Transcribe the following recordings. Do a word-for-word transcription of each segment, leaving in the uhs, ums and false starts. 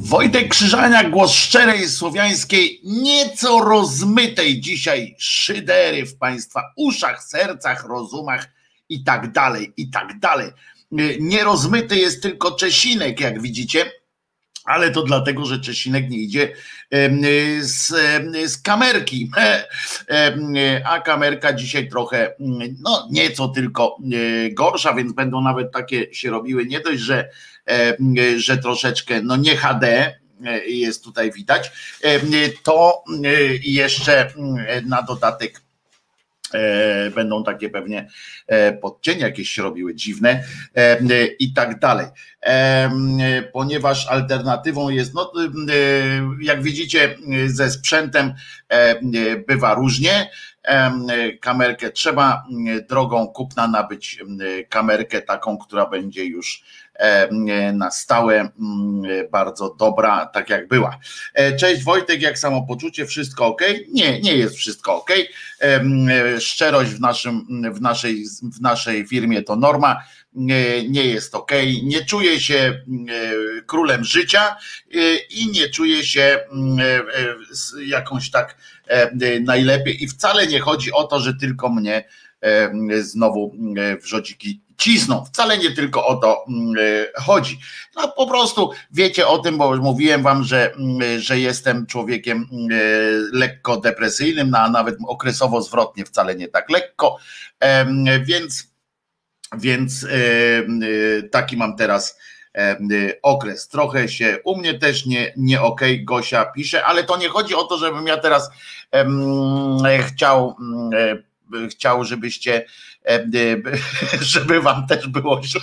Wojtek Krzyżaniak, głos szczerej słowiańskiej, nieco rozmytej dzisiaj szydery w Państwa uszach, sercach, rozumach i tak dalej, i tak dalej. Nierozmyty jest tylko Czesinek, jak widzicie, ale to dlatego, że Czesinek nie idzie z, z kamerki, a kamerka dzisiaj trochę, no nieco tylko gorsza, więc będą nawet takie się robiły, nie dość, że, że troszeczkę, no nie H D jest tutaj widać, to jeszcze na dodatek E, będą takie pewnie e, podcienie jakieś się robiły dziwne e, e, i tak dalej, e, ponieważ alternatywą jest, no e, jak widzicie, ze sprzętem e, bywa różnie. E, kamerkę trzeba drogą kupna nabyć kamerkę taką, która będzie już na stałe bardzo dobra, tak jak była. Cześć Wojtek, jak samopoczucie? Wszystko ok? Nie, nie jest wszystko ok. Szczerość w, naszym, w, naszej, w naszej firmie to norma. Nie, nie jest ok. Nie czuję się królem życia i nie czuję się jakąś tak najlepiej. I wcale nie chodzi o to, że tylko mnie znowu wrzodziki cisną. Wcale nie tylko o to chodzi. No po prostu wiecie o tym, bo mówiłem wam, że, że jestem człowiekiem lekko depresyjnym, no, a nawet okresowo zwrotnie, wcale nie tak lekko, więc, więc taki mam teraz okres. Trochę się u mnie też nie, nie okej, okay, Gosia pisze, ale to nie chodzi o to, żebym ja teraz chciał chciał, żebyście, żeby wam też było źle.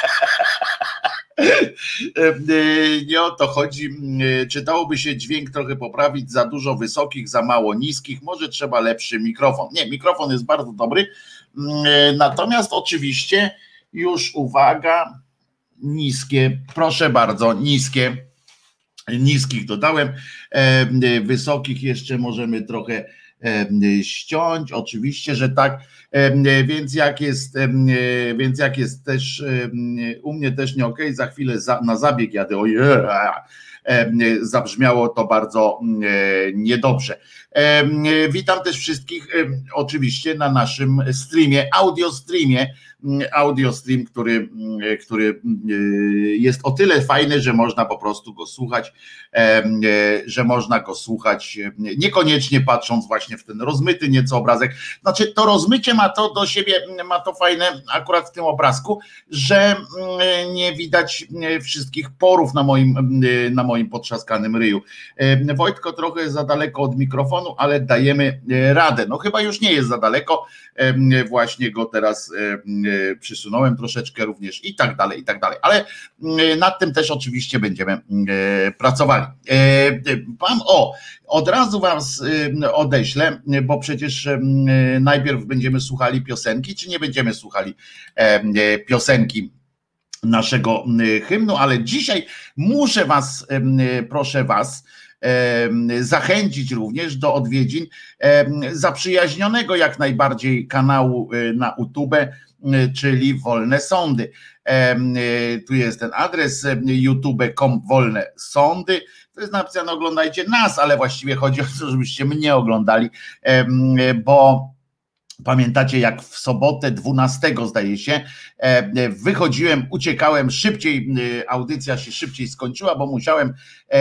Nie o to chodzi. Czy dałoby się dźwięk trochę poprawić? Za dużo wysokich, za mało niskich. Może trzeba lepszy mikrofon. Nie, mikrofon jest bardzo dobry. Natomiast oczywiście już uwaga, niskie, proszę bardzo, niskie. Niskich dodałem. Wysokich jeszcze możemy trochę ściąć, oczywiście, że tak, więc jak jest, więc jak jest też u mnie też nie okej, za chwilę za, na zabieg jadę, ojej, zabrzmiało to bardzo niedobrze. Witam też wszystkich oczywiście na naszym streamie, audio streamie, audio stream, który, który jest o tyle fajny, że można po prostu go słuchać, że można go słuchać, niekoniecznie patrząc właśnie w ten rozmyty nieco obrazek. Znaczy to rozmycie ma to do siebie, ma to fajne akurat w tym obrazku, że nie widać wszystkich porów na moim, na moim potrzaskanym ryju. Wojtko trochę za daleko od mikrofonu, ale dajemy radę. No chyba już nie jest za daleko, właśnie go teraz przysunąłem troszeczkę również i tak dalej, i tak dalej, ale nad tym też oczywiście będziemy pracowali. Pan, o, od razu was odeślę, bo przecież najpierw będziemy słuchali piosenki, czy nie będziemy słuchali piosenki naszego hymnu, ale dzisiaj muszę was, proszę was, zachęcić również do odwiedzin zaprzyjaźnionego jak najbardziej kanału na YouTube, czyli Wolne Sądy. Tu jest ten adres youtube kropka com Wolne Sądy. To jest napisane, oglądajcie nas, ale właściwie chodzi o to, żebyście mnie oglądali, bo pamiętacie, jak w sobotę dwunastego zdaje się, wychodziłem, uciekałem szybciej, audycja się szybciej skończyła, bo musiałem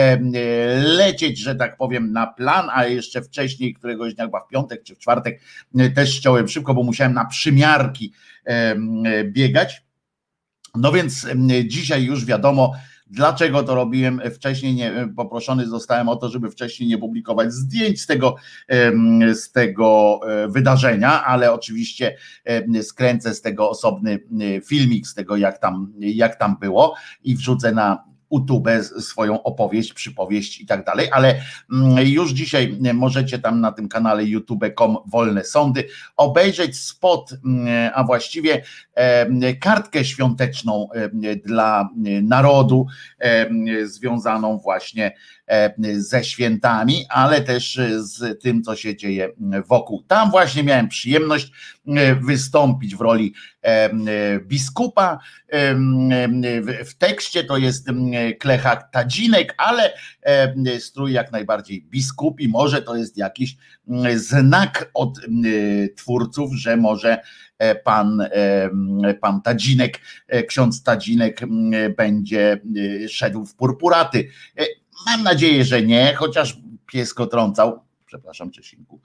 lecieć, że tak powiem, na plan, a jeszcze wcześniej, któregoś dnia, chyba w piątek czy w czwartek, też chciałem szybko, bo musiałem na przymiarki biegać. No więc dzisiaj już wiadomo, dlaczego to robiłem wcześniej, nie, poproszony zostałem o to, żeby wcześniej nie publikować zdjęć z tego, z tego wydarzenia, ale oczywiście skręcę z tego osobny filmik, z tego jak tam, jak tam było i wrzucę na YouTube swoją opowieść, przypowieść i tak dalej, ale już dzisiaj możecie tam na tym kanale youtube kropka com Wolne Sądy obejrzeć spot, a właściwie kartkę świąteczną dla narodu związaną właśnie ze świętami, ale też z tym, co się dzieje wokół. Tam właśnie miałem przyjemność wystąpić w roli biskupa. W tekście to jest klechak Tadzinek, ale strój jak najbardziej biskupi. Może to jest jakiś znak od twórców, że może pan, pan Tadzinek, ksiądz Tadzinek będzie szedł w purpuraty. Mam nadzieję, że nie, chociaż pies go trącał. Przepraszam, Czesinku.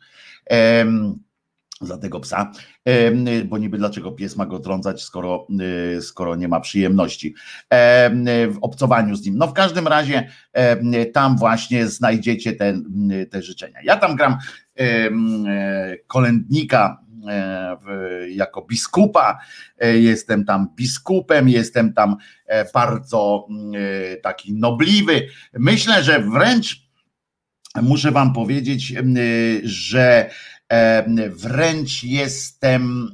Za tego psa, bo niby dlaczego pies ma go trącać, skoro, skoro nie ma przyjemności w obcowaniu z nim. No w każdym razie tam właśnie znajdziecie te, te życzenia. Ja tam gram kolędnika jako biskupa, jestem tam biskupem, jestem tam bardzo taki nobliwy. Myślę, że wręcz muszę wam powiedzieć, że wręcz jestem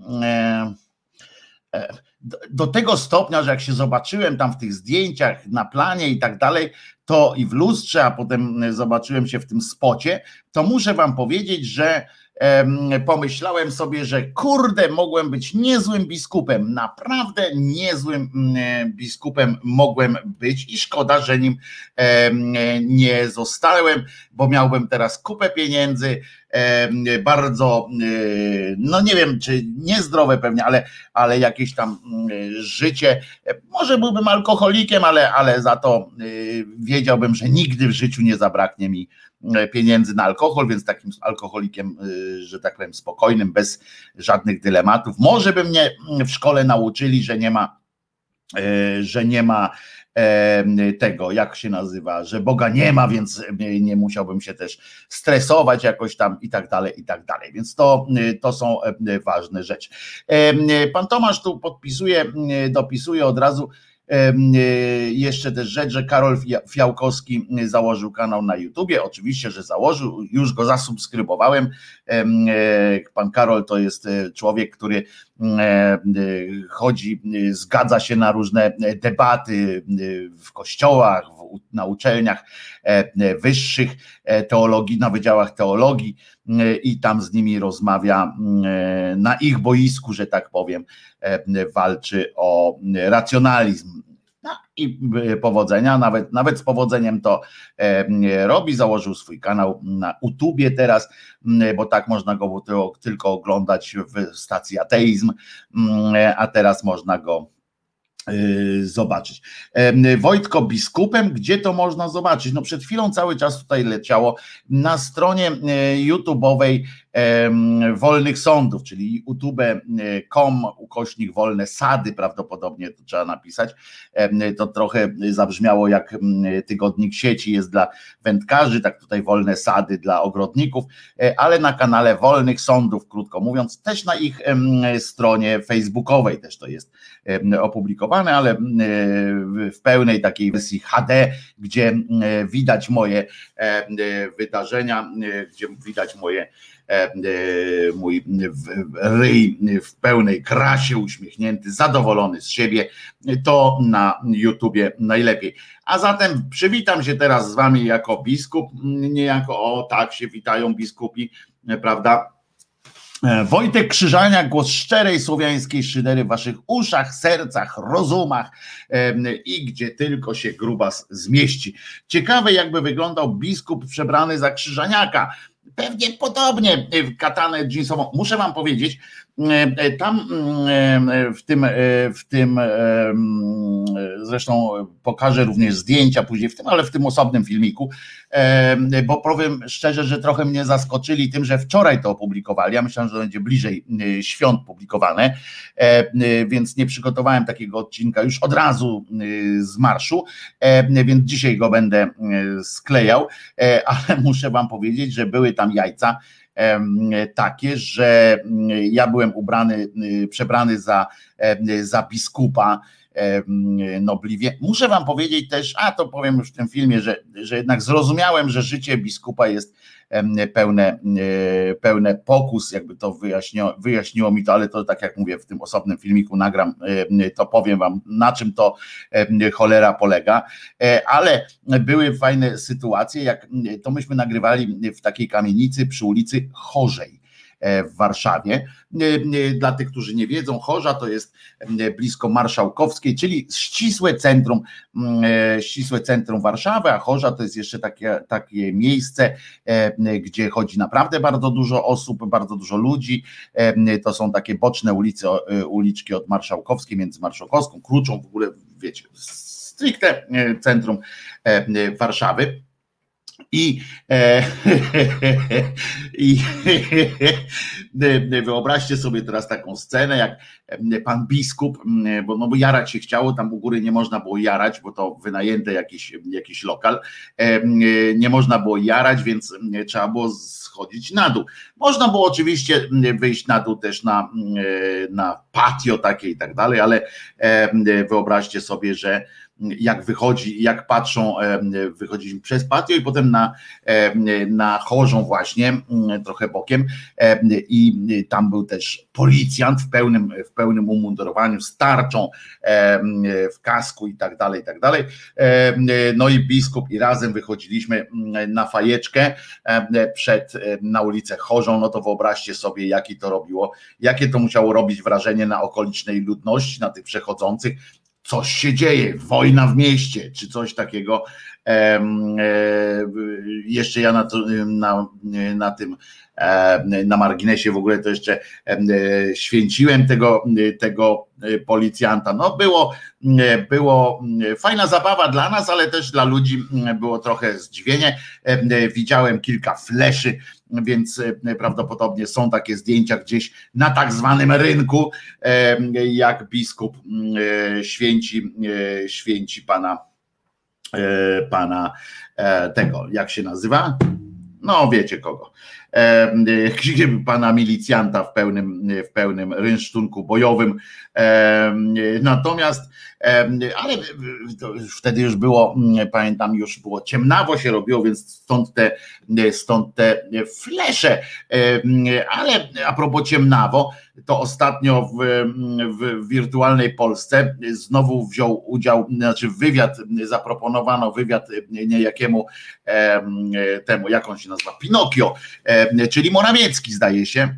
do tego stopnia, że jak się zobaczyłem tam w tych zdjęciach na planie i tak dalej, to i w lustrze, a potem zobaczyłem się w tym spocie, to muszę wam powiedzieć, że pomyślałem sobie, że kurde, mogłem być niezłym biskupem, naprawdę niezłym biskupem mogłem być i szkoda, że nim nie zostałem, bo miałbym teraz kupę pieniędzy, bardzo, no nie wiem, czy niezdrowe pewnie, ale, ale jakieś tam życie, może byłbym alkoholikiem, ale, ale za to wiedziałbym, że nigdy w życiu nie zabraknie mi pieniędzy na alkohol, więc takim alkoholikiem, że tak powiem, spokojnym, bez żadnych dylematów. Może by mnie w szkole nauczyli, że nie ma, że nie ma tego, jak się nazywa, że Boga nie ma, więc nie musiałbym się też stresować jakoś tam i tak dalej, i tak dalej. Więc to, to są ważne rzeczy. Pan Tomasz tu podpisuje, dopisuje od razu jeszcze też rzecz, że Karol Fiałkowski założył kanał na YouTubie. Oczywiście, że założył, już go zasubskrybowałem. Pan Karol to jest człowiek, który chodzi, zgadza się na różne debaty w kościołach, na uczelniach wyższych teologii, na wydziałach teologii i tam z nimi rozmawia na ich boisku, że tak powiem, walczy o racjonalizm. No i powodzenia, nawet, nawet z powodzeniem to robi, założył swój kanał na YouTubie teraz, bo tak można go tylko oglądać w stacji Ateizm, a teraz można go zobaczyć. Wojtko biskupem, gdzie to można zobaczyć? No przed chwilą cały czas tutaj leciało na stronie YouTube'owej Wolnych Sądów, czyli youtube kropka com ukośnik wolne sady, prawdopodobnie to trzeba napisać. To trochę zabrzmiało jak tygodnik sieci jest dla wędkarzy, tak tutaj wolne sady dla ogrodników, ale na kanale Wolnych Sądów, krótko mówiąc, też na ich stronie facebookowej też to jest opublikowane, ale w pełnej takiej wersji H D, gdzie widać moje wydarzenia, gdzie widać moje mój ryj w pełnej krasie, uśmiechnięty, zadowolony z siebie, to na YouTubie najlepiej. A zatem przywitam się teraz z wami jako biskup, niejako o tak się witają biskupi, prawda? Wojtek Krzyżaniak, głos szczerej słowiańskiej szydery w waszych uszach, sercach, rozumach i gdzie tylko się grubas zmieści. Ciekawe, jakby wyglądał biskup przebrany za Krzyżaniaka. Pewnie podobnie w katanę dżinsową. Muszę wam powiedzieć, tam w tym, w tym zresztą pokażę również zdjęcia później w tym, ale w tym osobnym filmiku, bo powiem szczerze, że trochę mnie zaskoczyli tym, że wczoraj to opublikowali. Ja myślałem, że to będzie bliżej świąt publikowane, więc nie przygotowałem takiego odcinka już od razu z marszu, więc dzisiaj go będę sklejał, ale muszę wam powiedzieć, że były tam jajca takie, że ja byłem ubrany, przebrany za, za biskupa nobliwie. Muszę wam powiedzieć też, a to powiem już w tym filmie, że, że jednak zrozumiałem, że życie biskupa jest pełne, pełne pokus, jakby to wyjaśniło, wyjaśniło mi to, ale to tak jak mówię, w tym osobnym filmiku nagram, to powiem wam, na czym to cholera polega, ale były fajne sytuacje, jak to myśmy nagrywali w takiej kamienicy przy ulicy Chorzej. w Warszawie. Dla tych, którzy nie wiedzą, Chorza to jest blisko Marszałkowskiej, czyli ścisłe centrum, ścisłe centrum Warszawy, a Chorza to jest jeszcze takie, takie miejsce, gdzie chodzi naprawdę bardzo dużo osób, bardzo dużo ludzi. To są takie boczne ulice, uliczki od Marszałkowskiej, między Marszałkowską, Kruczą, w ogóle wiecie, stricte centrum Warszawy. I, e, i wyobraźcie sobie teraz taką scenę, jak pan biskup, bo, no bo jarać się chciało, tam u góry nie można było jarać, bo to wynajęte jakiś, jakiś lokal, e, nie można było jarać, więc trzeba było schodzić na dół. Można było oczywiście wyjść na dół też na, na patio takie i tak dalej, ale e, wyobraźcie sobie, że jak wychodzi, jak patrzą, wychodziliśmy przez patio i potem na, na Chorzą właśnie, trochę bokiem, i tam był też policjant w pełnym, w pełnym umundurowaniu, z tarczą, w kasku i tak dalej, i tak dalej. No i biskup i razem wychodziliśmy na fajeczkę przed, na ulicę Chorzą. No to wyobraźcie sobie, jakie to robiło, jakie to musiało robić wrażenie na okolicznej ludności, na tych przechodzących. Coś się dzieje, wojna w mieście, czy coś takiego. E, e, jeszcze ja na, to, na, na tym, e, na marginesie w ogóle to jeszcze e, święciłem tego, tego policjanta. No było, było fajna zabawa dla nas, ale też dla ludzi było trochę zdziwienie. E, widziałem kilka fleszy, więc prawdopodobnie są takie zdjęcia gdzieś na tak zwanym rynku, jak biskup święci, święci pana, pana tego, jak się nazywa? No wiecie kogo. Pana milicjanta w pełnym, w pełnym rynsztunku bojowym. Natomiast, ale wtedy już było, pamiętam, już było ciemnawo się robiło, więc stąd te, stąd te flesze. Ale a propos ciemnawo, to ostatnio w, w wirtualnej Polsce znowu wziął udział, znaczy wywiad, zaproponowano wywiad niejakiemu temu, jak on się nazywa, Pinokio, czyli Morawiecki, zdaje się.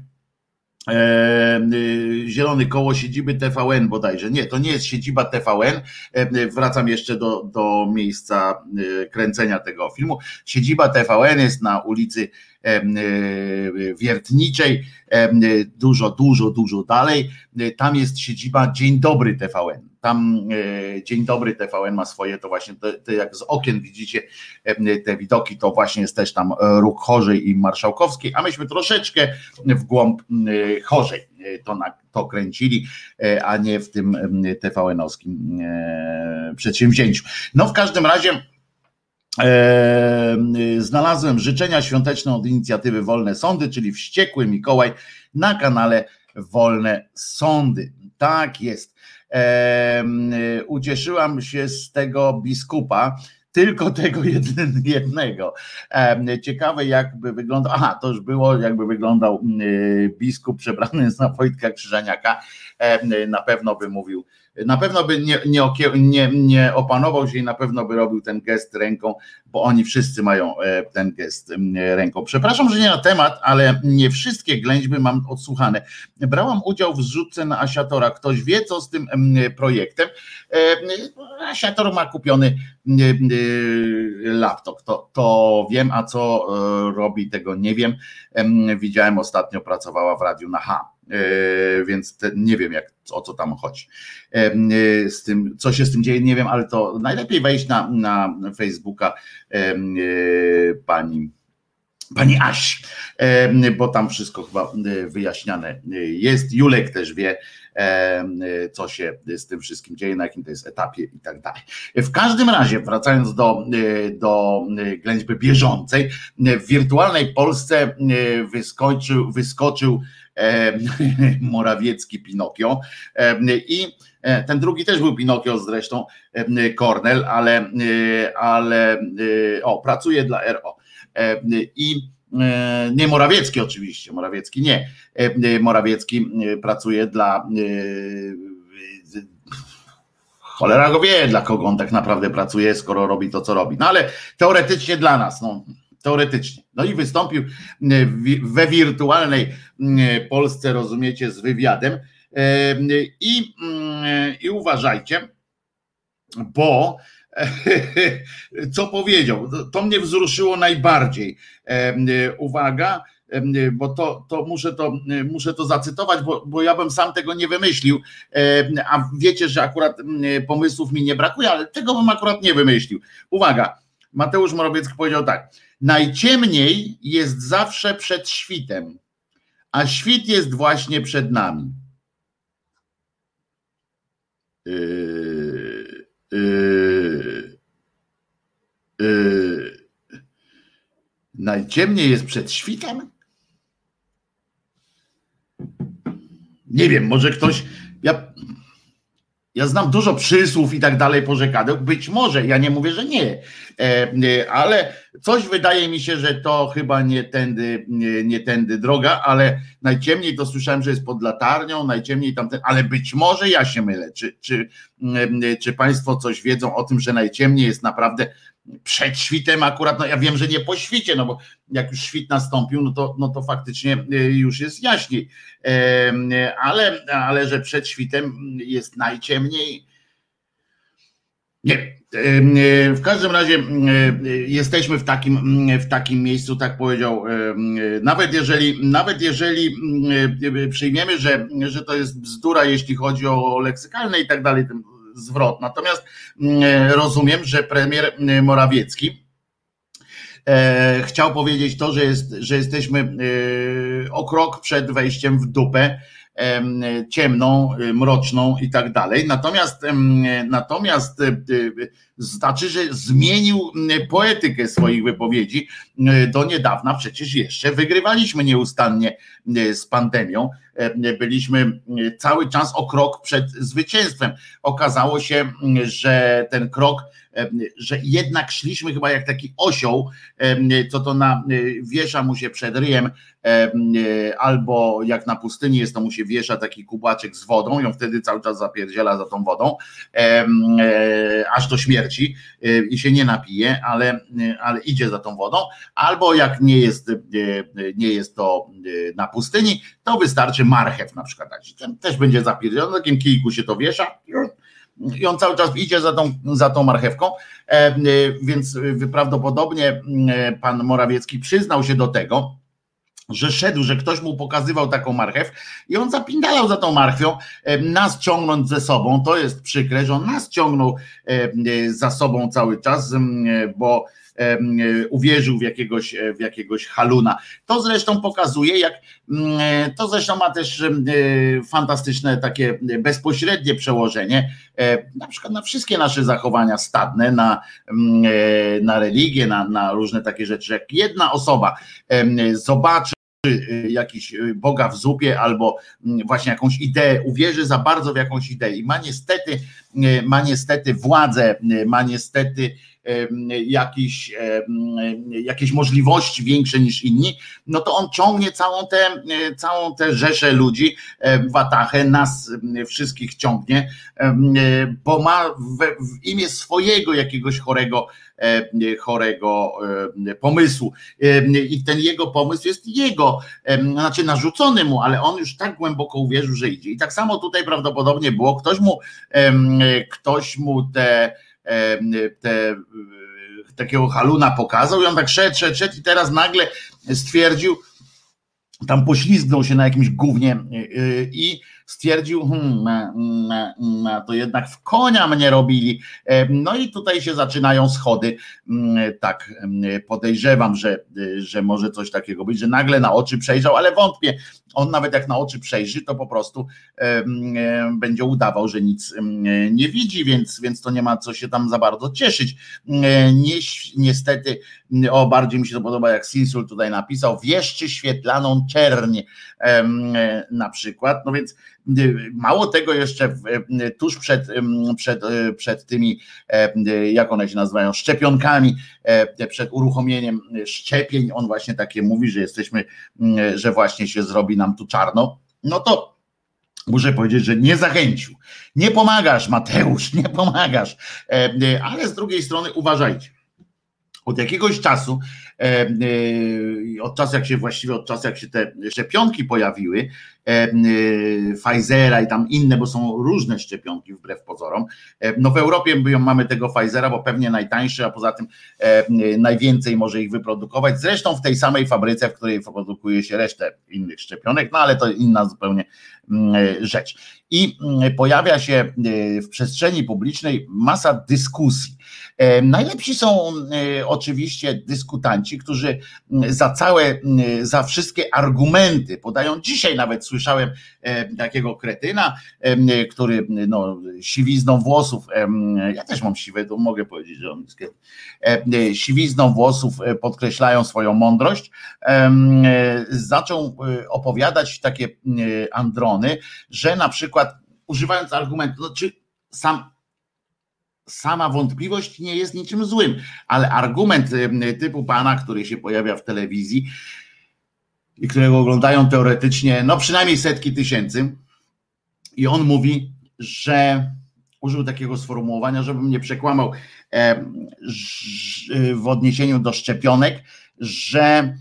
Zielony koło siedziby T V N bodajże. Nie, to nie jest siedziba T V N. Wracam jeszcze do, do miejsca kręcenia tego filmu. Siedziba T V N jest na ulicy Wiertniczej, dużo, dużo, dużo dalej. Tam jest siedziba Dzień Dobry T V N. Tam Dzień Dobry T V N ma swoje, to właśnie te, te jak z okien widzicie te widoki, to właśnie jest też tam ruch Chorzej i Marszałkowskiej, a myśmy troszeczkę w głąb Chorzej to, na, to kręcili, a nie w tym T V N-owskim przedsięwzięciu. No w każdym razie znalazłem życzenia świąteczne od inicjatywy Wolne Sądy, czyli Wściekły Mikołaj na kanale Wolne Sądy. Tak jest. Ucieszyłam się z tego biskupa, tylko tego jeden, jednego. Ciekawe jakby wyglądał, aha, to już było, jakby wyglądał biskup przebrany na Wojtka Krzyżaniaka, na pewno by mówił, na pewno by nie, nie, nie, nie opanował się i na pewno by robił ten gest ręką, bo oni wszyscy mają ten gest ręką. Przepraszam, że nie na temat, ale nie wszystkie ględźby mam odsłuchane. Brałam udział w zrzutce na Asiatora. Ktoś wie, co z tym projektem? Asiator ma kupiony laptop, to, to wiem, a co robi, tego nie wiem. Widziałem ostatnio, pracowała w radiu na H. Więc te, nie wiem, jak, o co tam chodzi. Z tym, co się z tym dzieje, nie wiem, ale to najlepiej wejść na, na Facebooka pani, pani Asi, bo tam wszystko chyba wyjaśniane jest. Julek też wie, co się z tym wszystkim dzieje, na jakim to jest etapie i tak dalej. W każdym razie, wracając do, do ględźby bieżącej, w wirtualnej Polsce wyskoczył, wyskoczył Morawiecki Pinokio i ten drugi też był Pinokio zresztą, Kornel, ale, ale o, pracuje dla R O i nie Morawiecki oczywiście, Morawiecki nie, Morawiecki pracuje dla, cholera go wie, dla kogo on tak naprawdę pracuje, skoro robi to, co robi, no ale teoretycznie dla nas, no. teoretycznie. No i wystąpił we wirtualnej Polsce, rozumiecie, z wywiadem i, i uważajcie, bo co powiedział, to mnie wzruszyło najbardziej. Uwaga, bo to, to, muszę, to muszę to zacytować, bo, bo ja bym sam tego nie wymyślił, a wiecie, że akurat pomysłów mi nie brakuje, ale tego bym akurat nie wymyślił. Uwaga, Mateusz Morawiecki powiedział tak: najciemniej jest zawsze przed świtem, a świt jest właśnie przed nami. Yy, yy, yy. Najciemniej jest przed świtem? Nie wiem, może ktoś... Ja, ja znam dużo przysłów i tak dalej porzekadeł, być może, ja nie mówię, że nie, e, ale coś wydaje mi się, że to chyba nie tędy, nie, nie tędy droga, ale najciemniej to słyszałem, że jest pod latarnią, najciemniej tamten, ale być może ja się mylę. Czy, czy, czy państwo coś wiedzą o tym, że najciemniej jest naprawdę przed świtem akurat? No ja wiem, że nie po świcie, no bo jak już świt nastąpił, no to, no to faktycznie już jest jaśniej, ale, ale że przed świtem jest najciemniej, nie. W każdym razie jesteśmy w takim, w takim miejscu, tak powiedział, nawet jeżeli, nawet jeżeli przyjmiemy, że, że to jest bzdura, jeśli chodzi o leksykalne i tak dalej, ten zwrot. Natomiast rozumiem, że premier Morawiecki chciał powiedzieć to, że, jest, że jesteśmy o krok przed wejściem w dupę ciemną, mroczną i tak dalej. Natomiast natomiast znaczy, że zmienił poetykę swoich wypowiedzi. Do niedawna przecież jeszcze wygrywaliśmy nieustannie z pandemią. Byliśmy cały czas o krok przed zwycięstwem. Okazało się, że ten krok, że jednak szliśmy chyba jak taki osioł, co to na wiesza mu się przed ryjem, albo jak na pustyni jest, to mu się wiesza taki kubłaczek z wodą i on wtedy cały czas zapierdziela za tą wodą, aż do śmierci i się nie napije, ale, ale idzie za tą wodą, albo jak nie jest, nie jest to na pustyni, to wystarczy marchew na przykład, ten też będzie zapierdzielony, na takim kijku się to wiesza i on cały czas idzie za tą, za tą marchewką, więc prawdopodobnie pan Morawiecki przyznał się do tego, że szedł, że ktoś mu pokazywał taką marchew i on zapindalał za tą marchwią, nas ciągnąć ze sobą. To jest przykre, że on nas ciągnął za sobą cały czas, bo uwierzył w jakiegoś, w jakiegoś haluna. To zresztą pokazuje, jak to zresztą ma też fantastyczne takie bezpośrednie przełożenie, na przykład na wszystkie nasze zachowania stadne, na, na religię, na, na różne takie rzeczy. Jak jedna osoba zobaczy jakiś Boga w zupie albo właśnie jakąś ideę, uwierzy za bardzo w jakąś ideę i ma niestety, ma niestety władzę, ma niestety jakieś, jakieś możliwości większe niż inni, no to on ciągnie całą tę, całą tę rzeszę ludzi, watachę, nas wszystkich ciągnie, bo ma w, w imię swojego jakiegoś chorego, chorego pomysłu i ten jego pomysł jest jego, znaczy narzucony mu, ale on już tak głęboko uwierzył, że idzie. I tak samo tutaj prawdopodobnie było, ktoś mu ktoś mu te te, takiego haluna pokazał i on tak szedł, szedł, szedł i teraz nagle stwierdził, tam poślizgnął się na jakimś gównie i stwierdził, hmm, to jednak w konia mnie robili. No i tutaj się zaczynają schody. Tak podejrzewam, że, że może coś takiego być, że nagle na oczy przejrzał, ale wątpię. On nawet jak na oczy przejrzy, to po prostu będzie udawał, że nic nie widzi, więc, więc to nie ma co się tam za bardzo cieszyć. Nie, niestety, o bardziej mi się to podoba, jak Sinsul tutaj napisał, wieszczy świetlaną czerń na przykład. No więc mało tego, jeszcze tuż przed, przed, przed tymi, jak one się nazywają, szczepionkami, przed uruchomieniem szczepień, on właśnie takie mówi, że jesteśmy, że właśnie się zrobi nam tu czarno. No to muszę powiedzieć, że nie zachęcił. Nie pomagasz, Mateusz, nie pomagasz. Ale z drugiej strony uważajcie. Od jakiegoś czasu, od czasu jak się właściwie od czasu jak się te szczepionki pojawiły, Pfizera i tam inne, bo są różne szczepionki wbrew pozorom. No w Europie mamy tego Pfizera, bo pewnie najtańszy, a poza tym najwięcej może ich wyprodukować. Zresztą w tej samej fabryce, w której produkuje się resztę innych szczepionek, no ale to inna zupełnie rzecz. I pojawia się w przestrzeni publicznej masa dyskusji. Najlepsi są oczywiście dyskutanci, którzy za całe, za wszystkie argumenty podają. Dzisiaj nawet słyszałem takiego kretyna, który no, siwizną włosów, ja też mam siwe, to mogę powiedzieć, że on jest siwizną włosów podkreślają swoją mądrość, zaczął opowiadać takie androny, że na przykład używając argumentu, no, czy sam sama wątpliwość nie jest niczym złym, ale argument typu pana, który się pojawia w telewizji i którego oglądają teoretycznie no przynajmniej setki tysięcy i on mówi, że użył takiego sformułowania, żebym nie przekłamał e, w odniesieniu do szczepionek, że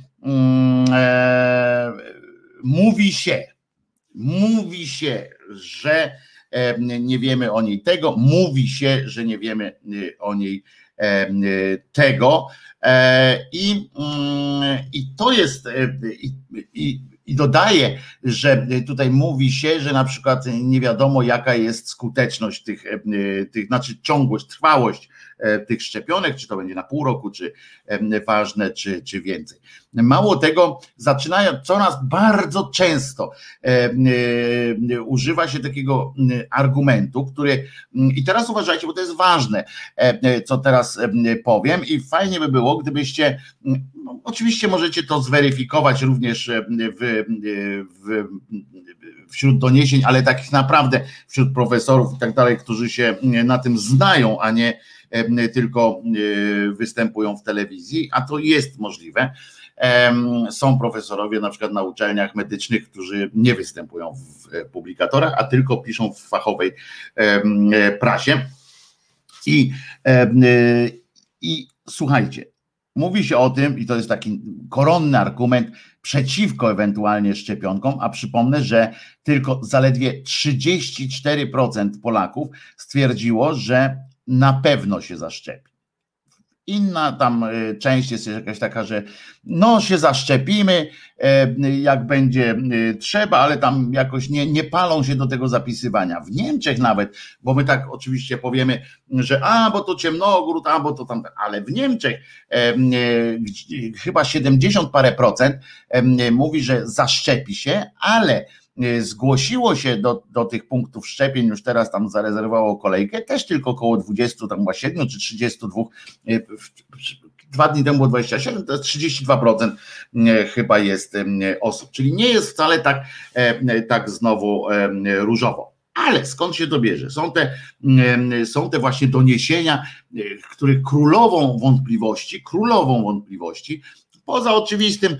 e, mówi się, mówi się, że nie wiemy o niej tego, mówi się, że nie wiemy o niej tego i, i to jest i, i, i dodaje, że tutaj mówi się, że na przykład nie wiadomo jaka jest skuteczność tych, tych znaczy ciągłość, trwałość tych szczepionek, czy to będzie na pół roku, czy ważne, czy, czy więcej. Mało tego, zaczynają coraz bardzo często e, e, używa się takiego argumentu, który, i teraz uważajcie, bo to jest ważne, e, co teraz powiem i fajnie by było, gdybyście, no, oczywiście możecie to zweryfikować również w, w, wśród doniesień, ale takich naprawdę wśród profesorów i tak dalej, którzy się na tym znają, a nie tylko występują w telewizji, a to jest możliwe. Są profesorowie na przykład na uczelniach medycznych, którzy nie występują w publikatorach, a tylko piszą w fachowej prasie. I, i słuchajcie, mówi się o tym, i to jest taki koronny argument przeciwko ewentualnie szczepionkom, a przypomnę, że tylko zaledwie trzydzieści cztery procent Polaków stwierdziło, że na pewno się zaszczepi. Inna tam część jest jakaś taka, że no się zaszczepimy, jak będzie trzeba, ale tam jakoś nie, nie palą się do tego zapisywania. W Niemczech nawet, bo my tak oczywiście powiemy, że a, bo to ciemnogród, a, bo to tam, ale w Niemczech e, chyba siedemdziesiąt parę procent e, mówi, że zaszczepi się, ale zgłosiło się do, do tych punktów szczepień, już teraz tam zarezerwowało kolejkę, też tylko około dwudziestu, tam chyba siedmiu czy trzydziestu dwóch, dwa dni temu było dwadzieścia siedem, to jest trzydzieści dwa procent chyba jest osób, czyli nie jest wcale tak, tak znowu różowo. Ale skąd się to bierze? Są te, są te właśnie doniesienia, których królową wątpliwości, królową wątpliwości, poza oczywistym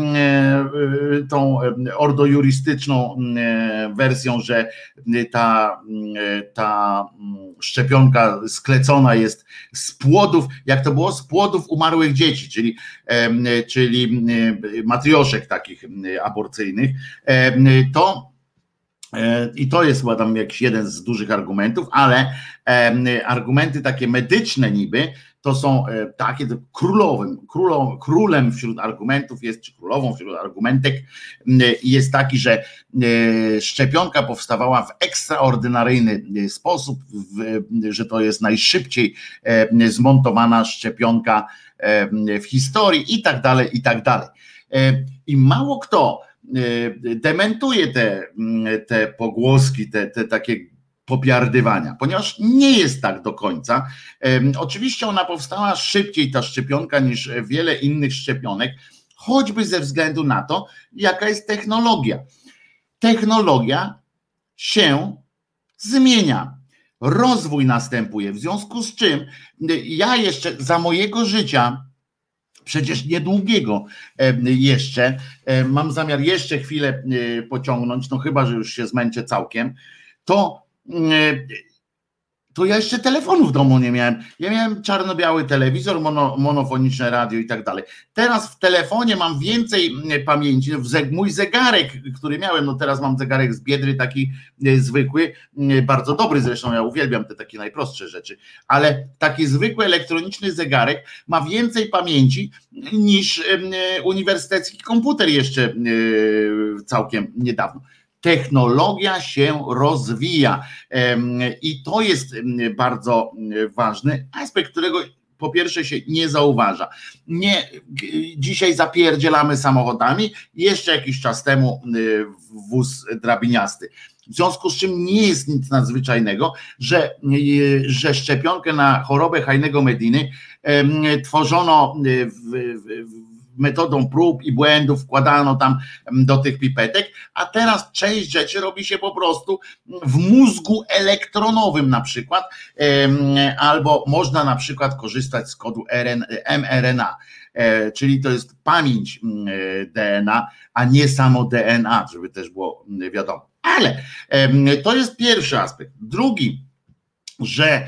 tą ordojurystyczną wersją, że ta, ta szczepionka sklecona jest z płodów, jak to było, z płodów umarłych dzieci, czyli, czyli matrioszek takich aborcyjnych, to i to jest chyba tam jakiś jeden z dużych argumentów, ale argumenty takie medyczne niby, to są takie, królowym, królą, królem wśród argumentów jest, czy królową wśród argumentek jest taki, że szczepionka powstawała w ekstraordynaryjny sposób, że to jest najszybciej zmontowana szczepionka w historii i tak dalej, i tak dalej. I mało kto dementuje te, te pogłoski, te, te takie popiardywania, ponieważ nie jest tak do końca. Oczywiście ona powstała szybciej, ta szczepionka, niż wiele innych szczepionek, choćby ze względu na to, jaka jest technologia. Technologia się zmienia. Rozwój następuje, w związku z czym ja jeszcze za mojego życia, przecież niedługiego jeszcze, mam zamiar jeszcze chwilę pociągnąć, no chyba, że już się zmęczę całkiem, to to ja jeszcze telefonu w domu nie miałem. Ja miałem czarno-biały telewizor, mono, monofoniczne radio i tak dalej. Teraz w telefonie mam więcej pamięci. Mój zegarek, który miałem, no teraz mam zegarek z Biedry, taki zwykły, bardzo dobry zresztą, ja uwielbiam te takie najprostsze rzeczy, ale taki zwykły elektroniczny zegarek ma więcej pamięci niż uniwersytecki komputer jeszcze całkiem niedawno. Technologia się rozwija i to jest bardzo ważny aspekt, którego po pierwsze się nie zauważa. Nie, dzisiaj zapierdzielamy samochodami, jeszcze jakiś czas temu wóz drabiniasty. W związku z czym nie jest nic nadzwyczajnego, że, że szczepionkę na chorobę Heinego Mediny tworzono w, w, w metodą prób i błędów, wkładano tam do tych pipetek, a teraz część rzeczy robi się po prostu w mózgu elektronowym na przykład, albo można na przykład korzystać z kodu em er en a, czyli to jest pamięć D N A, a nie samo D N A, żeby też było wiadomo. Ale to jest pierwszy aspekt. Drugi, że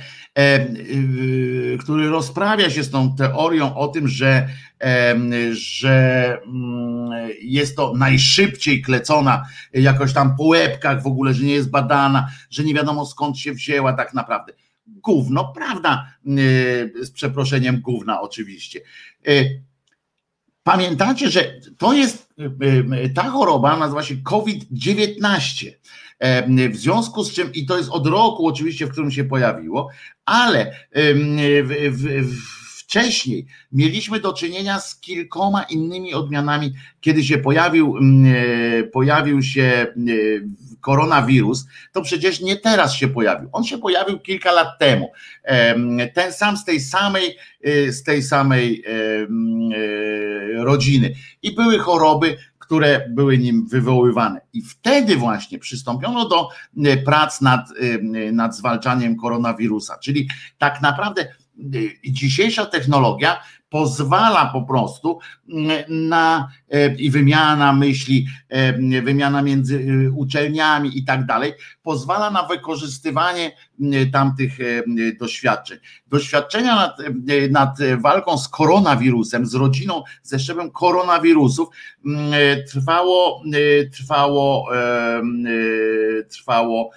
który rozprawia się z tą teorią o tym, że, że jest to najszybciej klecona jakoś tam po łebkach w ogóle, że nie jest badana, że nie wiadomo skąd się wzięła tak naprawdę. Gówno, prawda? Z przeproszeniem gówna oczywiście. Pamiętacie, że to jest, ta choroba nazywa się COVID dziewiętnaście. W związku z czym, i to jest od roku oczywiście, w którym się pojawiło, ale w, w, w, wcześniej mieliśmy do czynienia z kilkoma innymi odmianami, kiedy się pojawił, pojawił się koronawirus, to przecież nie teraz się pojawił, on się pojawił kilka lat temu, ten sam z tej samej, z tej samej rodziny i były choroby, które były nim wywoływane. I wtedy właśnie przystąpiono do prac nad, nad zwalczaniem koronawirusa. Czyli tak naprawdę dzisiejsza technologia pozwala po prostu na i wymiana myśli, wymiana między uczelniami i tak dalej, pozwala na wykorzystywanie tamtych doświadczeń. Doświadczenia nad, nad walką z koronawirusem, z rodziną, ze szczepem koronawirusów trwało, trwało, trwało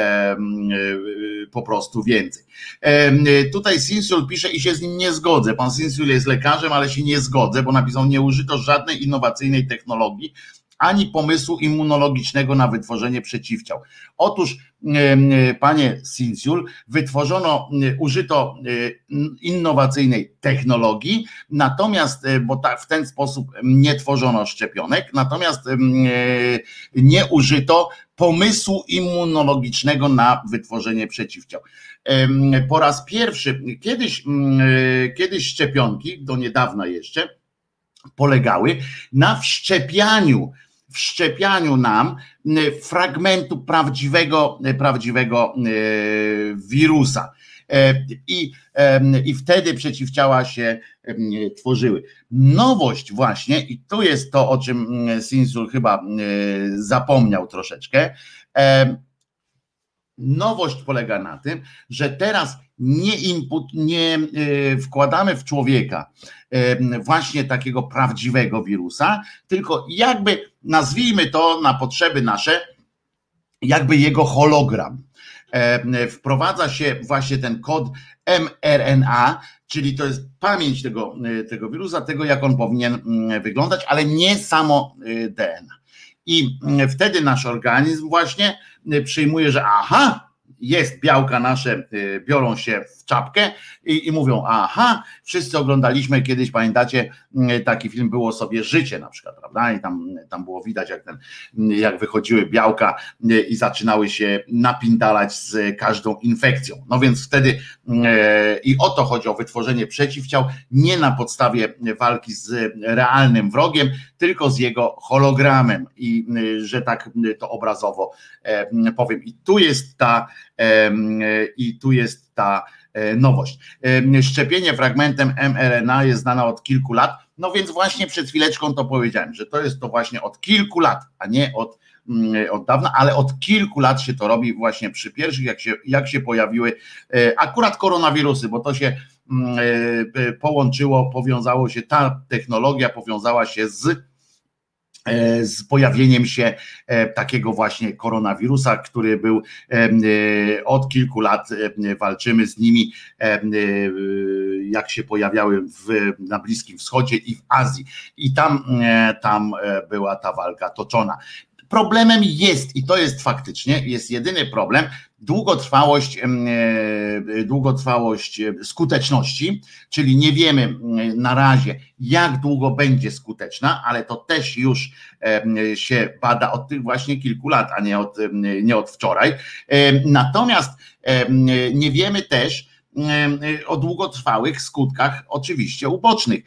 po prostu więcej. Tutaj Sinsul pisze i się z nim nie zgodzę. Pan Sinsul jest lekarzem, ale się nie zgodzę, bo napisał: nie użyto żadnej innowacyjnej technologii ani pomysłu immunologicznego na wytworzenie przeciwciał. Otóż, panie Sinsul, wytworzono, użyto innowacyjnej technologii, natomiast, bo tak w ten sposób nie tworzono szczepionek, natomiast nie użyto pomysłu immunologicznego na wytworzenie przeciwciał. Po raz pierwszy, kiedyś, kiedyś szczepionki, do niedawna jeszcze, polegały na wszczepianiu, wszczepianiu nam fragmentu prawdziwego, prawdziwego wirusa. I, i wtedy przeciwciała się tworzyły. Nowość właśnie, i tu jest to, o czym Sinsul chyba zapomniał troszeczkę, nowość polega na tym, że teraz nie, input, nie wkładamy w człowieka właśnie takiego prawdziwego wirusa, tylko jakby, nazwijmy to na potrzeby nasze, jakby jego hologram. Wprowadza się właśnie ten kod em er en a, czyli to jest pamięć tego, tego wirusa, tego jak on powinien wyglądać, ale nie samo D N A. I wtedy nasz organizm właśnie przyjmuje, że aha, jest, białka nasze biorą się w czapkę i, i mówią aha, wszyscy oglądaliśmy kiedyś, pamiętacie, taki film Było sobie życie na przykład, prawda? I tam, tam było widać, jak, ten, jak wychodziły białka i zaczynały się napindalać z każdą infekcją. No więc wtedy i o to chodzi, o wytworzenie przeciwciał, nie na podstawie walki z realnym wrogiem, tylko z jego hologramem i że tak to obrazowo powiem. I tu jest ta i tu jest ta nowość. Szczepienie fragmentem em er en a jest znane od kilku lat, no więc właśnie przed chwileczką to powiedziałem, że to jest to właśnie od kilku lat, a nie od, od dawna, ale od kilku lat się to robi właśnie przy pierwszych, jak się, jak się pojawiły akurat koronawirusy, bo to się połączyło, powiązało się, ta technologia powiązała się z z pojawieniem się takiego właśnie koronawirusa, który był od kilku lat, walczymy z nimi, jak się pojawiały w, na Bliskim Wschodzie i w Azji i tam, tam była ta walka toczona. Problemem jest, i to jest faktycznie, jest jedyny problem, długotrwałość, długotrwałość skuteczności, czyli nie wiemy na razie, jak długo będzie skuteczna, ale to też już się bada od tych właśnie kilku lat, a nie od, nie od wczoraj. Natomiast nie wiemy też o długotrwałych skutkach, oczywiście ubocznych.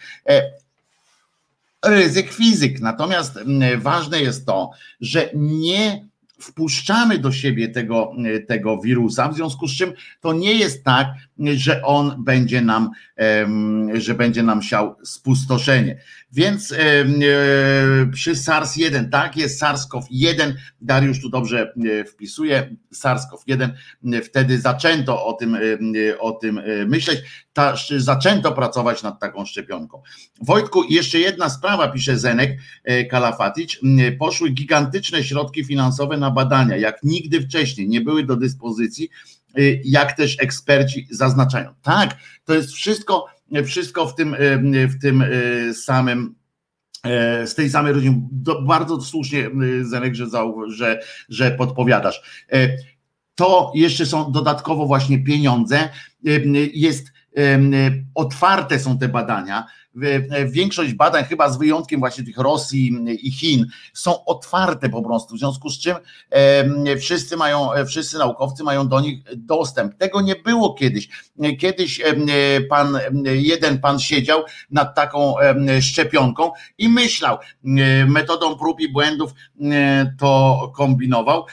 Ryzyk fizyk. Natomiast ważne jest to, że nie wpuszczamy do siebie tego, tego wirusa, w związku z czym to nie jest tak, że on będzie nam, że będzie nam siał spustoszenie. Więc przy SARS jeden, tak jest SARS-CoV jeden, Dariusz tu dobrze wpisuje, SARS-CoV jeden, wtedy zaczęto o tym, o tym myśleć, ta, zaczęto pracować nad taką szczepionką. Wojtku, jeszcze jedna sprawa, pisze Zenek Kalafatic, poszły gigantyczne środki finansowe na badania, jak nigdy wcześniej, nie były do dyspozycji, jak też eksperci zaznaczają. Tak, to jest wszystko, wszystko w tym, w tym samym, z tej samej rodziny. Bardzo słusznie, Zenek, że, że, że podpowiadasz. To jeszcze są dodatkowo właśnie pieniądze, jest otwarte są te badania. Większość badań, chyba z wyjątkiem właśnie tych Rosji i Chin, są otwarte po prostu, w związku z czym wszyscy mają, wszyscy naukowcy mają do nich dostęp. Tego nie było kiedyś. Kiedyś pan, jeden pan siedział nad taką szczepionką i myślał, metodą prób i błędów to kombinował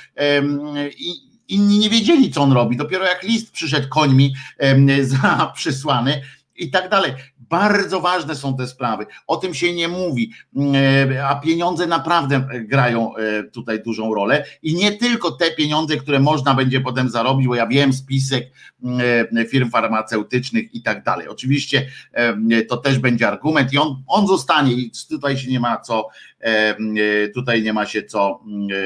i inni nie wiedzieli, co on robi. Dopiero jak list przyszedł końmi za przysłany i tak dalej. Bardzo ważne są te sprawy. O tym się nie mówi, a pieniądze naprawdę grają tutaj dużą rolę i nie tylko te pieniądze, które można będzie potem zarobić, bo ja wiem, spisek firm farmaceutycznych i tak dalej. Oczywiście to też będzie argument i on, on zostanie i tutaj się nie ma co, tutaj nie ma się co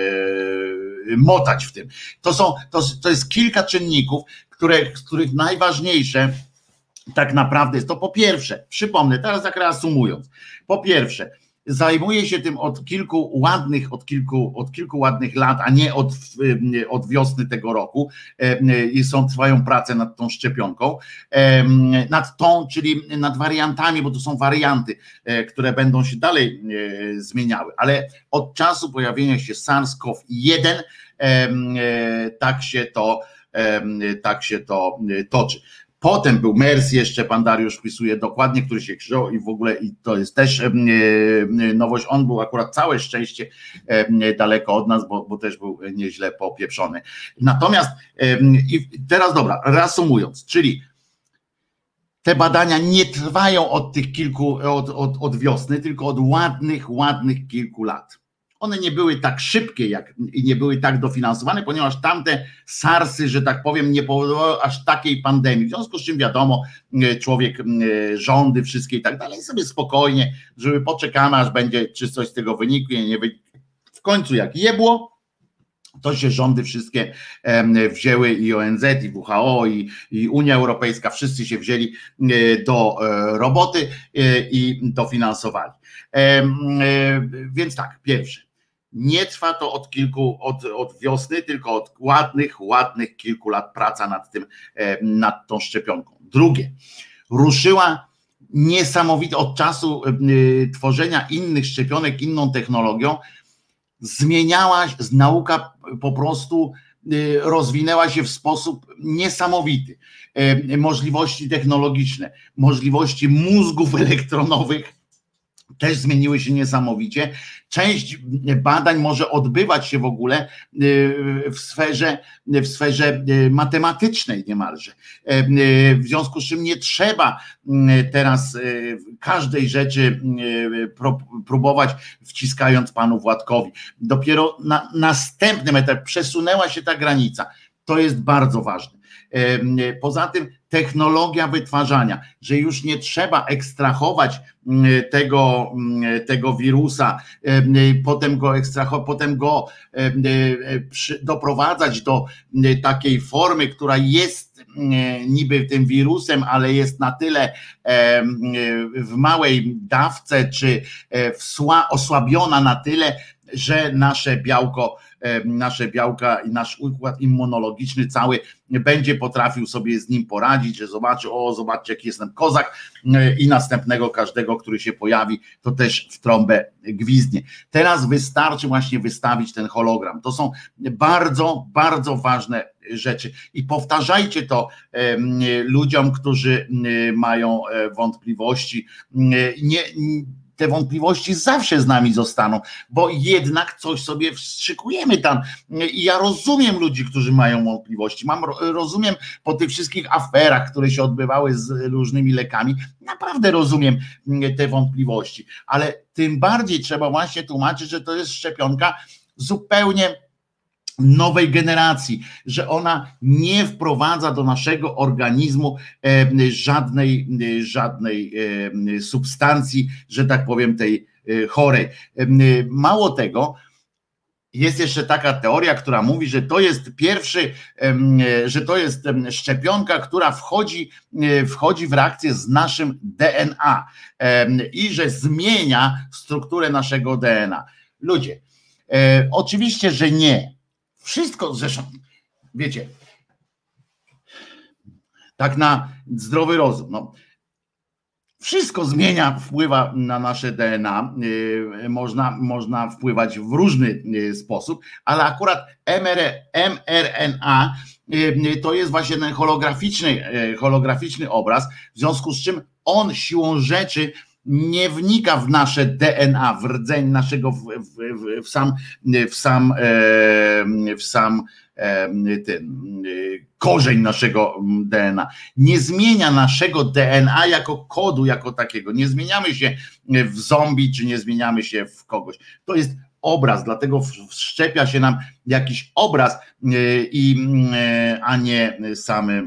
motać w tym. To są, to, to jest kilka czynników, które, z których najważniejsze tak naprawdę jest to po pierwsze, przypomnę, teraz tak reasumując, po pierwsze, zajmuję się tym od kilku ładnych, od kilku, od kilku ładnych lat, a nie od, od wiosny tego roku i są, trwają prace nad tą szczepionką, nad tą, czyli nad wariantami, bo to są warianty, które będą się dalej zmieniały, ale od czasu pojawienia się SARS-CoV jeden tak się to, tak się to toczy. Potem był MERS, jeszcze pan Dariusz wpisuje dokładnie, który się krzyżował i w ogóle i to jest też nowość. On był akurat całe szczęście daleko od nas, bo, bo też był nieźle popieprzony. Natomiast i teraz dobra, reasumując, czyli te badania nie trwają od tych kilku, od, od, od wiosny, tylko od ładnych, ładnych kilku lat. One nie były tak szybkie jak, i nie były tak dofinansowane, ponieważ tamte SARSy, że tak powiem, nie powodowały aż takiej pandemii. W związku z czym wiadomo, człowiek, rządy, wszystkie i tak dalej, sobie spokojnie, żeby poczekamy, aż będzie, czy coś z tego wyniknie, nie wyniknie. W końcu jak jebło, to się rządy wszystkie wzięły i O N Z, i W H O, i, i Unia Europejska, wszyscy się wzięli do roboty i dofinansowali. Więc tak, pierwsze. Nie trwa to od kilku, od, od wiosny, tylko od ładnych, ładnych kilku lat praca nad tym, nad tą szczepionką. Drugie, ruszyła niesamowite od czasu tworzenia innych szczepionek, inną technologią, zmieniała się, nauka po prostu rozwinęła się w sposób niesamowity. Możliwości technologiczne, możliwości mózgów elektronowych, też zmieniły się niesamowicie. Część badań może odbywać się w ogóle w sferze, w sferze matematycznej niemalże. W związku z czym nie trzeba teraz każdej rzeczy próbować wciskając panu Władkowi. Dopiero na następnym etapie przesunęła się ta granica. To jest bardzo ważne. Poza tym technologia wytwarzania, że już nie trzeba ekstrahować tego, tego wirusa, potem go ekstrahować, potem go doprowadzać do takiej formy, która jest niby tym wirusem, ale jest na tyle w małej dawce, czy osłabiona na tyle, że nasze białko, nasze białka i nasz układ immunologiczny cały będzie potrafił sobie z nim poradzić, że zobaczy, o zobaczcie jaki jestem kozak i następnego każdego, który się pojawi, to też w trąbę gwizdnie. Teraz wystarczy właśnie wystawić ten hologram. To są bardzo, bardzo ważne rzeczy i powtarzajcie to ludziom, którzy mają wątpliwości. Nie Te wątpliwości zawsze z nami zostaną, bo jednak coś sobie wstrzykujemy tam. I ja rozumiem ludzi, którzy mają wątpliwości. Mam, rozumiem po tych wszystkich aferach, które się odbywały z różnymi lekami, naprawdę rozumiem te wątpliwości, ale tym bardziej trzeba właśnie tłumaczyć, że to jest szczepionka zupełnie nowej generacji, że ona nie wprowadza do naszego organizmu żadnej, żadnej substancji, że tak powiem, tej chorej. Mało tego, jest jeszcze taka teoria, która mówi, że to jest pierwszy, że to jest szczepionka, która wchodzi, wchodzi w reakcję z naszym D N A i że zmienia strukturę naszego D N A. Ludzie, oczywiście, że nie. Wszystko zresztą, wiecie, tak na zdrowy rozum, no, wszystko zmienia, wpływa na nasze D N A, można, można wpływać w różny sposób, ale akurat M R N A to jest właśnie ten holograficzny, holograficzny obraz, w związku z czym on siłą rzeczy nie wnika w nasze D N A, w rdzeń naszego, w, w, w sam, w sam, w sam ten korzeń naszego D N A. Nie zmienia naszego D N A jako kodu, jako takiego. Nie zmieniamy się w zombie, czy nie zmieniamy się w kogoś. To jest obraz, dlatego wszczepia się nam jakiś obraz, i, a nie samy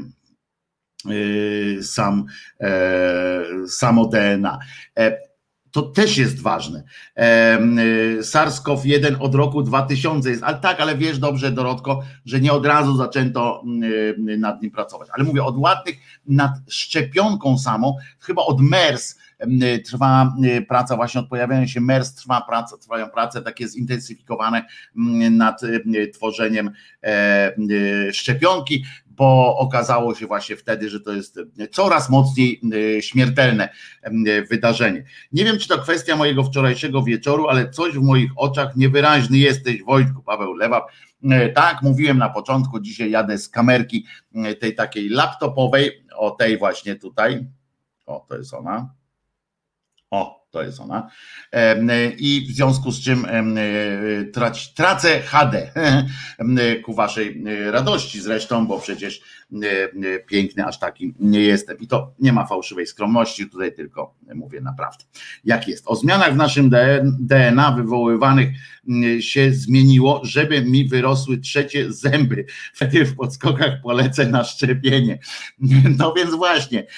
sam samo D N A. To też jest ważne. SARS-CoV jeden od roku dwa tysiące jest, ale tak, ale wiesz dobrze, Dorotko, że nie od razu zaczęto nad nim pracować. Ale mówię, od ładnych nad szczepionką samą, chyba od MERS trwa praca, właśnie od pojawienia się MERS trwa praca, trwają prace takie zintensyfikowane nad tworzeniem szczepionki, bo okazało się właśnie wtedy, że to jest coraz mocniej śmiertelne wydarzenie. Nie wiem, czy to kwestia mojego wczorajszego wieczoru, ale coś w moich oczach niewyraźny jesteś, Wojtku. Paweł Lewap. Tak, mówiłem na początku, dzisiaj jadę z kamerki tej takiej laptopowej, o tej właśnie tutaj, o to jest ona, o to jest ona, i w związku z czym tracę H D ku waszej radości zresztą, bo przecież piękny aż taki nie jestem i to nie ma fałszywej skromności, tutaj tylko mówię naprawdę jak jest. O zmianach w naszym D N A wywoływanych się zmieniło, żeby mi wyrosły trzecie zęby, wtedy w podskokach polecę na szczepienie. No więc właśnie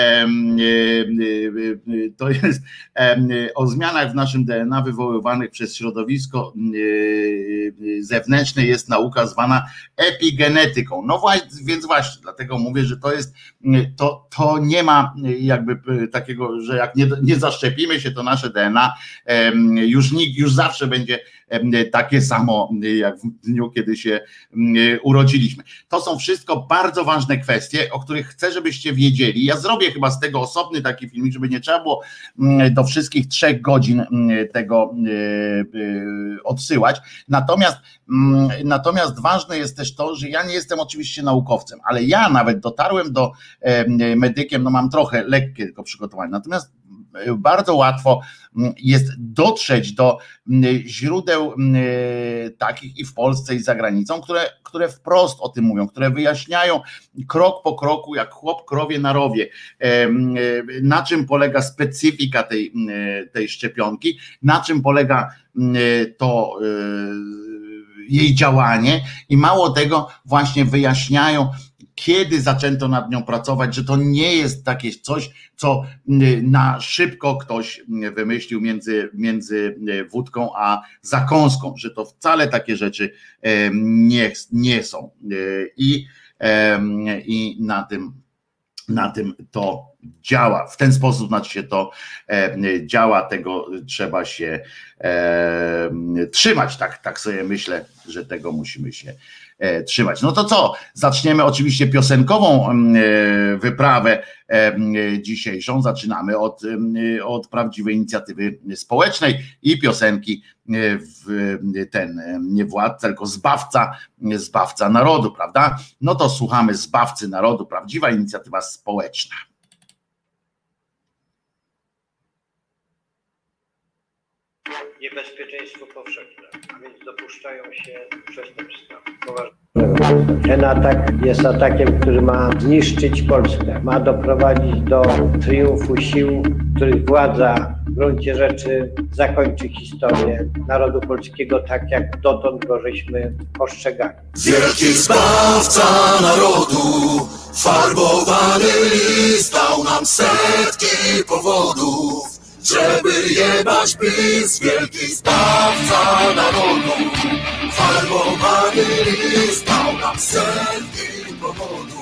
to jest o zmianach w naszym D N A wywoływanych przez środowisko zewnętrzne jest nauka zwana epigenetyką. No właśnie, więc właśnie, dlatego mówię, że to jest, to, to nie ma jakby takiego, że jak nie, nie zaszczepimy się, to nasze D N A już, już zawsze będzie takie samo jak w dniu, kiedy się urodziliśmy. To są wszystko bardzo ważne kwestie, o których chcę, żebyście wiedzieli. Ja zrobię chyba z tego osobny taki filmik, żeby nie trzeba było do wszystkich trzech godzin tego odsyłać. Natomiast, natomiast ważne jest też to, że ja nie jestem oczywiście naukowcem, ale ja nawet dotarłem do medykiem, no mam trochę lekkie tylko przygotowanie, natomiast bardzo łatwo jest dotrzeć do źródeł takich i w Polsce, i za granicą, które, które wprost o tym mówią, które wyjaśniają krok po kroku, jak chłop krowie na rowie, na czym polega specyfika tej, tej szczepionki, na czym polega to jej działanie i mało tego właśnie wyjaśniają, kiedy zaczęto nad nią pracować, że to nie jest takie coś, co na szybko ktoś wymyślił między, między wódką a zakąską, że to wcale takie rzeczy nie, nie są. I, i na tym, na tym to działa. W ten sposób znaczy się to działa, tego trzeba się trzymać. Tak, tak sobie myślę, że tego musimy się trzymać. No to co? Zaczniemy oczywiście piosenkową wyprawę dzisiejszą. Zaczynamy od, od prawdziwej inicjatywy społecznej i piosenki w ten nie władca, tylko zbawca, zbawca narodu, prawda? No to słuchamy Zbawcy Narodu, prawdziwa inicjatywa społeczna. Niebezpieczeństwo powszechne, a więc dopuszczają się przestępstwa poważnego. Ten atak jest atakiem, który ma zniszczyć Polskę, ma doprowadzić do triumfu sił, których władza w gruncie rzeczy zakończy historię narodu polskiego tak, jak dotąd go żeśmy postrzegali. Wielki Zbawca narodu, farbowany list dał nam setki powodów, żeby jebać PiS. Wielki Zbawca narodu, farbowany list dał nam setki powodów.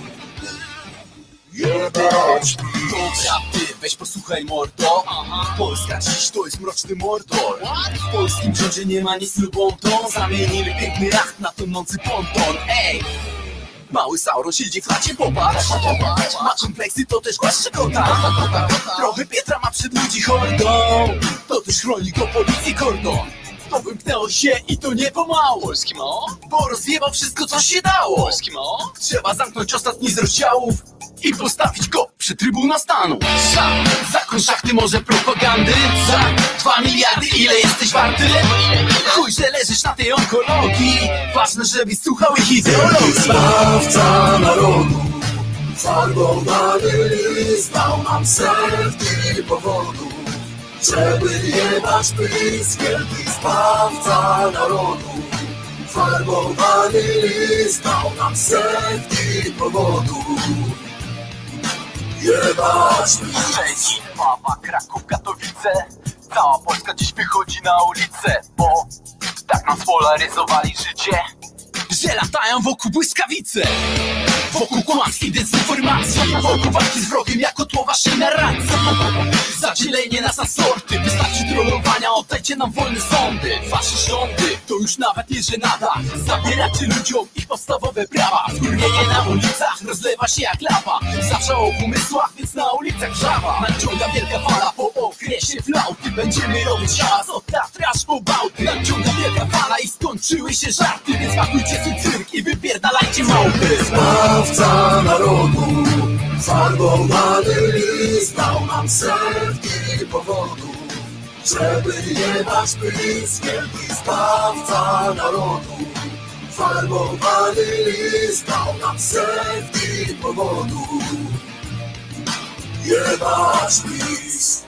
Jebać PiS. Dobra, ty weź posłuchaj mordo. Polska dziś to jest mroczny mordor. W polskim rządzie nie ma nic lubą tą. Zamienili piękny jacht na tonący ponton. Ej! Mały Sauron siedzi w chacie, popatrz. Ma kompleksy, to też głaszcze kota. Trochę Pietra ma przed ludzi hordą. To też chroni go policji kordon. To wymknęło się i to nie pomału. Polski mo? Bo rozjebał wszystko, co się dało. Polski mo? Trzeba zamknąć ostatni z rozdziałów i postawić go przy Trybunał Stanu. Za zakon szachty, może propagandy. Za dwa miliardy, ile jesteś warty? Chuj, że leżysz na tej onkologii. Ważne, żebyś słuchał ich ideologii. Zbawca narodu, farbowany list dał nam setki powodów, żeby jebać PiS. Wielki Zbawca narodu, farbowany list dał nam setki powodów. Jebać PiS. Szczecin, Wawa, Kraków, Katowice. Cała Polska dziś wychodzi na ulicę, bo tak nam spolaryzowali życie, że latają wokół błyskawice, wokół kłamstw i dezinformacji, wokół walki z wrogiem jako tło waszej narracji. Zadzielenie nas na sorty, wystarczy trollowania, oddajcie nam wolne sądy. Wasze rządy to już nawet nie żenada. Zabieracie ludziom ich podstawowe prawa. Wkurwienie na ulicach rozlewa się jak lawa. Zawsze o umysłach, więc na ulicach wrzawa. Nadciąga wielka fala po okresie flauty. Będziemy robić hałas od Tatry aż po Bałty. Nadciąga wielka fala i skończyły się żarty, więc pakujcie swój cyrk i wypierdalajcie małpy. Zbawca narodu, farbowany list dał nam setki powodów, żeby jebać PiS. Wielki Zbawca narodu, farbowany list dał nam setki powodów. Jebać PiS.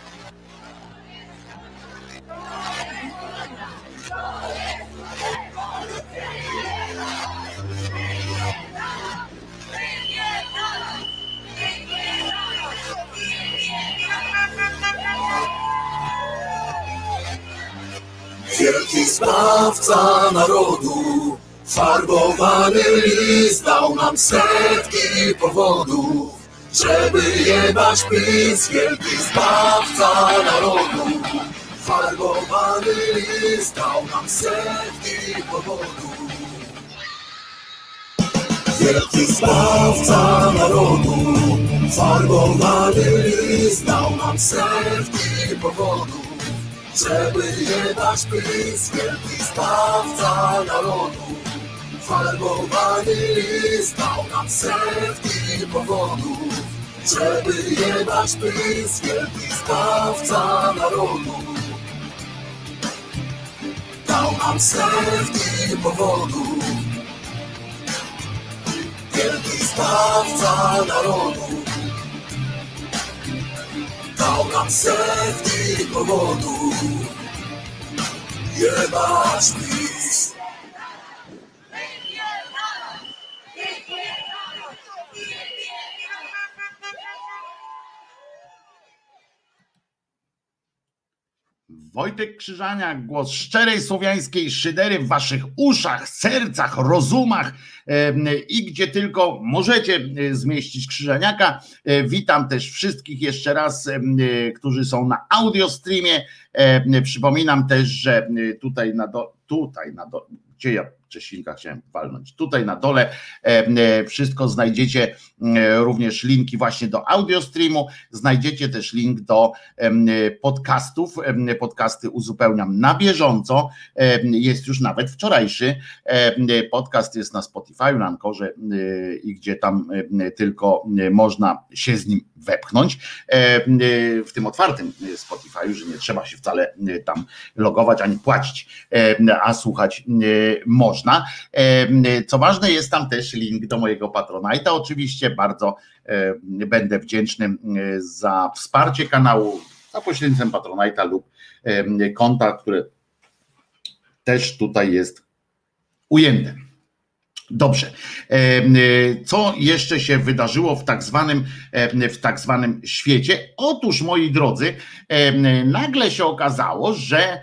Wielki Zbawca narodu, farbowany list dał nam setki powodów, żeby jebać PiS. Wielki Zbawca narodu, farbowany list dał nam setki powodów. Wielki Zbawca narodu, farbowany list dał nam setki powodów, żeby jebać PiS. Wielki Zbawca narodu, farbowany list dał nam setki powodów, żeby jebać pysk, wielki zbawca narodu. Dał nam setki powodów, wielki zbawca narodu. Dał nam setki powodów, jebać pysk. Wojtek Krzyżaniak, głos szczerej słowiańskiej szydery w waszych uszach, sercach, rozumach i gdzie tylko możecie zmieścić Krzyżaniaka. Witam też wszystkich jeszcze raz, którzy są na audiostreamie. Przypominam też, że tutaj na dole, tutaj na dole, gdzie ja Czesinka chciałem walnąć. Tutaj na dole wszystko znajdziecie, również linki właśnie do audiostreamu, znajdziecie też link do podcastów. Podcasty uzupełniam na bieżąco. Jest już nawet wczorajszy. Podcast jest na Spotify, na Ankorze i gdzie tam tylko można się z nim wepchnąć. W tym otwartym Spotify, że nie trzeba się wcale tam logować ani płacić, a słuchać można. Co ważne, jest tam też link do mojego Patronite'a. Oczywiście bardzo będę wdzięczny za wsparcie kanału za pośrednictwem Patronite'a lub konta, które też tutaj jest ujęte. Dobrze. Co jeszcze się wydarzyło w tak zwanym, w tak zwanym świecie? Otóż, moi drodzy, nagle się okazało, że,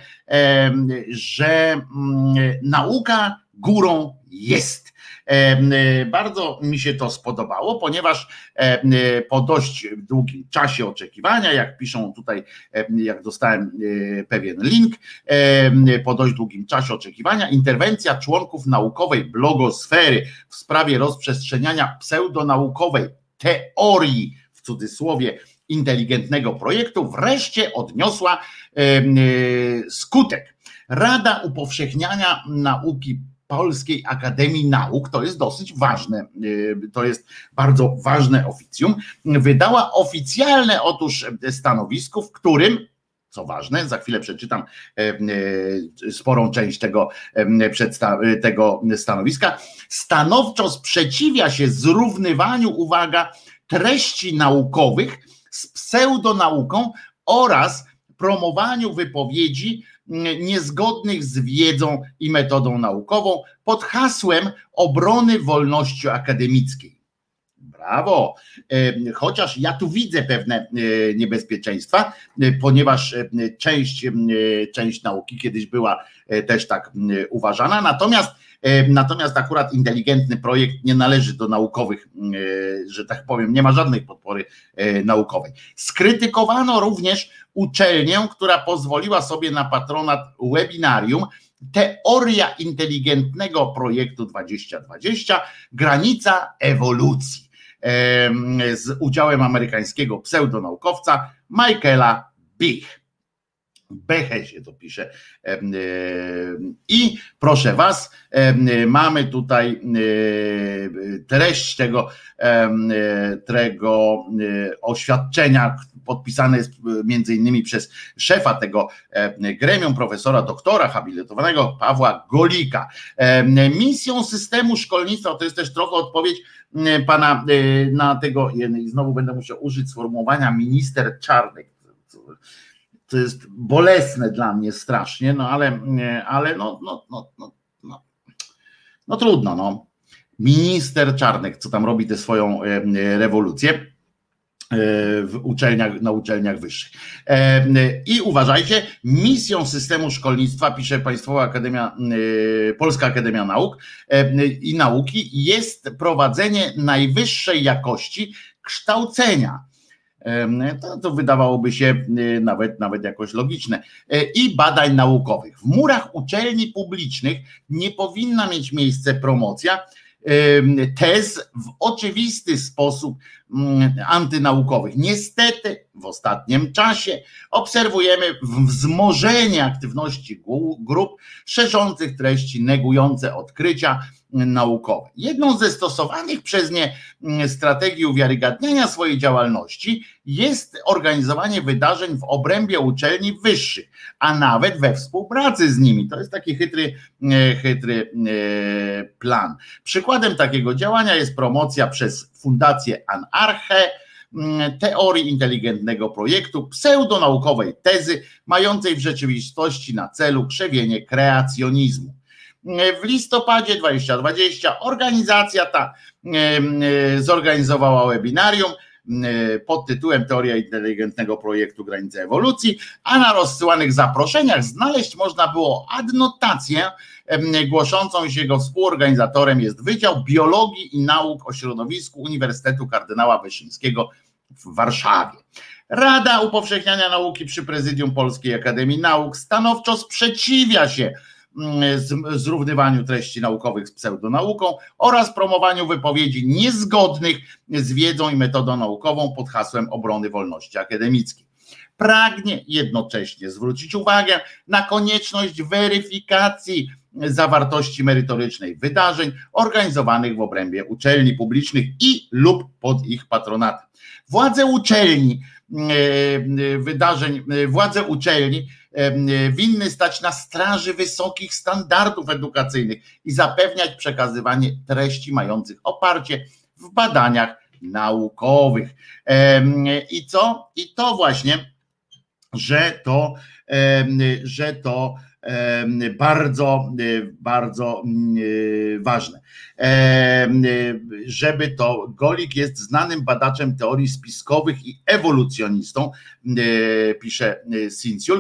że nauka górą jest. Bardzo mi się to spodobało, ponieważ po dość długim czasie oczekiwania, jak piszą tutaj, jak dostałem pewien link, po dość długim czasie oczekiwania, interwencja członków naukowej blogosfery w sprawie rozprzestrzeniania pseudonaukowej teorii, w cudzysłowie, inteligentnego projektu wreszcie odniosła skutek. Rada Upowszechniania Nauki Polskiej Akademii Nauk, to jest dosyć ważne, to jest bardzo ważne oficjum, wydała oficjalne otóż stanowisko, w którym, co ważne, za chwilę przeczytam sporą część tego, tego stanowiska, stanowczo sprzeciwia się zrównywaniu, uwaga, treści naukowych z pseudonauką oraz promowaniu wypowiedzi niezgodnych z wiedzą i metodą naukową pod hasłem obrony wolności akademickiej. Brawo! Chociaż ja tu widzę pewne niebezpieczeństwa, ponieważ część, część nauki kiedyś była też tak uważana, natomiast Natomiast akurat inteligentny projekt nie należy do naukowych, że tak powiem, nie ma żadnej podpory naukowej. Skrytykowano również uczelnię, która pozwoliła sobie na patronat webinarium Teoria inteligentnego projektu dwadzieścia dwadzieścia, granica ewolucji, z udziałem amerykańskiego pseudonaukowca Michaela Bich. Beche się to pisze. I proszę was, mamy tutaj treść tego, tego oświadczenia, podpisane jest między innymi przez szefa tego gremium, profesora doktora habilitowanego Pawła Golika. Misją systemu szkolnictwa, to jest też trochę odpowiedź pana na tego, i znowu będę musiał użyć sformułowania minister Czarnek. To jest bolesne dla mnie strasznie, no ale, ale no, no, no, no, no, no trudno, no. Minister Czarnek, co tam robi tę swoją rewolucję w uczelniach, na uczelniach wyższych. I uważajcie, misją systemu szkolnictwa, pisze Państwowa Akademia, Polska Akademia Nauk i Nauki, jest prowadzenie najwyższej jakości kształcenia. To, to wydawałoby się nawet, nawet jakoś logiczne. I badań naukowych. W murach uczelni publicznych nie powinna mieć miejsca promocja tez w oczywisty sposób antynaukowych. Niestety w ostatnim czasie obserwujemy wzmożenie aktywności grup szerzących treści negujące odkrycia naukowe. Jedną ze stosowanych przez nie strategii uwiarygadniania swojej działalności jest organizowanie wydarzeń w obrębie uczelni wyższych, a nawet we współpracy z nimi. To jest taki chytry, chytry plan. Przykładem takiego działania jest promocja przez Fundację Anarchę teorii inteligentnego projektu, pseudonaukowej tezy mającej w rzeczywistości na celu krzewienie kreacjonizmu. W listopadzie dwa tysiące dwudziestym organizacja ta zorganizowała webinarium pod tytułem Teoria inteligentnego projektu granice ewolucji, a na rozsyłanych zaproszeniach znaleźć można było adnotację głoszącą się, jego współorganizatorem jest Wydział Biologii i Nauk o Środowisku Uniwersytetu Kardynała Wyszyńskiego w Warszawie. Rada Upowszechniania Nauki przy Prezydium Polskiej Akademii Nauk stanowczo sprzeciwia się zrównywaniu treści naukowych z pseudonauką oraz promowaniu wypowiedzi niezgodnych z wiedzą i metodą naukową pod hasłem obrony wolności akademickiej. Pragnie jednocześnie zwrócić uwagę na konieczność weryfikacji zawartości merytorycznej wydarzeń organizowanych w obrębie uczelni publicznych i lub pod ich patronatem. Władze uczelni, wydarzeń, władze uczelni winny stać na straży wysokich standardów edukacyjnych i zapewniać przekazywanie treści mających oparcie w badaniach naukowych. I co? I to właśnie, że to, że to bardzo, bardzo ważne. Żeby to Golik jest znanym badaczem teorii spiskowych i ewolucjonistą, pisze Sinciul.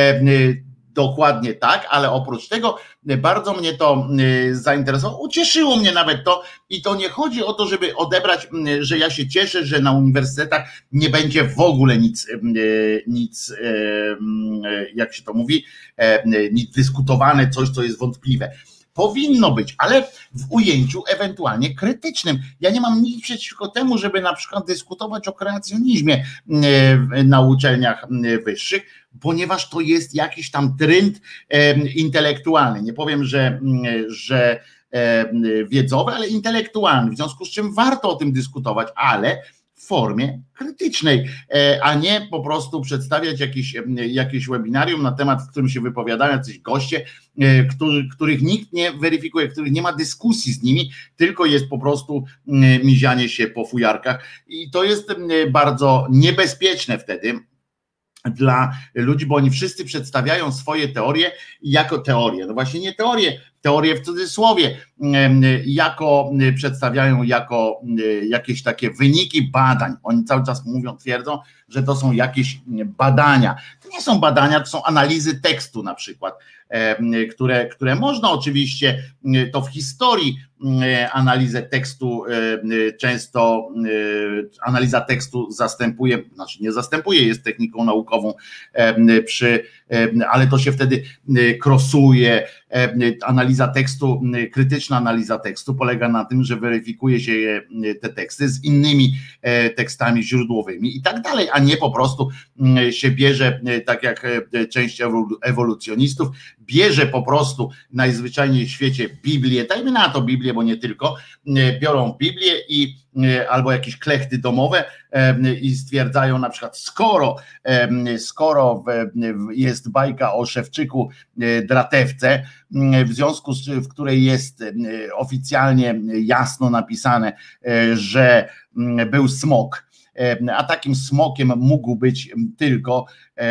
Dokładnie tak, ale oprócz tego bardzo mnie to zainteresowało, ucieszyło mnie nawet to i to nie chodzi o to, żeby odebrać, że ja się cieszę, że na uniwersytetach nie będzie w ogóle nic, nic jak się to mówi, nic dyskutowane, coś co jest wątpliwe. Powinno być, ale w ujęciu ewentualnie krytycznym. Ja nie mam nic przeciwko temu, żeby na przykład dyskutować o kreacjonizmie na uczelniach wyższych, ponieważ to jest jakiś tam trend intelektualny. Nie powiem, że, że wiedzowy, ale intelektualny, w związku z czym warto o tym dyskutować, ale w formie krytycznej, a nie po prostu przedstawiać jakieś, jakieś webinarium na temat, w którym się wypowiadają jacyś goście, który, których nikt nie weryfikuje, których nie ma dyskusji z nimi, tylko jest po prostu mizianie się po fujarkach i to jest bardzo niebezpieczne wtedy dla ludzi, bo oni wszyscy przedstawiają swoje teorie jako teorie. No właśnie nie teorie, teorie w cudzysłowie, jako przedstawiają jako jakieś takie wyniki badań. Oni cały czas mówią, twierdzą, że to są jakieś badania. To nie są badania, to są analizy tekstu na przykład, które, które można oczywiście, to w historii analizę tekstu często, analiza tekstu zastępuje, znaczy nie zastępuje, jest techniką naukową, przy, ale to się wtedy krosuje. Analiza tekstu, krytyczna analiza tekstu polega na tym, że weryfikuje się te teksty z innymi tekstami źródłowymi i tak dalej, a nie po prostu się bierze, tak jak część ewolucjonistów, bierze po prostu najzwyczajniej w świecie Biblię, dajmy na to Biblię, bo nie tylko, biorą Biblię i albo jakieś klechty domowe i stwierdzają na przykład, skoro, skoro jest bajka o Szewczyku Dratewce, w związku z w której jest oficjalnie jasno napisane, że był smok, a takim smokiem mógł być tylko,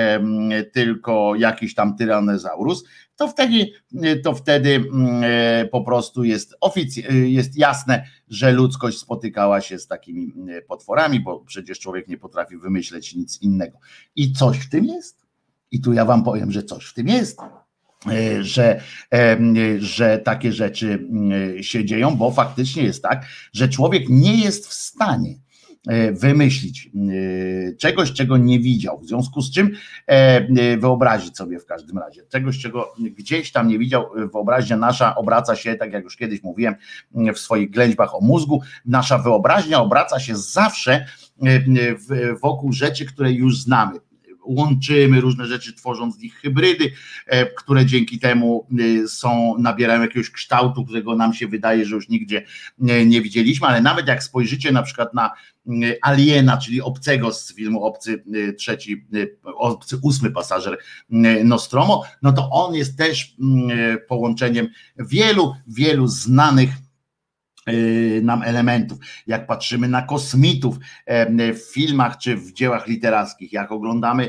tylko jakiś tam tyranozaurus, to wtedy, to wtedy po prostu jest, ofic- jest jasne, że ludzkość spotykała się z takimi potworami, bo przecież człowiek nie potrafi wymyśleć nic innego. I coś w tym jest. I tu ja wam powiem, że coś w tym jest. Że, że takie rzeczy się dzieją, bo faktycznie jest tak, że człowiek nie jest w stanie wymyślić czegoś, czego nie widział, w związku z czym wyobrazić sobie w każdym razie, czegoś, czego gdzieś tam nie widział. Wyobraźnia nasza obraca się, tak jak już kiedyś mówiłem w swoich ględźbach o mózgu, nasza wyobraźnia obraca się zawsze wokół rzeczy, które już znamy. Łączymy różne rzeczy, tworząc z nich hybrydy, które dzięki temu są, nabierają jakiegoś kształtu, którego nam się wydaje, że już nigdzie nie widzieliśmy, ale nawet jak spojrzycie na przykład na Aliena, czyli obcego z filmu Obcy trzeci, obcy ósmy pasażer Nostromo, no to on jest też połączeniem wielu, wielu znanych nam elementów. Jak patrzymy na kosmitów w filmach czy w dziełach literackich, jak oglądamy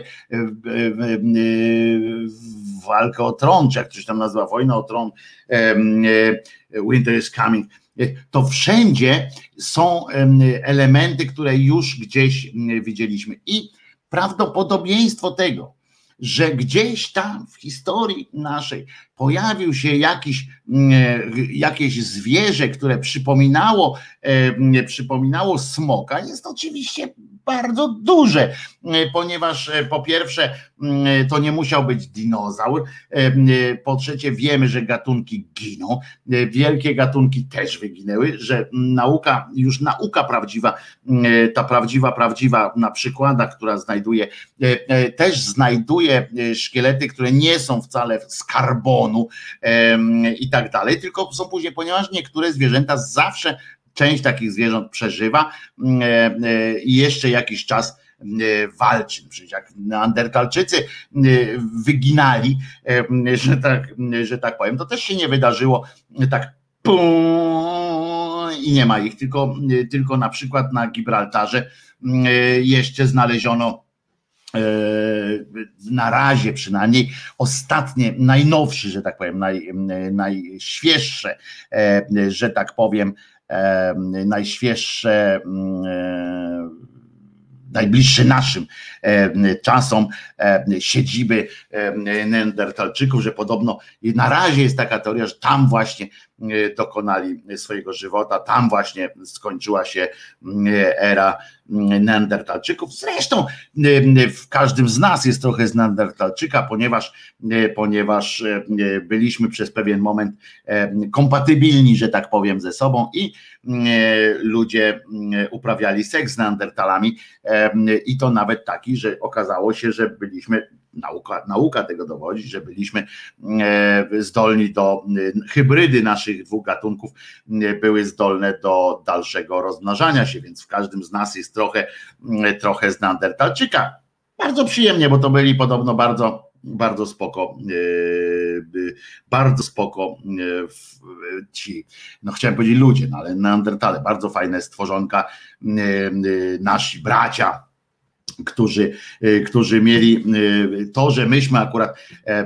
walkę o tron, czy jak coś tam nazywa, wojna o tron, Winter is Coming, to wszędzie są elementy, które już gdzieś widzieliśmy i prawdopodobieństwo tego, że gdzieś tam w historii naszej pojawił się jakiś, jakieś zwierzę, które przypominało, przypominało smoka, jest oczywiście bardzo duże, ponieważ po pierwsze to nie musiał być dinozaur, po trzecie wiemy, że gatunki giną, wielkie gatunki też wyginęły, że nauka, już nauka prawdziwa, ta prawdziwa, prawdziwa na przykładach, która znajduje, też znajduje szkielety, które nie są wcale z karbonu i tak dalej, tylko są później, ponieważ niektóre zwierzęta zawsze, część takich zwierząt przeżywa i jeszcze jakiś czas walczy. Jak Neandertalczycy wyginali, że tak, że tak powiem, to też się nie wydarzyło tak i nie ma ich, tylko, tylko na przykład na Gibraltarze jeszcze znaleziono na razie przynajmniej ostatnie, najnowsze, że tak powiem, naj, najświeższe, że tak powiem, najświeższe, najbliższe naszym czasom siedziby Neandertalczyków, że podobno na razie jest taka teoria, że tam właśnie dokonali swojego żywota, tam właśnie skończyła się era Neandertalczyków. Zresztą w każdym z nas jest trochę z Neandertalczyka, ponieważ, ponieważ byliśmy przez pewien moment kompatybilni, że tak powiem, ze sobą i ludzie uprawiali seks z Neandertalami i to nawet taki, że okazało się, że byliśmy, nauka, nauka tego dowodzi, że byliśmy zdolni do, hybrydy naszych dwóch gatunków były zdolne do dalszego rozmnażania się, więc w każdym z nas jest trochę, trochę z Neandertalczyka. Bardzo przyjemnie, bo to byli podobno bardzo, bardzo spoko, bardzo spoko ci, no chciałem powiedzieć ludzie, no ale Neandertale, bardzo fajne stworzonka, nasi bracia, którzy, którzy mieli to, że myśmy akurat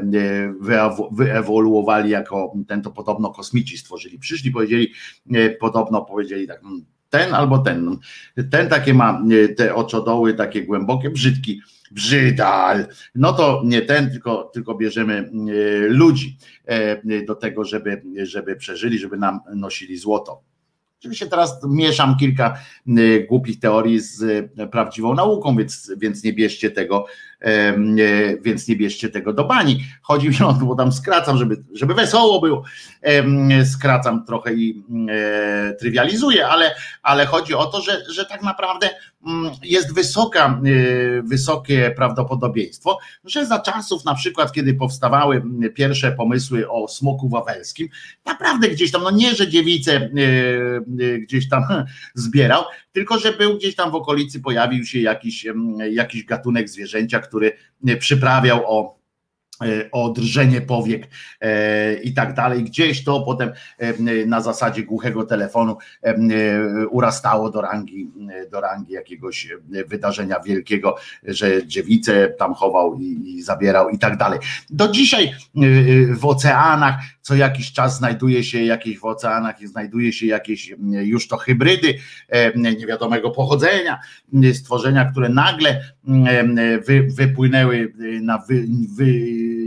wyewoluowali jako ten, to podobno kosmici stworzyli, przyszli, powiedzieli, podobno powiedzieli tak, ten albo ten, ten takie ma te oczodoły takie głębokie, brzydki, brzydal, no to nie ten, tylko, tylko bierzemy ludzi do tego, żeby, żeby przeżyli, żeby nam nosili złoto. Oczywiście teraz mieszam kilka głupich teorii z prawdziwą nauką, więc, więc nie bierzcie tego, więc nie bierzcie tego do bani. Chodzi mi o to, bo tam skracam, żeby, żeby wesoło było, skracam trochę i trywializuję, ale, ale chodzi o to, że, że tak naprawdę jest wysoka, wysokie prawdopodobieństwo, że za czasów na przykład, kiedy powstawały pierwsze pomysły o smoku wawelskim, naprawdę gdzieś tam, no nie, że dziewice gdzieś tam zbierał, tylko że był gdzieś tam w okolicy, pojawił się jakiś, jakiś gatunek zwierzęcia, który przyprawiał o o drżenie powiek i tak dalej. Gdzieś to potem na zasadzie głuchego telefonu urastało do rangi, do rangi jakiegoś wydarzenia wielkiego, że dziewice tam chował i, i zabierał i tak dalej. Do dzisiaj w oceanach co jakiś czas znajduje się jakieś w oceanach i znajduje się jakieś już to hybrydy niewiadomego pochodzenia, stworzenia, które nagle wy, wypłynęły na wy, wy,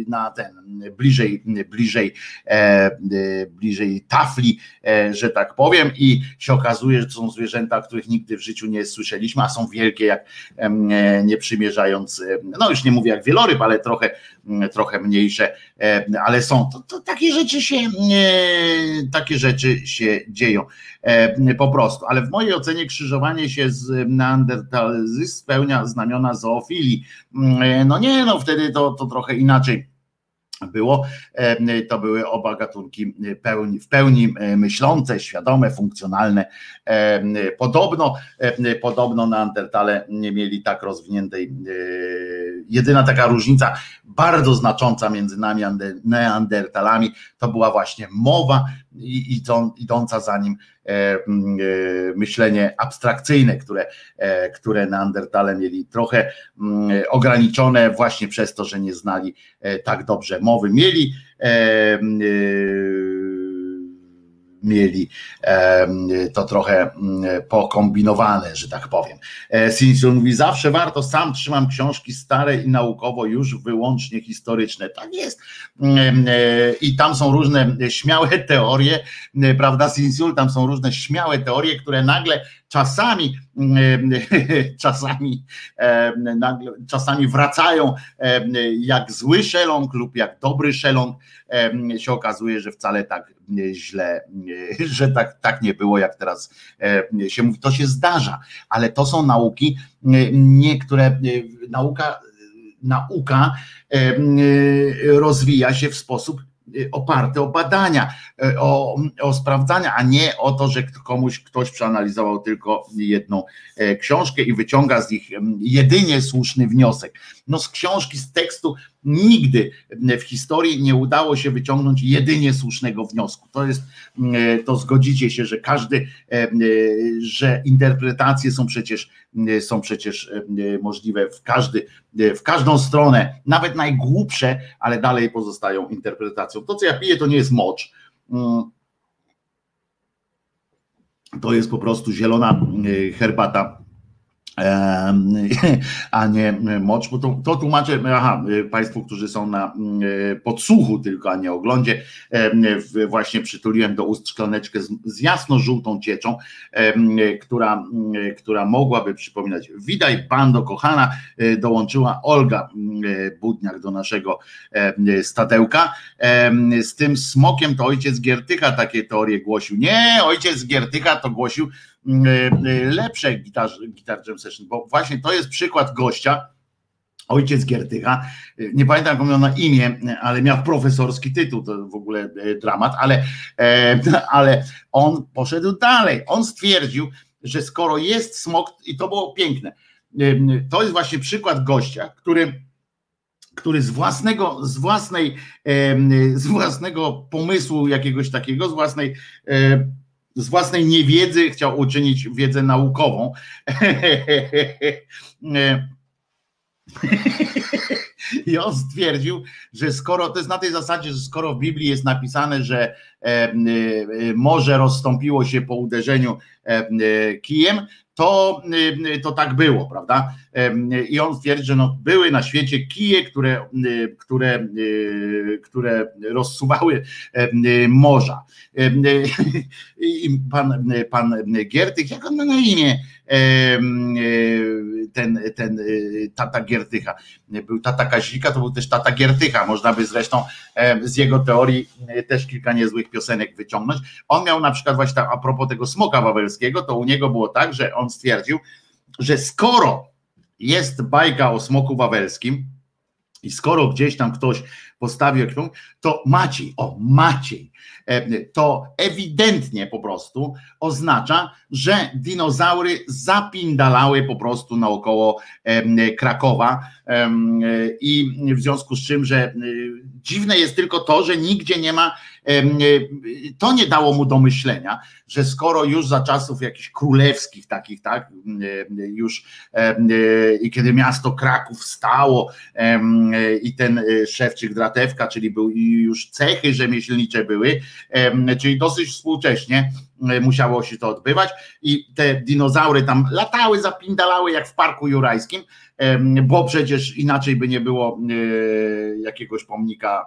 na ten bliżej, bliżej, bliżej tafli, że tak powiem, i się okazuje, że to są zwierzęta, których nigdy w życiu nie słyszeliśmy, a są wielkie, jak nie przymierzając, no już nie mówię jak wieloryb, ale trochę, trochę mniejsze, ale są. To, to takie rzeczy się, takie rzeczy się dzieją po prostu, ale w mojej ocenie krzyżowanie się z neandertalzystami spełnia znamiona zoofilii. No nie, no wtedy to, to trochę inaczej było. To były oba gatunki pełni, w pełni myślące, świadome, funkcjonalne. Podobno, podobno neandertale nie mieli tak rozwiniętej, jedyna taka różnica bardzo znacząca między nami a neandertalami to była właśnie mowa i idąca za nim myślenie abstrakcyjne, które, które neandertale mieli trochę ograniczone właśnie przez to, że nie znali tak dobrze mowy. Mieli mieli to trochę pokombinowane, że tak powiem. Sinsul mówi, zawsze warto, sam trzymam książki stare i naukowo już wyłącznie historyczne. Tak jest. I tam są różne śmiałe teorie, prawda, Sinsul? Tam są różne śmiałe teorie, które nagle czasami czasami nagle, czasami wracają jak zły szeląg lub jak dobry szeląg. Się okazuje, że wcale tak źle, że tak, tak nie było, jak teraz się mówi. To się zdarza, ale to są nauki, niektóre nauka, nauka rozwija się w sposób oparty o badania, o, o sprawdzania, a nie o to, że komuś ktoś przeanalizował tylko jedną książkę i wyciąga z nich jedynie słuszny wniosek. No z książki, z tekstu nigdy w historii nie udało się wyciągnąć jedynie słusznego wniosku. To jest, to zgodzicie się, że każdy, że interpretacje są przecież, są przecież możliwe w każdy, w każdą stronę, nawet najgłupsze, ale dalej pozostają interpretacją. To, co ja piję, to nie jest mocz. To jest po prostu zielona herbata, a nie mocz, bo to, to tłumaczę, aha, Państwu, którzy są na podsłuchu tylko, a nie oglądzie, właśnie przytuliłem do ust szklaneczkę z, z jasno-żółtą cieczą, która, która mogłaby przypominać, widaj bando kochana, dołączyła Olga Budniak do naszego stadełka, z tym smokiem to ojciec Giertycha takie teorie głosił, nie, ojciec Giertycha to głosił lepsze gitar, gitar jam session, bo właśnie to jest przykład gościa, ojciec Giertycha, nie pamiętam jak on miał na imię, ale miał profesorski tytuł, to w ogóle dramat, ale, ale on poszedł dalej, on stwierdził, że skoro jest smok, i to było piękne, to jest właśnie przykład gościa, który który z własnego, z własnej, z własnego pomysłu jakiegoś takiego, z własnej z własnej niewiedzy chciał uczynić wiedzę naukową. I on stwierdził, że skoro, to jest na tej zasadzie, że skoro w Biblii jest napisane, że morze rozstąpiło się po uderzeniu kijem, to, to tak było, prawda? I on twierdzi, że no, były na świecie kije, które, które, które rozsuwały morza. I pan, pan Giertych, jak on ma na imię? Ten, ten tata Giertycha. Był tata Kazika, to był też tata Giertycha. Można by zresztą z jego teorii też kilka niezłych piosenek wyciągnąć. On miał na przykład właśnie a propos tego smoka wawelskiego, to u niego było tak, że on stwierdził, że skoro jest bajka o smoku wawelskim i skoro gdzieś tam ktoś postawił jakąś, to Maciej, o Maciej, to ewidentnie po prostu oznacza, że dinozaury zapindalały po prostu naokoło Krakowa i w związku z czym, że dziwne jest tylko to, że nigdzie nie ma, to nie dało mu do myślenia, że skoro już za czasów jakichś królewskich takich, tak, już i kiedy miasto Kraków stało i ten szewczyk Dratewka, czyli był i już cechy rzemieślnicze były, dinozaury, czyli dosyć współcześnie musiało się to odbywać i te dinozaury tam latały, zapindalały jak w Parku Jurajskim, bo przecież inaczej by nie było jakiegoś pomnika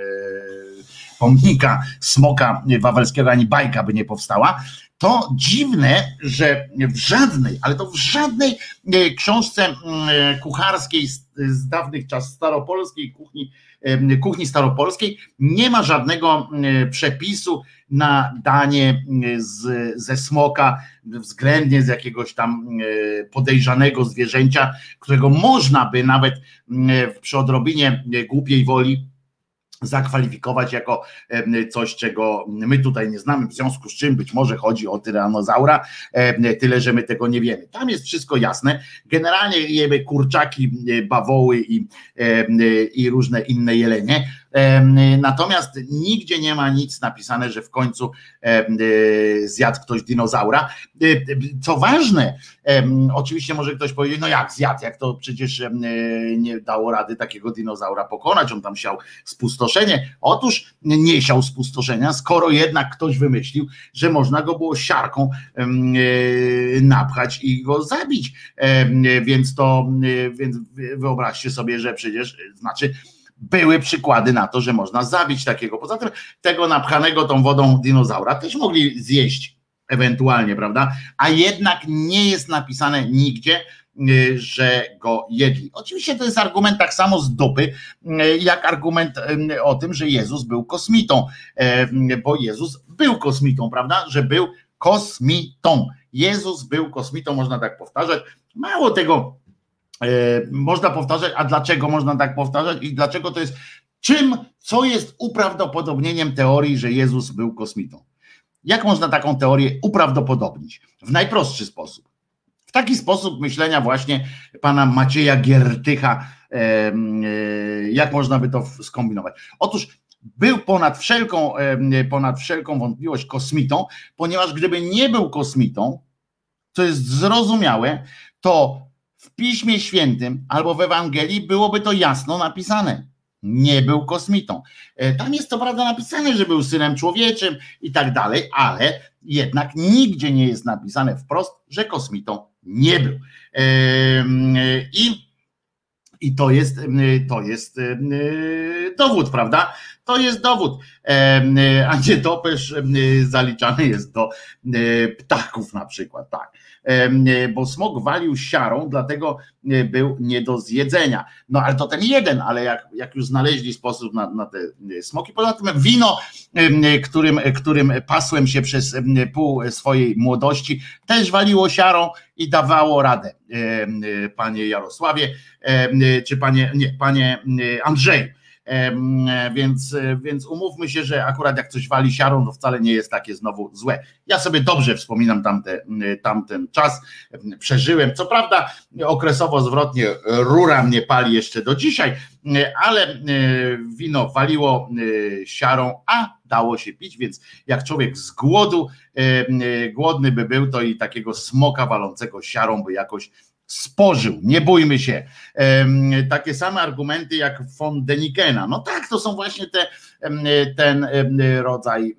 pomnika smoka wawelskiego, ani bajka by nie powstała. To dziwne, że w żadnej, ale to w żadnej książce kucharskiej z dawnych czasów, staropolskiej kuchni, kuchni staropolskiej nie ma żadnego przepisu na danie z, ze smoka, względnie z jakiegoś tam podejrzanego zwierzęcia, którego można by nawet przy odrobinie głupiej woli zakwalifikować jako coś, czego my tutaj nie znamy, w związku z czym być może chodzi o tyranozaura, tyle, że my tego nie wiemy. Tam jest wszystko jasne. Generalnie jemy kurczaki, bawoły i, i różne inne jelenie. Natomiast nigdzie nie ma nic napisane, że w końcu zjadł ktoś dinozaura. Co ważne, oczywiście może ktoś powiedzieć, no jak zjadł, jak to przecież nie dało rady takiego dinozaura pokonać, on tam siał spustoszenie. Otóż nie siał spustoszenia, skoro jednak ktoś wymyślił, że można go było siarką napchać i go zabić. Więc to, więc wyobraźcie sobie, że przecież, znaczy były przykłady na to, że można zabić takiego. Poza tym tego napchanego tą wodą dinozaura też mogli zjeść ewentualnie, prawda? A jednak nie jest napisane nigdzie, że go jedli. Oczywiście to jest argument tak samo z dupy, jak argument o tym, że Jezus był kosmitą, bo Jezus był kosmitą, prawda? Że był kosmitą. Jezus był kosmitą, można tak powtarzać. Mało tego, można powtarzać, a dlaczego można tak powtarzać i dlaczego to jest, czym, co jest uprawdopodobnieniem teorii, że Jezus był kosmitą? Jak można taką teorię uprawdopodobnić? W najprostszy sposób. W taki sposób myślenia właśnie pana Macieja Giertycha, jak można by to skombinować? Otóż był ponad wszelką, ponad wszelką wątpliwość kosmitą, ponieważ gdyby nie był kosmitą, co jest zrozumiałe, to w Piśmie Świętym albo w Ewangelii byłoby to jasno napisane. Nie był kosmitą. Tam jest co prawda napisane, że był synem człowieczym i tak dalej, ale jednak nigdzie nie jest napisane wprost, że kosmitą nie był. I, i to jest, to jest dowód, prawda? To jest dowód. A nietoperz zaliczany jest do ptaków na przykład, tak. Bo smok walił siarą, dlatego był nie do zjedzenia. No ale to ten jeden, ale jak, jak już znaleźli sposób na, na te smoki, poza tym wino, którym, którym pasłem się przez pół swojej młodości, też waliło siarą i dawało radę, panie Jarosławie, czy panie, nie, panie Andrzeju. Więc, więc umówmy się, że akurat jak coś wali siarą, to wcale nie jest takie znowu złe. Ja sobie dobrze wspominam tamte, tamten czas, przeżyłem. Co prawda okresowo zwrotnie rura mnie pali jeszcze do dzisiaj, ale wino waliło siarą, a dało się pić, więc jak człowiek z głodu, głodny by był, to i takiego smoka walącego siarą by jakoś spożył, nie bójmy się. Takie same argumenty jak von Denikena. No tak, to są właśnie te, ten rodzaj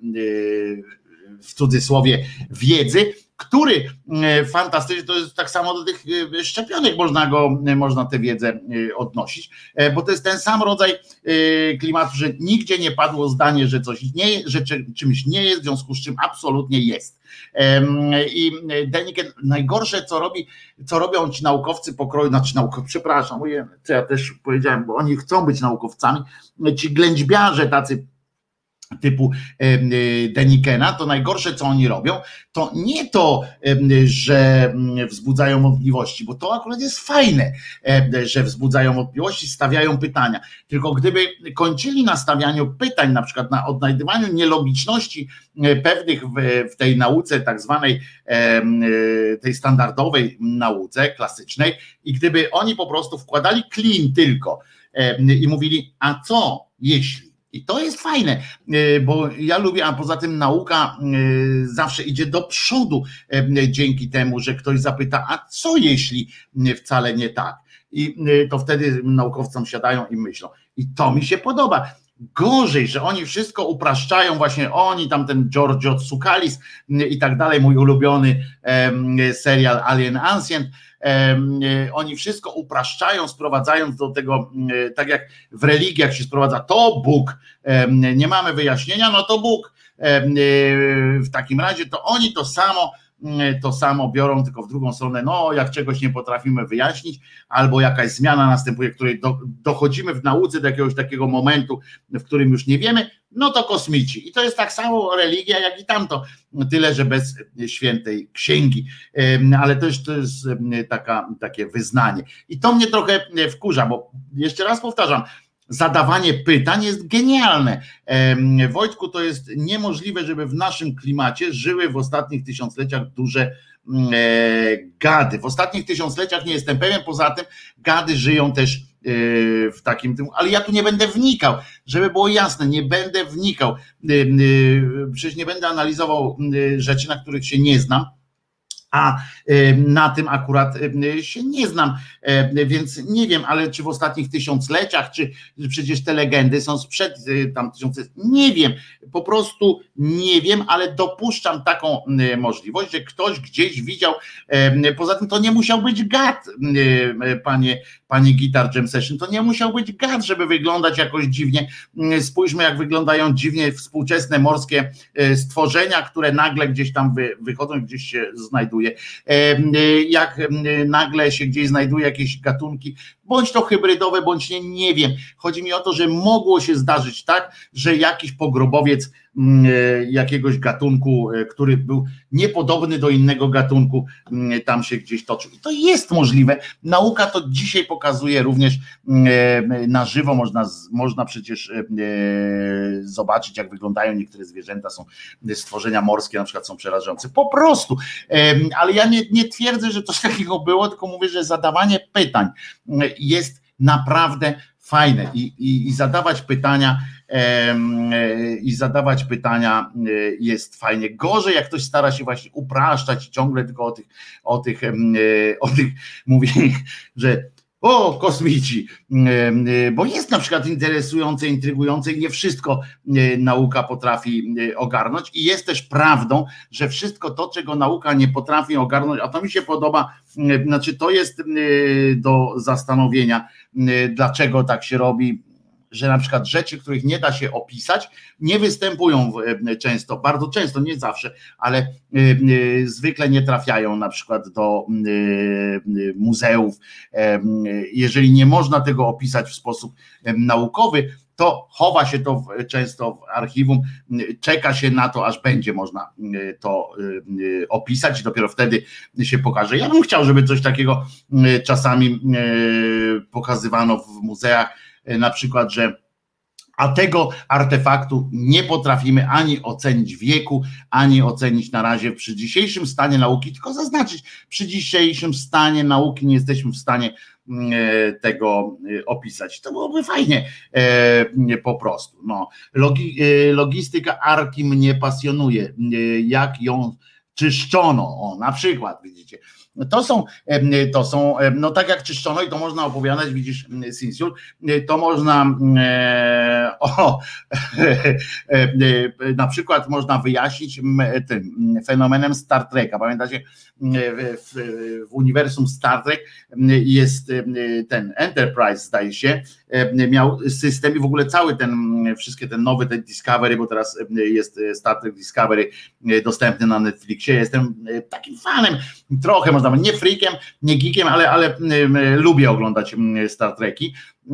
w cudzysłowie wiedzy, który fantastycznie, to jest tak samo do tych szczepionek można go, można tę wiedzę odnosić, bo to jest ten sam rodzaj klimatu, że nigdzie nie padło zdanie, że coś nie, że czymś nie jest, w związku z czym absolutnie jest. I Deniken, najgorsze co robi, co robią ci naukowcy pokroju, znaczy naukowcy, przepraszam, co ja też powiedziałem, bo oni chcą być naukowcami, ci ględźbiarze tacy typu Denikena, to najgorsze co oni robią, to nie to, że wzbudzają wątpliwości, bo to akurat jest fajne, że wzbudzają wątpliwości, stawiają pytania, tylko gdyby kończyli na stawianiu pytań, na przykład na odnajdywaniu nielogiczności pewnych w, w tej nauce tak zwanej tej standardowej nauce klasycznej i gdyby oni po prostu wkładali klin tylko i mówili, a co jeśli? I to jest fajne, bo ja lubię, a poza tym nauka zawsze idzie do przodu dzięki temu, że ktoś zapyta, a co jeśli wcale nie tak? I to wtedy naukowcom siadają i myślą. I to mi się podoba. gorzej, że oni wszystko upraszczają, właśnie oni, tam ten Giorgio Tsoukalis i tak dalej, mój ulubiony serial Alien Ancient, oni wszystko upraszczają, sprowadzając do tego, tak jak w religiach się sprowadza, to Bóg, nie mamy wyjaśnienia, no to Bóg. W takim razie to oni to samo to samo biorą, tylko w drugą stronę, no jak czegoś nie potrafimy wyjaśnić, albo jakaś zmiana następuje, której do, dochodzimy w nauce do jakiegoś takiego momentu, w którym już nie wiemy, no to kosmici. I to jest tak samo religia, jak i tamto, tyle, że bez świętej księgi, ale to jest, to jest taka, takie wyznanie. I to mnie trochę wkurza, bo jeszcze raz powtarzam, zadawanie pytań jest genialne. Wojtku, to jest niemożliwe, żeby w naszym klimacie żyły w ostatnich tysiącleciach duże gady. W ostatnich tysiącleciach nie jestem pewien, poza tym gady żyją też w takim tym, ale ja tu nie będę wnikał, żeby było jasne, nie będę wnikał, przecież nie będę analizował rzeczy, na których się nie znam, a na tym akurat się nie znam, więc nie wiem, ale czy w ostatnich tysiącleciach, czy przecież te legendy są sprzed tam tysiąclecia, nie wiem, po prostu nie wiem, ale dopuszczam taką możliwość, że ktoś gdzieś widział, poza tym to nie musiał być gad, panie, panie Guitar Jam Session, to nie musiał być gad, żeby wyglądać jakoś dziwnie. Spójrzmy, jak wyglądają dziwnie współczesne morskie stworzenia, które nagle gdzieś tam wychodzą, gdzieś się znajdują. Jak nagle się gdzieś znajduje jakieś gatunki, bądź to hybrydowe, bądź nie, nie wiem. Chodzi mi o to, że mogło się zdarzyć tak, że jakiś pogrobowiec jakiegoś gatunku, który był niepodobny do innego gatunku, tam się gdzieś toczył. I to jest możliwe. Nauka to dzisiaj pokazuje również na żywo, można, można przecież zobaczyć, jak wyglądają niektóre zwierzęta, są stworzenia morskie, na przykład są przerażające. Po prostu. Ale ja nie, nie twierdzę, że coś takiego było, tylko mówię, że zadawanie pytań jest naprawdę fajne i, i, i zadawać pytania e, i zadawać pytania jest fajnie. Gorzej, jak ktoś stara się właśnie upraszczać i ciągle tylko o tych, o tych, e, o tych mówi, że o, kosmici, bo jest na przykład interesujące, intrygujące i nie wszystko nauka potrafi ogarnąć i jest też prawdą, że wszystko to, czego nauka nie potrafi ogarnąć, a to mi się podoba, znaczy to jest do zastanowienia, dlaczego tak się robi, że na przykład rzeczy, których nie da się opisać, nie występują często, bardzo często, nie zawsze, ale zwykle nie trafiają na przykład do muzeów. Jeżeli nie można tego opisać w sposób naukowy, to chowa się to często w archiwum, czeka się na to, aż będzie można to opisać i dopiero wtedy się pokaże. Ja bym chciał, żeby coś takiego czasami pokazywano w muzeach, na przykład, że a tego artefaktu nie potrafimy ani ocenić wieku, ani ocenić na razie przy dzisiejszym stanie nauki, tylko zaznaczyć, przy dzisiejszym stanie nauki nie jesteśmy w stanie tego opisać. To byłoby fajnie po prostu. No. Logi, logistyka Arki mnie pasjonuje, jak ją czyszczono, o, na przykład, widzicie. To są, to są, no tak jak czyszczono i to można opowiadać, widzisz, Sinsiul, to można o, na przykład można wyjaśnić tym fenomenem Star Treka. Pamiętacie, w, w uniwersum Star Trek jest ten Enterprise, zdaje się, miał system i w ogóle cały ten, wszystkie ten nowy, ten Discovery, bo teraz jest Star Trek Discovery dostępny na Netflixie. Jestem takim fanem, trochę można nie freakiem, nie geekiem, ale, ale lubię oglądać Star Treki.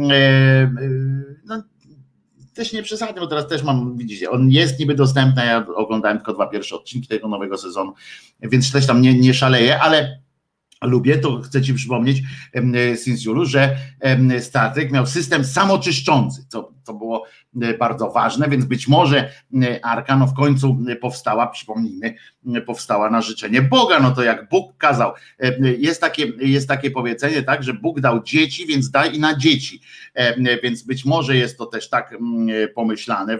No, też nie przesadzę, bo teraz też mam, widzicie, on jest niby dostępny, ja oglądałem tylko dwa pierwsze odcinki tego nowego sezonu, więc też tam nie, nie szaleję, ale lubię, to chcę ci przypomnieć, Sinsiulu, że Star Trek miał system samoczyszczący, co to było bardzo ważne, więc być może Arka no w końcu powstała, przypomnijmy, powstała na życzenie Boga, no to jak Bóg kazał. Jest takie, jest takie powiedzenie, tak, że Bóg dał dzieci, więc daj i na dzieci, więc być może jest to też tak pomyślane,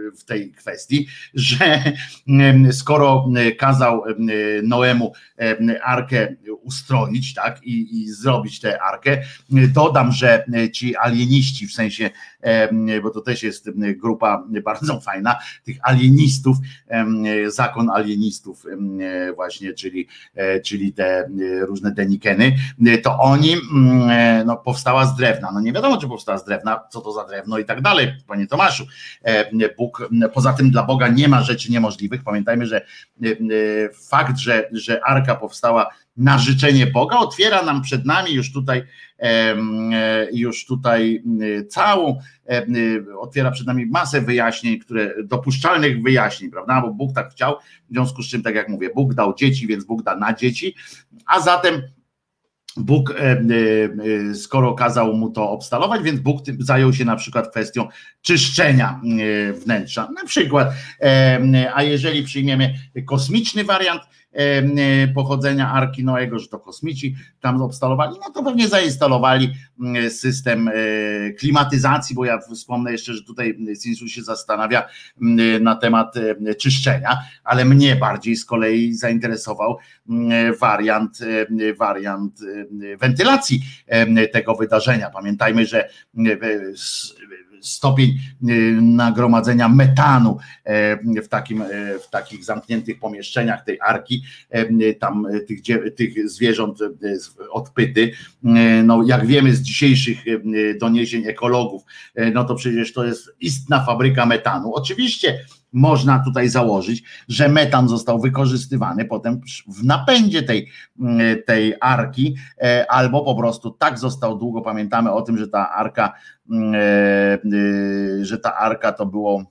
w tej kwestii, że skoro kazał Noemu arkę ustroić, tak, i, i zrobić tę arkę, dodam, że ci alieniści, w sensie, bo to też jest grupa bardzo fajna, tych alienistów, zakon alienistów właśnie, czyli, czyli te różne denikeny, to oni, no, powstała z drewna, no nie wiadomo, czy powstała z drewna, co to za drewno i tak dalej, panie Tomaszu. Bóg, poza tym dla Boga nie ma rzeczy niemożliwych. Pamiętajmy, że fakt, że, że arka powstała na życzenie Boga, otwiera nam przed nami już tutaj już tutaj całą, otwiera przed nami masę wyjaśnień, które dopuszczalnych wyjaśnień, prawda, bo Bóg tak chciał, w związku z czym, tak jak mówię, Bóg dał dzieci, więc Bóg da na dzieci, a zatem Bóg, skoro kazał mu to obstalować, więc Bóg zajął się na przykład kwestią czyszczenia wnętrza, na przykład, a jeżeli przyjmiemy kosmiczny wariant pochodzenia Arki Noego, że to kosmici tam obstalowali, no to pewnie zainstalowali system klimatyzacji, bo ja wspomnę jeszcze, że tutaj Sinsu się zastanawia na temat czyszczenia, ale mnie bardziej z kolei zainteresował wariant, wariant wentylacji tego wydarzenia. Pamiętajmy, że stopień nagromadzenia metanu w, takim, w takich zamkniętych pomieszczeniach tej arki, tam tych, tych zwierząt odpyty, no jak wiemy z dzisiejszych doniesień ekologów, no to przecież to jest istna fabryka metanu. Oczywiście można tutaj założyć, że metan został wykorzystywany potem w napędzie tej, tej arki, albo po prostu tak został długo, pamiętamy o tym, że ta arka, że ta arka to było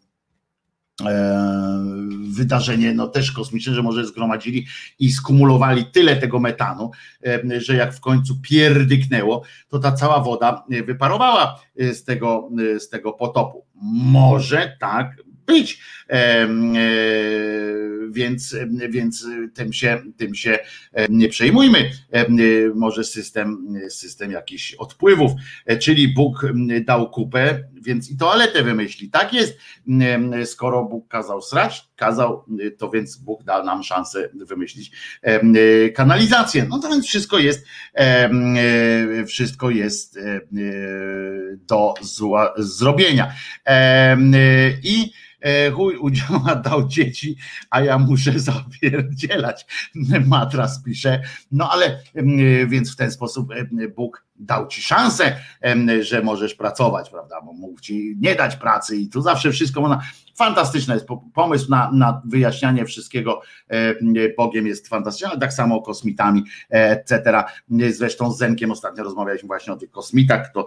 wydarzenie no też kosmiczne, że może zgromadzili i skumulowali tyle tego metanu, że jak w końcu pierdyknęło, to ta cała woda wyparowała z tego, z tego potopu. Może tak być, e, e, więc, więc tym się, tym się nie przejmujmy. E, może system, system jakichś odpływów, e, czyli Bóg dał kupę, więc i toaletę wymyśli. Tak jest, e, skoro Bóg kazał srać, kazał, to więc Bóg dał nam szansę wymyślić e, kanalizację. No to więc wszystko jest, e, wszystko jest e, do zła, zrobienia. E, I chuj udziała dał dzieci, a ja muszę zapierdzielać. Matras pisze. No ale więc w ten sposób Bóg dał ci szansę, że możesz pracować, prawda? Bo mógł ci nie dać pracy i tu zawsze wszystko można. Fantastyczny jest pomysł na, na wyjaśnianie wszystkiego Bogiem, jest fantastyczny, ale tak samo kosmitami, et cetera. Zresztą z Zenkiem ostatnio rozmawialiśmy właśnie o tych kosmitach, to,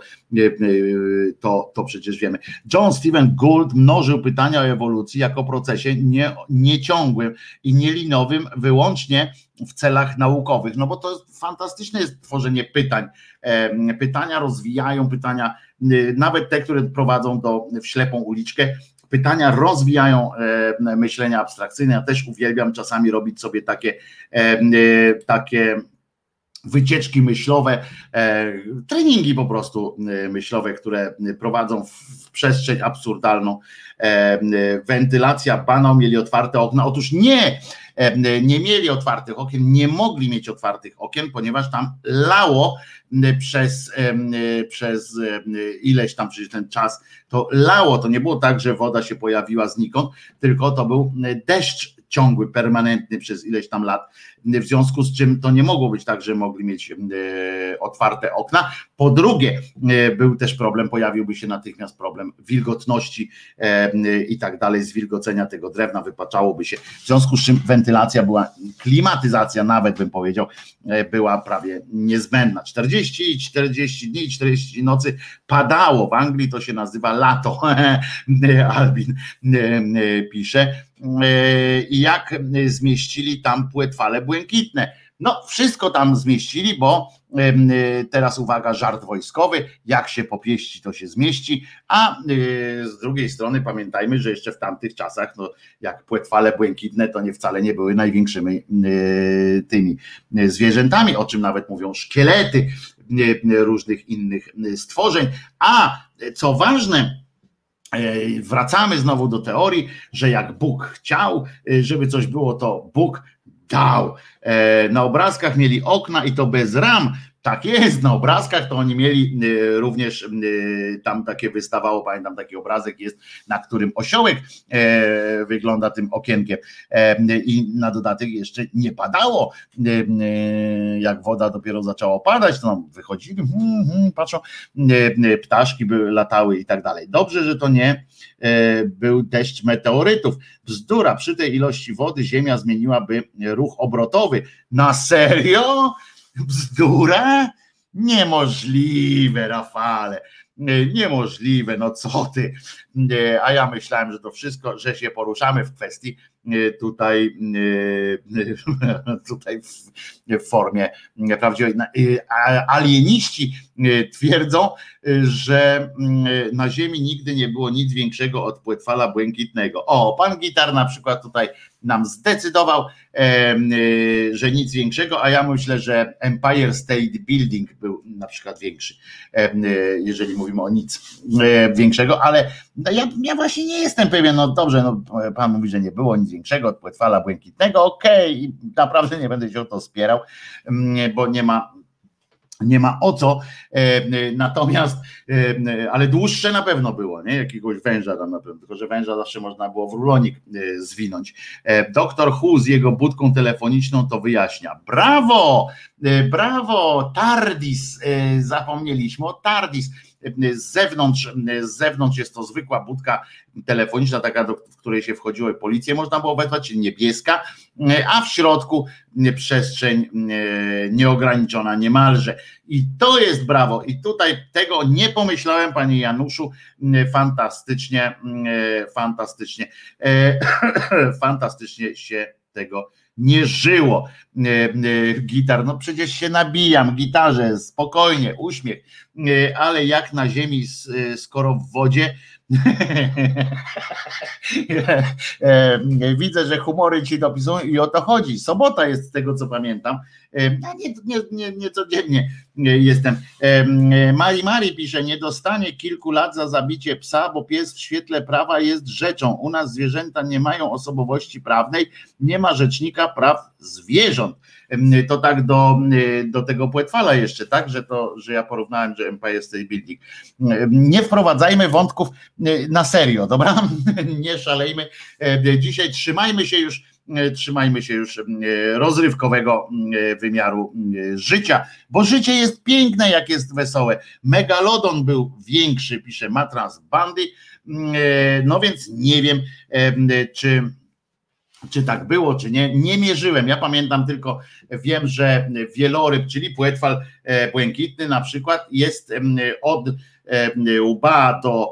to, to przecież wiemy. John Stephen Gould mnożył pytania o ewolucji jako procesie nie, nieciągłym i nielinowym wyłącznie w celach naukowych, no bo to fantastyczne jest tworzenie pytań. Pytania rozwijają, pytania, nawet te, które prowadzą do, w ślepą uliczkę, pytania rozwijają e, myślenie abstrakcyjne. Ja też uwielbiam czasami robić sobie takie, e, takie wycieczki myślowe, e, treningi po prostu e, myślowe, które prowadzą w, w przestrzeń absurdalną. E, wentylacja, banał, mieli otwarte okna. Otóż nie, e, nie mieli otwartych okien, nie mogli mieć otwartych okien, ponieważ tam lało przez, e, przez e, ileś tam przecież ten czas, to lało, to nie było tak, że woda się pojawiła znikąd, tylko to był deszcz ciągły, permanentny przez ileś tam lat, w związku z czym to nie mogło być tak, że mogli mieć e, otwarte okna. Po drugie, e, był też problem, pojawiłby się natychmiast problem wilgotności e, i tak dalej, zwilgocenia tego drewna, wypaczałoby się, w związku z czym wentylacja była, klimatyzacja nawet bym powiedział, e, była prawie niezbędna. czterdzieści, czterdzieści dni, czterdzieści nocy padało, w Anglii to się nazywa lato, Albin e, pisze. I jak zmieścili tam płetwale błękitne. No wszystko tam zmieścili, bo teraz uwaga, żart wojskowy, jak się popieści, to się zmieści, a z drugiej strony pamiętajmy, że jeszcze w tamtych czasach, no jak płetwale błękitne, to nie wcale nie były największymi tymi zwierzętami, o czym nawet mówią szkielety różnych innych stworzeń, a co ważne, wracamy znowu do teorii, że jak Bóg chciał, żeby coś było, to Bóg dał. Na obrazkach mieli okna i to bez ram. Tak jest, na obrazkach to oni mieli również, tam takie wystawało, pamiętam taki obrazek jest, na którym osiołek wygląda tym okienkiem i na dodatek jeszcze nie padało, jak woda dopiero zaczęła padać, to nam wychodzili, patrzą, ptaszki by latały i tak dalej. Dobrze, że to nie był deszcz meteorytów. Bzdura, przy tej ilości wody Ziemia zmieniłaby ruch obrotowy. Na serio? Bzdura? Niemożliwe, Rafale, niemożliwe, no co ty, a ja myślałem, że to wszystko, że się poruszamy w kwestii tutaj tutaj w formie prawdziwej. Alieniści twierdzą, że na Ziemi nigdy nie było nic większego od płetwala błękitnego. O, pan Gitar na przykład tutaj nam zdecydował, że nic większego, a ja myślę, że Empire State Building był na przykład większy, jeżeli mówimy o nic większego, ale ja, ja właśnie nie jestem pewien, no dobrze, no pan mówi, że nie było nic większego od płetwala błękitnego, okej, i naprawdę nie będę się o to spierał, bo nie ma Nie ma o co, natomiast, ale dłuższe na pewno było, nie? Jakiegoś węża tam na pewno, tylko że węża zawsze można było w rulonik zwinąć. Doktor Who z jego budką telefoniczną to wyjaśnia. Brawo, brawo, TARDIS, zapomnieliśmy o TARDIS. Z zewnątrz, z zewnątrz jest to zwykła budka telefoniczna, taka, do w której się wchodziło i policję można było wezwać, czyli niebieska, a w środku przestrzeń nieograniczona niemalże. I to jest brawo. I tutaj tego nie pomyślałem, panie Januszu, fantastycznie, fantastycznie, fantastycznie się tego nie żyło. Gitar, no przecież się nabijam, gitarze, spokojnie, uśmiech, ale jak na ziemi, skoro w wodzie. Widzę, że humory ci dopisują i o to chodzi. Sobota jest z tego, co pamiętam. Ja nie, nie, nie, nie codziennie jestem. Mari Mari pisze, nie dostanie kilku lat za zabicie psa, bo pies w świetle prawa jest rzeczą. U nas zwierzęta nie mają osobowości prawnej, nie ma rzecznika praw zwierząt. To tak do, do tego płetwala jeszcze, tak, że to, że ja porównałem, że Empire State Building. Nie wprowadzajmy wątków na serio, dobra? Nie szalejmy. Dzisiaj trzymajmy się już, trzymajmy się już rozrywkowego wymiaru życia, bo życie jest piękne, jak jest wesołe. Megalodon był większy, pisze Matrans Bandy, no więc nie wiem, czy Czy tak było, czy nie, nie mierzyłem. Ja pamiętam tylko, wiem, że wieloryb, czyli płetwal błękitny na przykład jest od łba do,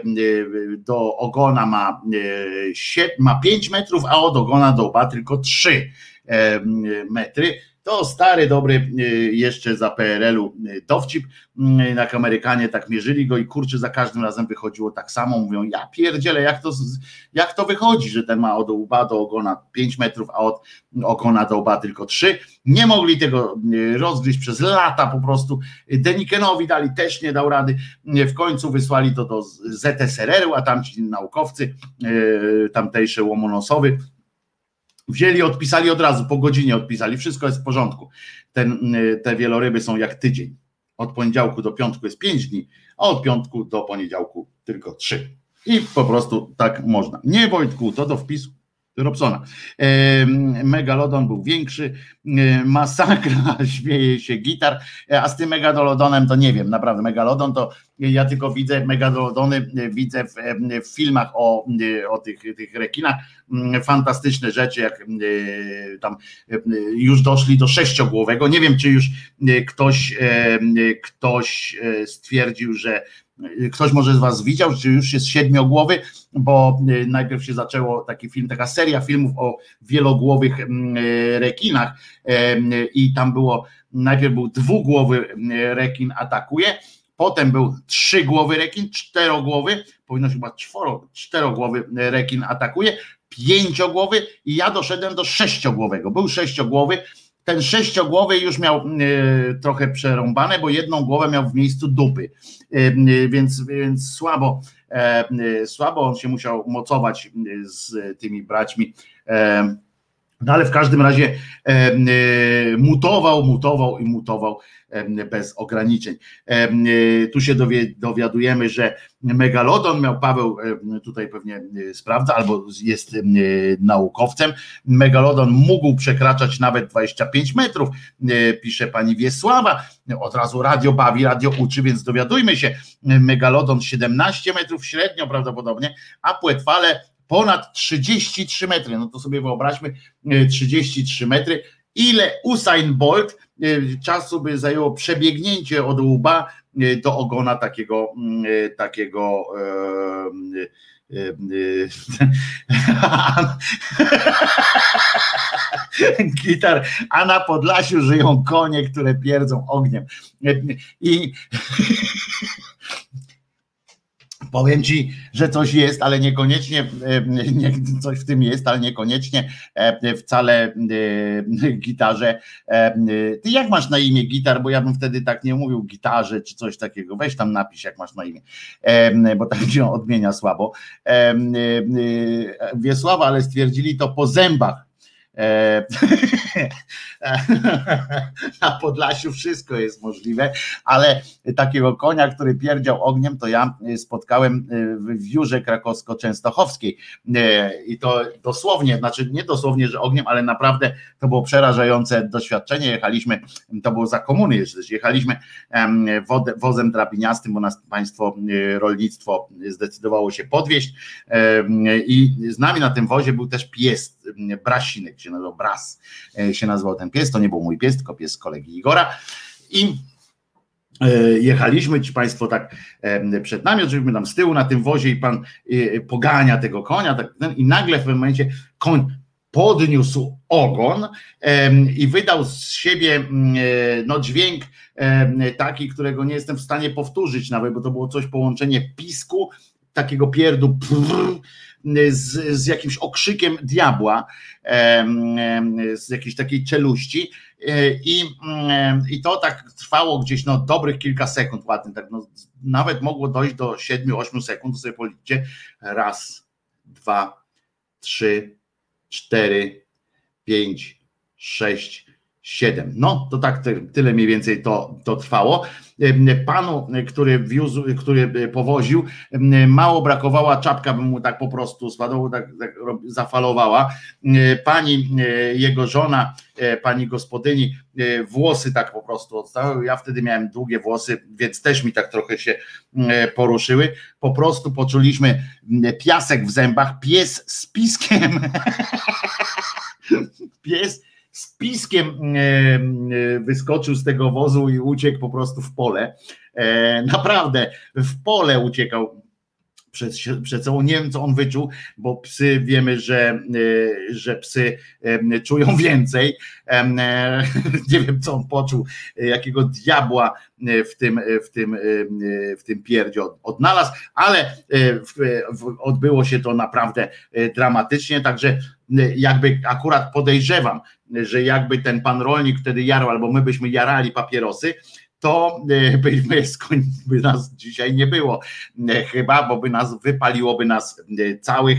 do ogona ma, ma pięć metrów, a od ogona do łba tylko trzy metry. To stary, dobry jeszcze za P R L u dowcip, jak Amerykanie tak mierzyli go i kurczę, za każdym razem wychodziło tak samo, mówią, ja pierdzielę, jak to, jak to wychodzi, że ten ma od łba do ogona pięć metrów, a od ogona do łba tylko trzy. Nie mogli tego rozgryźć przez lata po prostu. Denikenowi dali, też nie dał rady. W końcu wysłali to do Z S R R u, a tamci naukowcy, tamtejszy Łomonosowy, wzięli, odpisali od razu, po godzinie odpisali, wszystko jest w porządku. Ten, te wieloryby są jak tydzień. Od poniedziałku do piątku jest pięć dni, a od piątku do poniedziałku tylko trzy. I po prostu tak można. Nie, Wojtku, to do wpisu Robsona. E, Megalodon był większy, e, masakra, śmieje się Gitar, e, a z tym Megalodonem to nie wiem, naprawdę Megalodon to ja tylko widzę, Megalodony widzę w, w filmach o, o tych, tych rekinach, fantastyczne rzeczy, jak e, tam e, już doszli do sześciogłowego, nie wiem, czy już ktoś, e, ktoś stwierdził, że ktoś może z was widział, czy już jest siedmiogłowy, bo najpierw się zaczęło taki film, taka seria filmów o wielogłowych rekinach i tam było, najpierw był dwugłowy rekin atakuje, potem był trzygłowy rekin, czterogłowy, powinno się chyba czworo, czterogłowy rekin atakuje, pięciogłowy i ja doszedłem do sześciogłowego, był sześciogłowy, ten sześciogłowy już miał trochę przerąbane, bo jedną głowę miał w miejscu dupy, więc, więc słabo, słabo on się musiał mocować z tymi braćmi. No ale w każdym razie e, e, mutował, mutował i mutował e, bez ograniczeń. E, e, tu się dowie, dowiadujemy, że Megalodon miał, Paweł e, tutaj pewnie e, sprawdza, albo jest e, naukowcem, Megalodon mógł przekraczać nawet dwadzieścia pięć metrów, e, pisze pani Wiesława, od razu radio bawi, radio uczy, więc dowiadujmy się, Megalodon siedemnaście metrów średnio prawdopodobnie, a płetwale ponad trzydzieści trzy metry, no to sobie wyobraźmy, trzydzieści trzy metry, ile Usain Bolt czasu by zajęło przebiegnięcie od łba do ogona takiego, takiego e, e, e, gitar, a na Podlasiu żyją konie, które pierdzą ogniem. I powiem ci, że coś jest, ale niekoniecznie, nie, coś w tym jest, ale niekoniecznie wcale gitarze. Ty jak masz na imię Gitar, bo ja bym wtedy tak nie mówił gitarze czy coś takiego, weź tam napisz jak masz na imię, bo tak się odmienia słabo. Wiesława, ale stwierdzili to po zębach. Na Podlasiu wszystko jest możliwe, ale takiego konia, który pierdział ogniem, to ja spotkałem w wiórze krakowsko-częstochowskiej i to dosłownie, znaczy nie dosłownie, że ogniem, ale naprawdę to było przerażające doświadczenie. Jechaliśmy, to było za komuny jeszcze, jechaliśmy wozem drabiniastym, bo nas państwo rolnictwo zdecydowało się podwieźć i z nami na tym wozie był też pies Brasinek, się nazywał Bras, się nazywał ten pies, to nie był mój pies, tylko pies kolegi Igora i jechaliśmy, ci państwo tak przed nami, oczywiście tam z tyłu na tym wozie i pan pogania tego konia tak, i nagle w pewnym momencie koń podniósł ogon i wydał z siebie no, dźwięk taki, którego nie jestem w stanie powtórzyć nawet, bo to było coś, połączenie pisku, takiego pierdu z, z jakimś okrzykiem diabła, z jakiejś takiej czeluści i, i to tak trwało gdzieś no, dobrych kilka sekund ładnie, tak, no, nawet mogło dojść do siedmiu ośmiu sekund, to sobie policzcie, raz, dwa, trzy, cztery, pięć, sześć, siedem. No to tak tyle mniej więcej to, to trwało. Panu, który wiózł, który powoził, mało brakowała, czapka by mu tak po prostu spadła, tak, tak zafalowała. Pani, jego żona, pani gospodyni, włosy tak po prostu odstały. Ja wtedy miałem długie włosy, więc też mi tak trochę się poruszyły. Po prostu poczuliśmy piasek w zębach, pies z piskiem. Pies z piskiem wyskoczył z tego wozu i uciekł po prostu w pole. Naprawdę w pole uciekał przed, przed sobą. Nie wiem, co on wyczuł, bo psy wiemy, że, że psy czują więcej. Nie wiem, co on poczuł, jakiego diabła w tym, w tym, w tym pierdzie odnalazł, ale odbyło się to naprawdę dramatycznie, także jakby akurat podejrzewam, że jakby ten pan rolnik wtedy jarał, albo my byśmy jarali papierosy, to by, by nas dzisiaj nie było chyba, bo by nas wypaliłoby nas całych,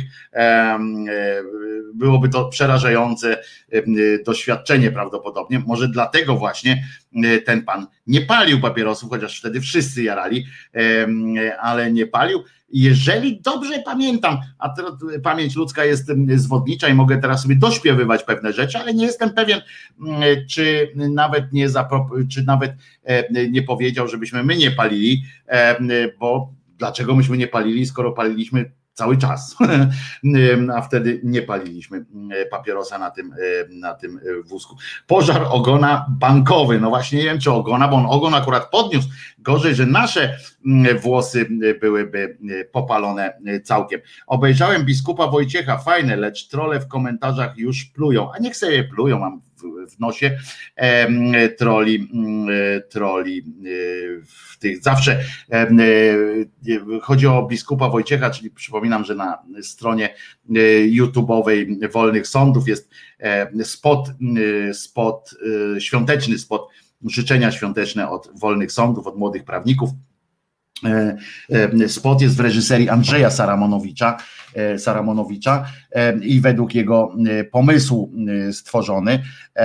byłoby to przerażające doświadczenie prawdopodobnie, może dlatego właśnie ten pan nie palił papierosów, chociaż wtedy wszyscy jarali, ale nie palił. Jeżeli dobrze pamiętam, a to, pamięć ludzka jest zwodnicza i mogę teraz sobie dośpiewywać pewne rzeczy, ale nie jestem pewien, czy nawet nie, zapro, czy nawet nie powiedział, żebyśmy my nie palili, bo dlaczego myśmy nie palili, skoro paliliśmy cały czas, a wtedy nie paliliśmy papierosa na tym, na tym wózku. Pożar ogona bankowy, no właśnie nie wiem czy ogona, bo on ogon akurat podniósł, gorzej, że nasze włosy byłyby popalone całkiem. Obejrzałem biskupa Wojciecha, fajne, lecz trolle w komentarzach już plują, a niech sobie plują, mam w nosie, troli, troli w tych, zawsze chodzi o biskupa Wojciecha, czyli przypominam, że na stronie YouTube'owej Wolnych Sądów jest spot, spot, świąteczny spot, życzenia świąteczne od Wolnych Sądów, od młodych prawników. Spot jest w reżyserii Andrzeja Saramonowicza, Saramonowicza i według jego pomysłu stworzony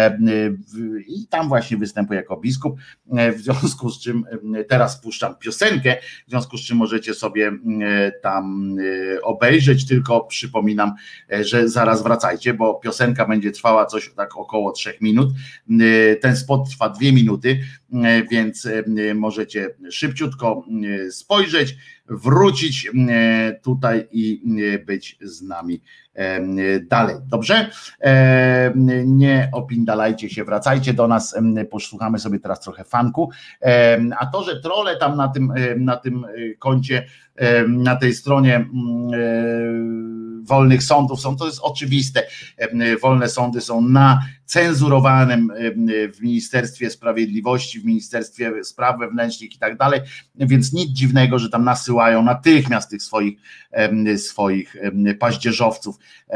i tam właśnie występuje jako biskup, w związku z czym teraz puszczam piosenkę, w związku z czym możecie sobie tam obejrzeć, tylko przypominam, że zaraz wracajcie, bo piosenka będzie trwała coś tak około trzech minut, ten spot trwa dwie minuty, więc możecie szybciutko spojrzeć, wrócić tutaj i być z nami dalej. Dobrze? Nie opindalajcie się, wracajcie do nas, posłuchamy sobie teraz trochę funku. A to, że trolle tam na tym, na tym koncie, na tej stronie Wolnych Sądów są, to jest oczywiste. Wolne Sądy są na cenzurowanym w Ministerstwie Sprawiedliwości, w Ministerstwie Spraw Wewnętrznych i tak dalej, więc nic dziwnego, że tam nasyłają natychmiast tych swoich, swoich paździerzowców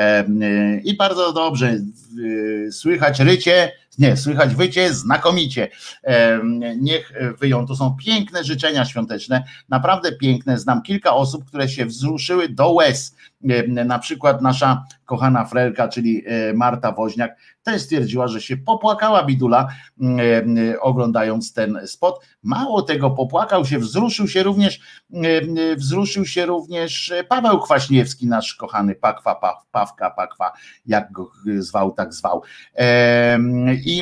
i bardzo dobrze, słychać rycie, nie, słychać wycie znakomicie, niech wyją, to są piękne życzenia świąteczne, naprawdę piękne, znam kilka osób, które się wzruszyły do łez, na przykład nasza kochana frelka, czyli Marta Woźniak, też stwierdziła, że się popłakała bidula oglądając ten spot. Mało tego, popłakał się, wzruszył się również, wzruszył się również Paweł Kwaśniewski, nasz kochany Pakwa, Paw, Pawka, Pakwa, jak go zwał, tak zwał. I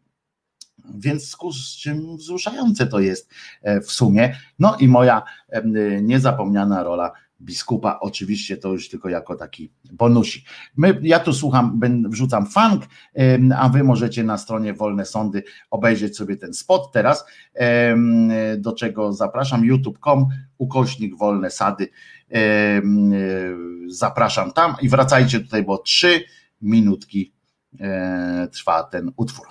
więc z czym wzruszające to jest w sumie. No i moja niezapomniana rola biskupa, oczywiście to już tylko jako taki bonusik. My, ja tu słucham, wrzucam funk, a wy możecie na stronie Wolne Sądy obejrzeć sobie ten spot teraz, do czego zapraszam, youtube kropka com ukośnik Wolne Sady, zapraszam tam i wracajcie tutaj, bo trzy minutki trwa ten utwór.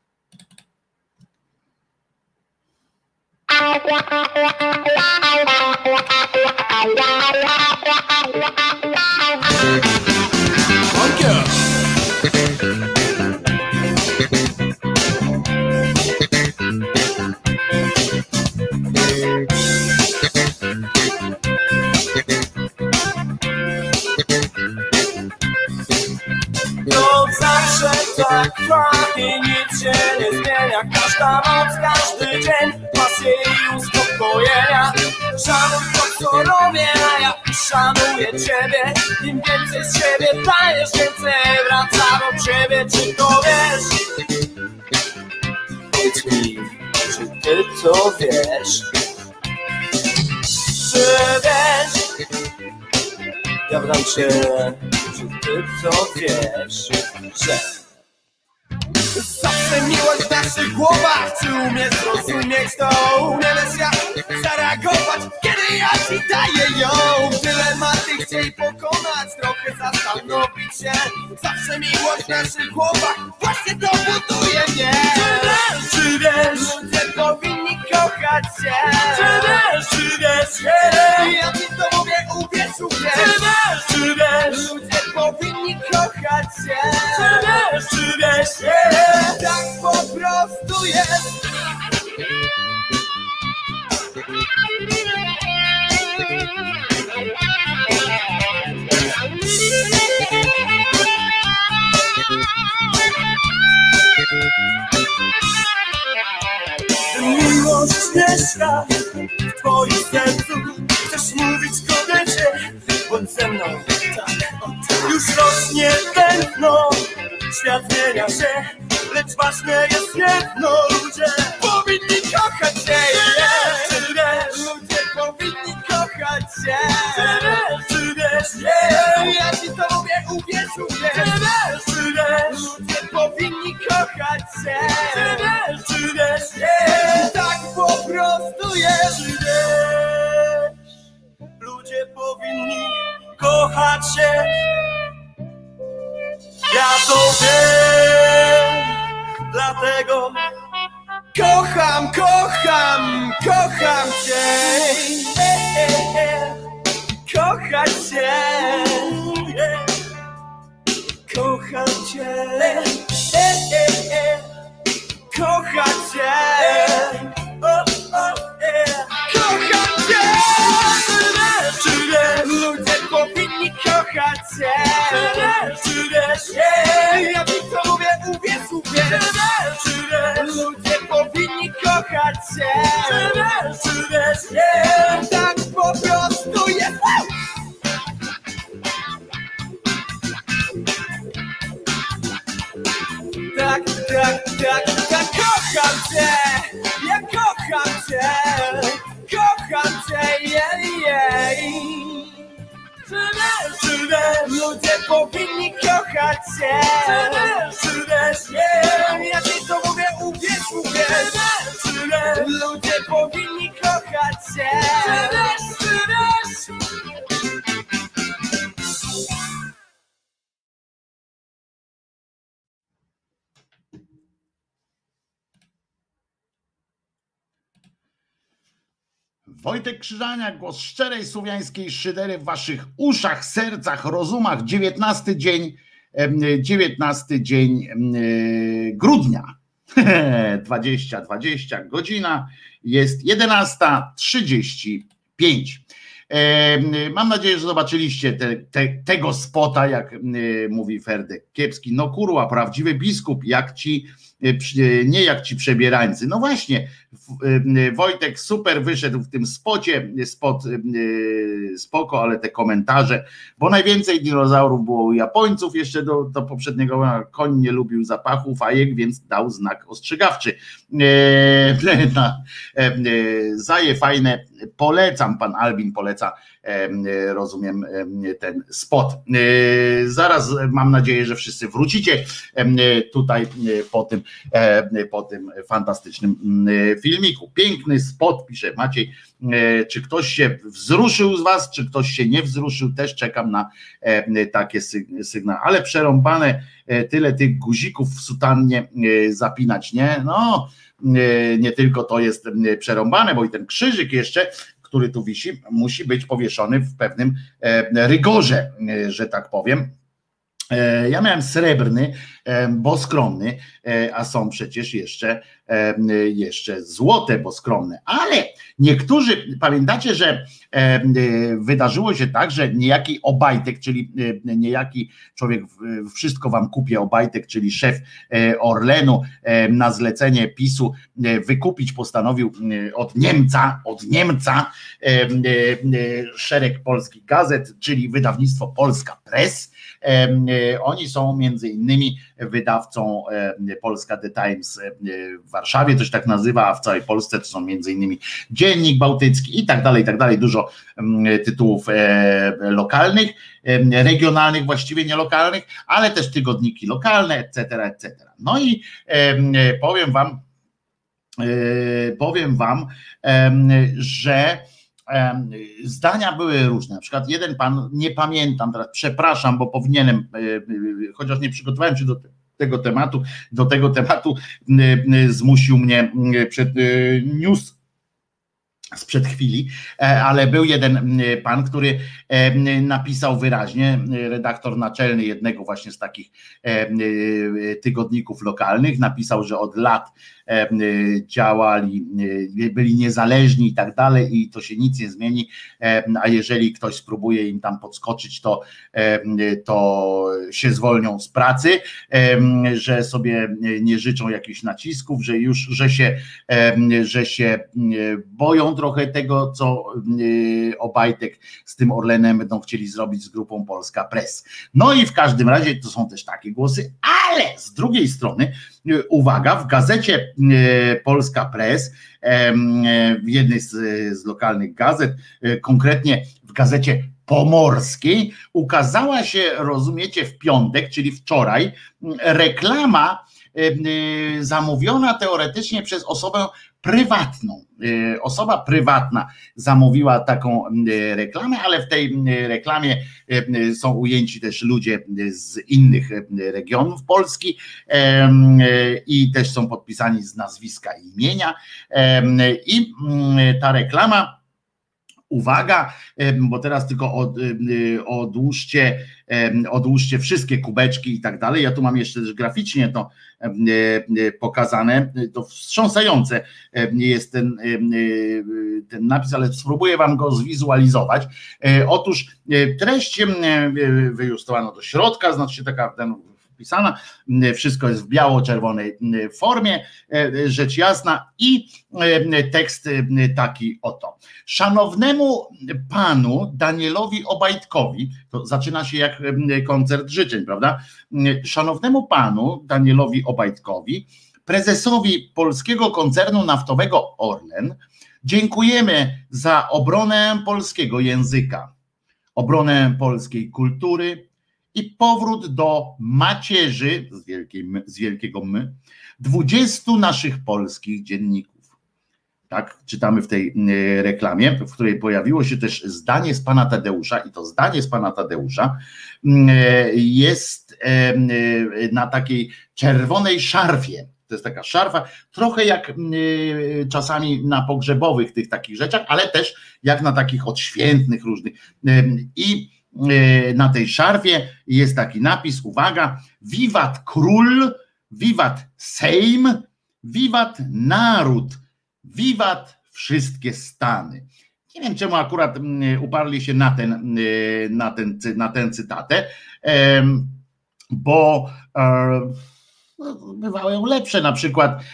To zawsze tak trwa i nic się nie zmienia. Każda noc, każdy dzień pasje i uspokojenia. Szanuj to, co robię, a ja szanuję ciebie. Im więcej z siebie dajesz, więcej wraca do ciebie. Czy to wiesz? Powiedz mi, czy ty to wiesz? Czy wiesz? Ja pytam cię, czy ty to wiesz, że zawsze miłość w naszych głowach. Czy umiesz zrozumieć to? Umiesz jak zareagować, kiedy ja ci daję ją? Dylematy chciej pokonać, trochę zastanowić się. Zawsze miłość w naszych głowach, właśnie to buduje mnie. Czy wiesz, czy wiesz, ludzie powinni kochać się? Czy wiesz, czy wiesz, yeah. Ja ci to mówię, uwierz, uwierz. Czy wiesz, czy wiesz, ludzie powinni kochać się? Czy wiesz, czy wiesz, yeah. Tak po prostu jest. Miłość mieszka w twoim sercu. Chcesz mówić kobiecie, bądź ze mną, tak. Już rośnie tętno, świat zmienia się, lecz ważne jest jedno, ludzie powinni kochać się. Yeah. Czy wiesz, ludzie powinni kochać się. Czy wiesz, czy wiesz, yeah. Ja ci to mówię, uwierz, uwierz. Czy wiesz, czy wiesz, ludzie powinni kochać się. Czy wiesz, czy wiesz, yeah. Tak po prostu jest. Czy wiesz, ludzie powinni kochać się. Ja to wiem, Dlatego kocham, kocham, kocham cię. E, e, e. Kocham cię. E. Kocham cię. E, e, e. Kocham cię. O, o, e. Kocham cię. Czy wiesz, ludzie powinni kochać cię? Czy wiesz, ja ci to mówię, uwierz, uwierz. Czy wiesz, ludzie powinni kochać cię? Czy wiesz, tak po prostu jest. Tak, tak, tak, tak, kocham cię, ja kocham cię, kocham cię, jej, jej. Czy wiesz, czy wiesz, ludzie powinni kochać cię? Czy wiesz, yeah, ja ci to mówię, uwierz, uwierz. Czy wiesz, ludzie powinni kochać cię? Czy wiesz, czy wiesz? Wojtek Krzyżaniak, głos szczerej słowiańskiej szydery w waszych uszach, sercach, rozumach. dziewiętnasty dzień, dziewiętnasty dzień grudnia. dwadzieścia dwadzieścia, godzina jest jedenasta trzydzieści pięć. Mam nadzieję, że zobaczyliście te, te, tego spota, jak mówi Ferdek Kiepski. No kurwa, prawdziwy biskup, jak ci, nie jak ci przebierańcy. No właśnie, Wojtek super wyszedł w tym spocie, spot spoko, ale te komentarze, bo najwięcej dinozaurów było u Japońców, jeszcze do, do poprzedniego, koń nie lubił zapachu fajek, więc dał znak ostrzegawczy. Zaje fajne, polecam, pan Albin poleca, rozumiem, ten spot. Zaraz mam nadzieję, że wszyscy wrócicie tutaj po tym, po tym fantastycznym filmiku. Piękny spot, pisze Maciej. Czy ktoś się wzruszył z was, czy ktoś się nie wzruszył, też czekam na takie sygnały, ale przerąbane tyle tych guzików w sutannie zapinać, nie? No, nie tylko to jest przerąbane, bo i ten krzyżyk jeszcze, który tu wisi, musi być powieszony w pewnym rygorze, że tak powiem. Ja miałem srebrny, bo skromny, a są przecież jeszcze, jeszcze złote, bo skromne. Ale niektórzy, pamiętacie, że wydarzyło się tak, że niejaki Obajtek, czyli niejaki człowiek, wszystko wam kupię, Obajtek, czyli szef Orlenu, na zlecenie PiSu wykupić postanowił od Niemca, od Niemca szereg polskich gazet, czyli wydawnictwo Polska Press. Oni są między innymi wydawcą Polska The Times w Warszawie, to się tak nazywa, a w całej Polsce to są między innymi Dziennik Bałtycki i tak dalej, i tak dalej, dużo tytułów lokalnych, regionalnych, właściwie nie lokalnych, ale też tygodniki lokalne, et cetera, et cetera. No i powiem wam, powiem wam, że zdania były różne. Na przykład jeden pan, nie pamiętam teraz, przepraszam, bo powinienem, chociaż nie przygotowałem się do tego tematu, do tego tematu zmusił mnie przed news sprzed chwili, ale był jeden pan, który napisał wyraźnie, redaktor naczelny jednego właśnie z takich tygodników lokalnych, napisał, że od lat działali, byli niezależni i tak dalej i to się nic nie zmieni, a jeżeli ktoś spróbuje im tam podskoczyć, to, to się zwolnią z pracy, że sobie nie życzą jakichś nacisków, że już, że się, że się boją trochę tego, co Obajtek z tym Orlenem będą chcieli zrobić z grupą Polska Press. No i w każdym razie to są też takie głosy, ale z drugiej strony, uwaga, w gazecie Polska Press, w jednej z, z lokalnych gazet, konkretnie w gazecie Pomorskiej, ukazała się, rozumiecie, w piątek, czyli wczoraj, reklama zamówiona teoretycznie przez osobę prywatną. Osoba prywatna zamówiła taką reklamę, ale w tej reklamie są ujęci też ludzie z innych regionów Polski i też są podpisani z nazwiska i imienia. I ta reklama, uwaga, bo teraz tylko od, odłóżcie, odłóżcie wszystkie kubeczki i tak dalej. Ja tu mam jeszcze też graficznie to pokazane. To wstrząsające jest ten, ten napis, ale spróbuję wam go zwizualizować. Otóż treść wyjustrowano do środka, znaczy taka ten wpisana, wszystko jest w biało-czerwonej formie, rzecz jasna, i tekst taki oto. Szanownemu panu Danielowi Obajtkowi, to zaczyna się jak koncert życzeń, prawda? Szanownemu panu Danielowi Obajtkowi, prezesowi polskiego koncernu naftowego Orlen, dziękujemy za obronę polskiego języka, obronę polskiej kultury i powrót do macierzy, z, wielkiej, z wielkiego my, dwudziestu naszych polskich dzienników. Tak, czytamy w tej reklamie, w której pojawiło się też zdanie z pana Tadeusza, i to zdanie z pana Tadeusza jest na takiej czerwonej szarfie. To jest taka szarfa, trochę jak czasami na pogrzebowych tych takich rzeczach, ale też jak na takich odświętnych różnych. I na tej szarfie jest taki napis, uwaga, wiwat król, wiwat Sejm, wiwat naród, wiwat wszystkie stany. Nie wiem, czemu akurat uparli się na ten, na ten, na ten cytatę, bo bywały lepsze, na przykład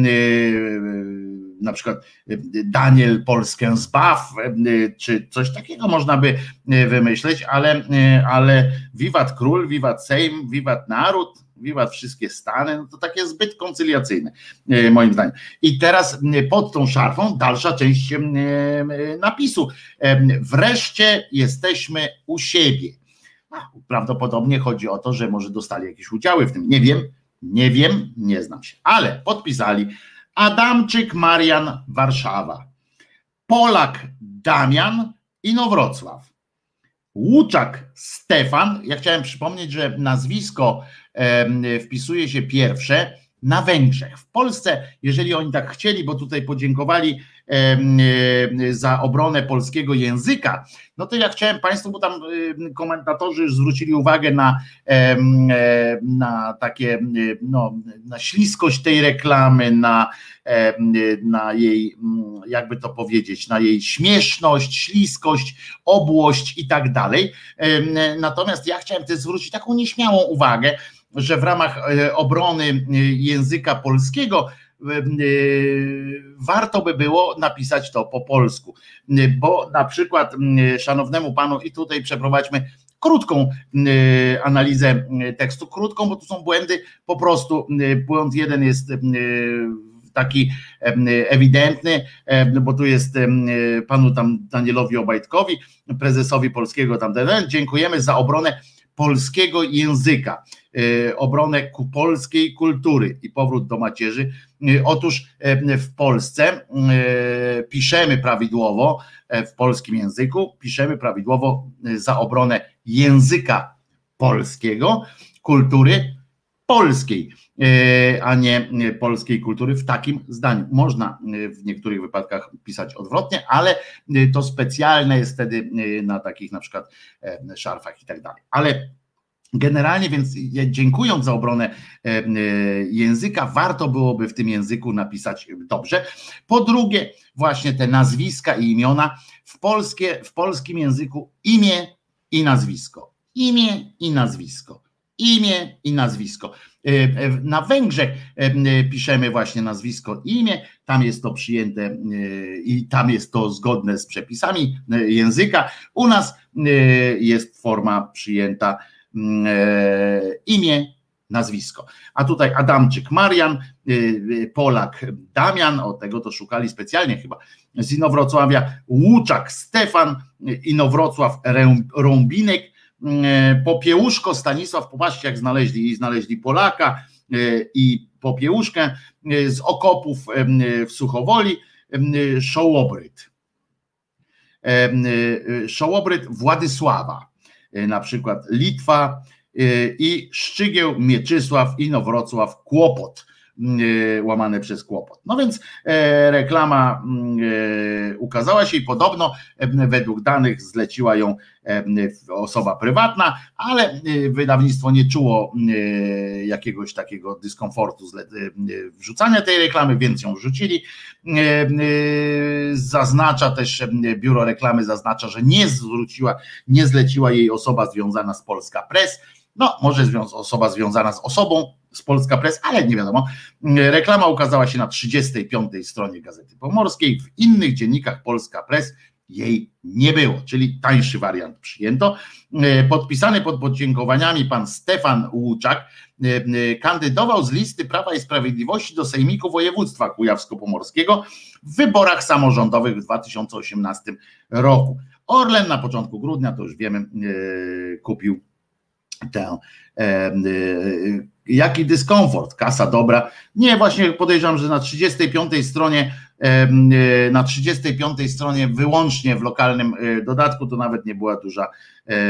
na przykład Daniel Polskę zbaw, czy coś takiego można by wymyśleć, ale, ale wiwat król, wiwat Sejm, wiwat naród, wiwat wszystkie stany, no to takie zbyt koncyliacyjne moim zdaniem. I teraz pod tą szarfą dalsza część napisu. Wreszcie jesteśmy u siebie. Prawdopodobnie chodzi o to, że może dostali jakieś udziały w tym. Nie wiem, nie wiem, nie znam się, ale podpisali Adamczyk Marian, Warszawa, Polak Damian, Inowrocław, Łuczak Stefan. Ja chciałem przypomnieć, że nazwisko e, wpisuje się pierwsze na Węgrzech. W Polsce, jeżeli oni tak chcieli, bo tutaj podziękowali e, e, za obronę polskiego języka, no to ja chciałem Państwu, bo tam e, komentatorzy już zwrócili uwagę na, e, na takie, no, na śliskość tej reklamy, na, e, na jej, jakby to powiedzieć, na jej śmieszność, śliskość, obłość i tak dalej. E, natomiast ja chciałem też zwrócić taką nieśmiałą uwagę, że w ramach obrony języka polskiego warto by było napisać to po polsku, bo na przykład szanownemu panu, i tutaj przeprowadźmy krótką analizę tekstu, krótką, bo tu są błędy, po prostu błąd jeden jest taki ewidentny, bo tu jest panu tam Danielowi Obajtkowi, prezesowi polskiego tam, dziękujemy za obronę polskiego języka, obronę polskiej kultury i powrót do macierzy. Otóż w Polsce piszemy prawidłowo, w polskim języku piszemy prawidłowo za obronę języka polskiego, kultury polskiej, a nie polskiej kultury w takim zdaniu. Można w niektórych wypadkach pisać odwrotnie, ale to specjalne jest wtedy na takich na przykład szarfach i tak dalej. Ale generalnie, więc dziękując za obronę języka, warto byłoby w tym języku napisać dobrze. Po drugie, właśnie te nazwiska i imiona w, polskie, w polskim języku imię i nazwisko. Imię i nazwisko. Imię i nazwisko. Na Węgrzech piszemy właśnie nazwisko i imię, tam jest to przyjęte i tam jest to zgodne z przepisami języka. U nas jest forma przyjęta imię, nazwisko. A tutaj Adamczyk Marian, Polak Damian, o tego to szukali specjalnie chyba, z Inowrocławia, Łuczak Stefan, Inowrocław Rąbinek, Popiełuszko Stanisław, popatrzcie jak znaleźli, i znaleźli Polaka i popiełuszkę z okopów w Suchowoli, szołobryt. Szołobryt Władysława, na przykład Litwa i Szczygieł, Mieczysław, Inowrocław, Kłopot, łamane przez Kłopot. No więc e, reklama e, ukazała się i podobno e, według danych zleciła ją e, osoba prywatna, ale e, wydawnictwo nie czuło e, jakiegoś takiego dyskomfortu z e, wrzucania tej reklamy, więc ją wrzucili. E, e, zaznacza też, e, biuro reklamy zaznacza, że nie zwróciła, nie zleciła jej osoba związana z Polska Press. No, może zwią- osoba związana z osobą z Polska Press, ale nie wiadomo. Reklama ukazała się na trzydziestej piątej stronie Gazety Pomorskiej. W innych dziennikach Polska Press jej nie było, czyli tańszy wariant przyjęto. Podpisany pod podziękowaniami pan Stefan Łuczak kandydował z listy Prawa i Sprawiedliwości do Sejmiku Województwa Kujawsko-Pomorskiego w wyborach samorządowych w dwa tysiące osiemnastym roku. Orlen na początku grudnia, to już wiemy, kupił tę e, e, jaki dyskomfort, kasa dobra. Nie, właśnie podejrzewam, że na trzydziestej piątej stronie e, na trzydziestej piątej stronie wyłącznie w lokalnym e, dodatku to nawet nie była duża e, e,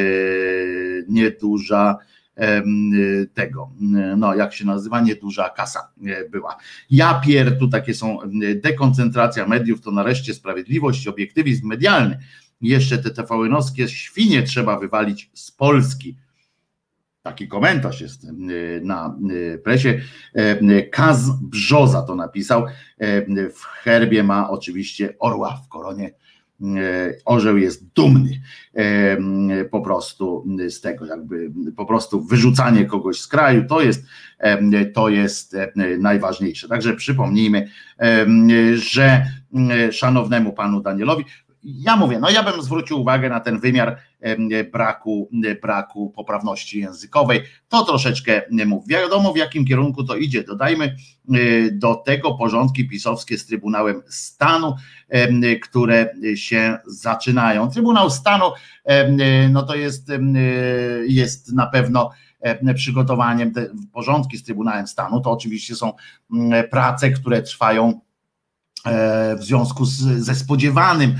nieduża e, tego, no jak się nazywa, nieduża kasa e, była. Ja pier, tu takie są dekoncentracja mediów, to nareszcie sprawiedliwość i obiektywizm medialny. Jeszcze te te ve enowskie świnie trzeba wywalić z Polski. Taki komentarz jest na presie. Kaz Brzoza to napisał. W herbie ma oczywiście orła w koronie. Orzeł jest dumny po prostu z tego, jakby po prostu wyrzucanie kogoś z kraju, to jest, to jest najważniejsze. Także przypomnijmy, że szanownemu panu Danielowi, ja mówię, no ja bym zwrócił uwagę na ten wymiar braku, braku poprawności językowej. To troszeczkę mów. Wiadomo, w jakim kierunku to idzie. Dodajmy do tego porządki pisowskie z Trybunałem Stanu, które się zaczynają. Trybunał Stanu, no to jest, jest na pewno przygotowaniem, te porządki z Trybunałem Stanu, to oczywiście są prace, które trwają w związku z, ze spodziewanym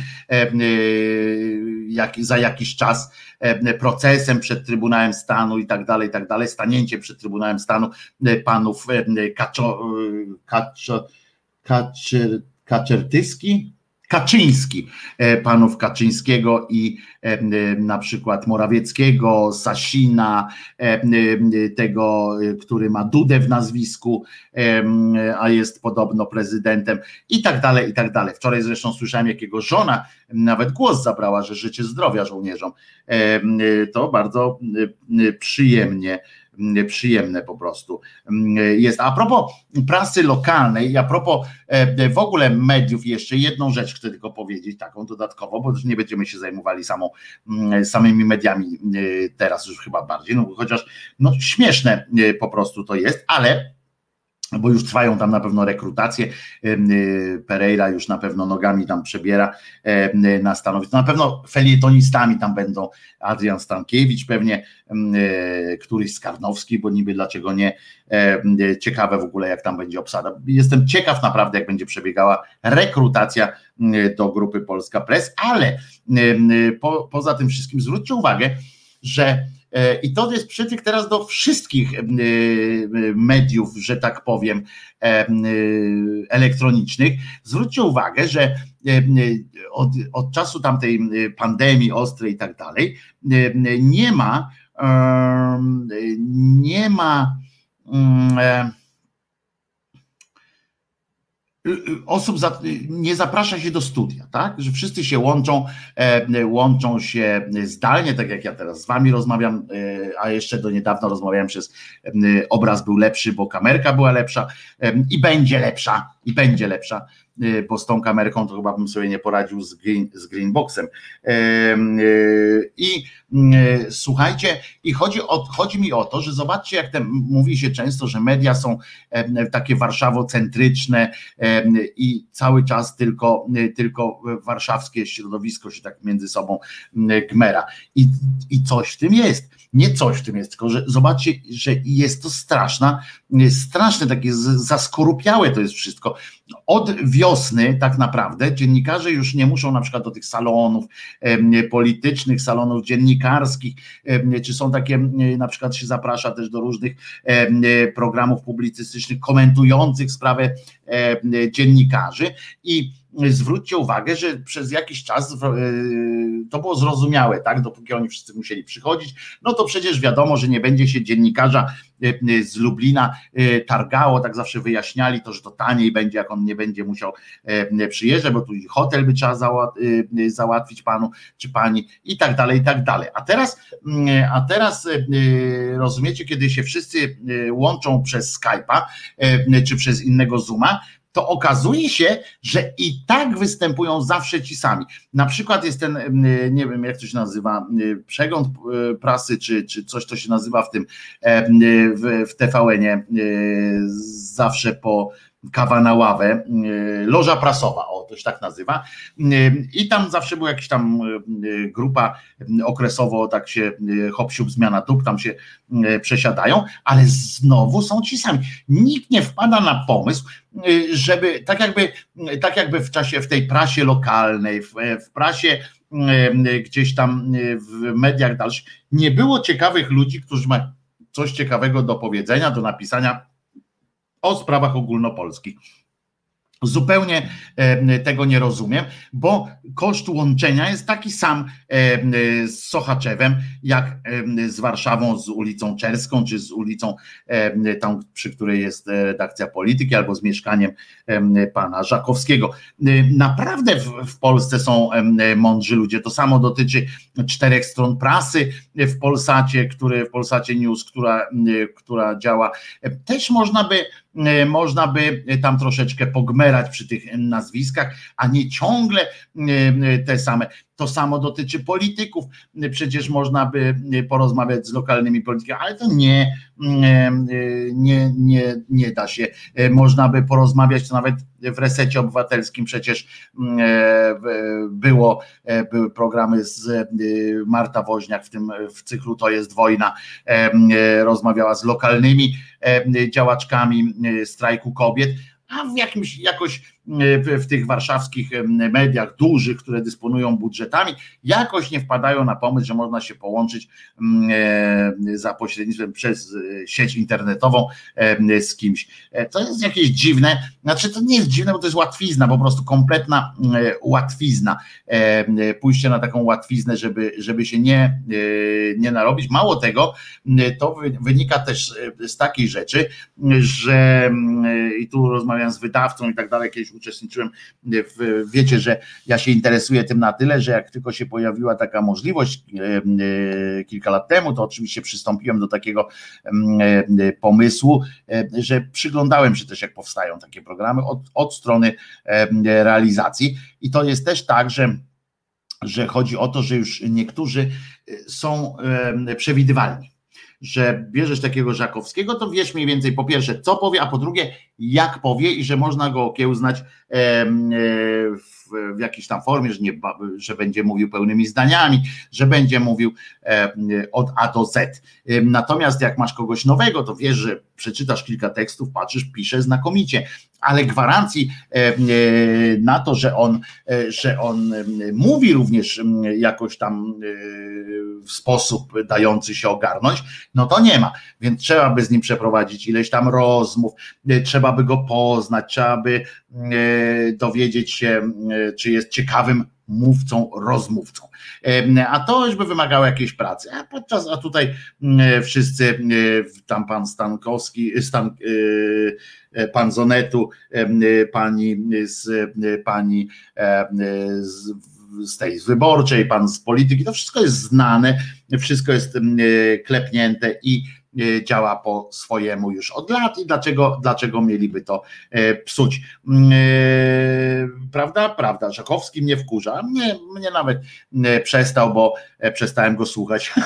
jak, za jakiś czas procesem przed Trybunałem Stanu i tak dalej, i tak dalej, stanięciem przed Trybunałem Stanu panów Kaczo, Kaczo, Kaczer, Kaczertyski, Kaczyński, panów Kaczyńskiego i na przykład Morawieckiego, Sasina, tego, który ma Dudę w nazwisku, a jest podobno prezydentem i tak dalej, i tak dalej. Wczoraj zresztą słyszałem, jakiego żona nawet głos zabrała, że życzy zdrowia żołnierzom. To bardzo przyjemnie przyjemne po prostu jest. A propos prasy lokalnej, a propos w ogóle mediów, jeszcze jedną rzecz chcę tylko powiedzieć, taką dodatkowo, bo już nie będziemy się zajmowali samą, samymi mediami teraz już chyba bardziej, no chociaż no, śmieszne po prostu to jest, ale bo już trwają tam na pewno rekrutacje, Pereira już na pewno nogami tam przebiera na stanowisko, na pewno felietonistami tam będą Adrian Stankiewicz, pewnie któryś z Karnowski, bo niby dlaczego nie, ciekawe w ogóle jak tam będzie obsada. Jestem ciekaw naprawdę, jak będzie przebiegała rekrutacja do grupy Polska Press, ale po, poza tym wszystkim zwróćcie uwagę, że i to jest przytyk teraz do wszystkich mediów, że tak powiem, elektronicznych. Zwróćcie uwagę, że od, od czasu tamtej pandemii ostrej i tak dalej nie ma nie ma osób za, nie zaprasza się do studia, tak? Że wszyscy się łączą, e, łączą się zdalnie, tak jak ja teraz z wami rozmawiam, e, a jeszcze do niedawna rozmawiałem przez e, obraz był lepszy, bo kamerka była lepsza e, i będzie lepsza, i będzie lepsza. bo z tą kamerką to chyba bym sobie nie poradził z, green, z greenboxem. I słuchajcie, i chodzi, o, chodzi mi o to, że zobaczcie, jak te, mówi się często, że media są takie warszawocentryczne i cały czas tylko, tylko warszawskie środowisko się tak między sobą gmera. I, i coś w tym jest. Nie coś w tym jest, tylko że zobaczcie, że jest to straszna, straszne, takie zaskorupiałe to jest wszystko. Od wiosny tak naprawdę dziennikarze już nie muszą na przykład do tych salonów politycznych, salonów dziennikarskich, czy są takie, na przykład się zaprasza też do różnych programów publicystycznych komentujących sprawę dziennikarzy i zwróćcie uwagę, że przez jakiś czas to było zrozumiałe, tak, dopóki oni wszyscy musieli przychodzić, no to przecież wiadomo, że nie będzie się dziennikarza z Lublina targało, tak zawsze wyjaśniali to, że to taniej będzie, jak on nie będzie musiał przyjeżdżać, bo tu hotel by trzeba załatwić panu czy pani i tak dalej, i tak dalej. A teraz, a teraz rozumiecie, kiedy się wszyscy łączą przez Skype'a czy przez innego Zooma, to okazuje się, że i tak występują zawsze ci sami. Na przykład jest ten, nie wiem jak to się nazywa, przegląd prasy, czy, czy coś to się nazywa w tym, w, w T V N-ie, zawsze po kawa na ławę, loża prasowa, o to się tak nazywa, i tam zawsze była jakaś tam grupa okresowo, tak się hop-siup, zmiana dób, tam się przesiadają, ale znowu są ci sami. Nikt nie wpada na pomysł, żeby tak jakby, tak jakby w czasie, w tej prasie lokalnej, w, w prasie gdzieś tam w mediach dalszych, nie było ciekawych ludzi, którzy mają coś ciekawego do powiedzenia, do napisania o sprawach ogólnopolskich. Zupełnie tego nie rozumiem, bo koszt łączenia jest taki sam z Sochaczewem, jak z Warszawą, z ulicą Czerską, czy z ulicą tam, przy której jest redakcja Polityki, albo z mieszkaniem pana Żakowskiego. Naprawdę w, w Polsce są mądrzy ludzie. To samo dotyczy czterech stron prasy w Polsacie, który, w Polsacie News, która, która działa. Też można by można by tam troszeczkę pogmerać przy tych nazwiskach, a nie ciągle te same. To samo dotyczy polityków. Przecież można by porozmawiać z lokalnymi politykami, ale to nie, nie, nie, nie da się. Można by porozmawiać, to nawet w Resecie Obywatelskim przecież było, były programy z Marta Woźniak w tym w cyklu To jest wojna, rozmawiała z lokalnymi działaczkami strajku kobiet, a w jakimś jakoś w, w tych warszawskich mediach dużych, które dysponują budżetami, jakoś nie wpadają na pomysł, że można się połączyć za pośrednictwem przez sieć internetową z kimś. To jest jakieś dziwne, znaczy to nie jest dziwne, bo to jest łatwizna, po prostu kompletna łatwizna. Pójście na taką łatwiznę, żeby, żeby się nie, nie narobić. Mało tego, to wynika też z takiej rzeczy, że i tu rozmawiam z wydawcą i tak dalej, kiedyś uczestniczyłem w, wiecie, że ja się interesuję tym na tyle, że jak tylko się pojawiła taka możliwość kilka lat temu, to oczywiście przystąpiłem do takiego pomysłu, że przyglądałem się też, jak powstają takie programy od, od strony realizacji i to jest też tak, że że chodzi o to, że już niektórzy są przewidywalni. Że bierzesz takiego Żakowskiego, to wiesz mniej więcej po pierwsze co powie, a po drugie jak powie i że można go okiełznać w, w jakiejś tam formie, że, nie, że będzie mówił pełnymi zdaniami, że będzie mówił od A do Z. Natomiast jak masz kogoś nowego, to wiesz, że przeczytasz kilka tekstów, patrzysz, pisze znakomicie, ale gwarancji na to, że on, że on mówi również jakoś tam w sposób dający się ogarnąć, no to nie ma, więc trzeba by z nim przeprowadzić ileś tam rozmów, trzeba by go poznać, trzeba by dowiedzieć się, czy jest ciekawym mówcą, rozmówcą. A to już by wymagało jakiejś pracy. A podczas, a tutaj wszyscy, tam pan Stankowski, Stan, pan z Onetu, pani z pani z, z tej z Wyborczej, pan z Polityki, to wszystko jest znane, wszystko jest klepnięte i działa po swojemu już od lat i dlaczego, dlaczego mieliby to psuć. Prawda? Prawda. Żakowski mnie wkurza. Mnie, mnie nawet przestał, bo przestałem go słuchać.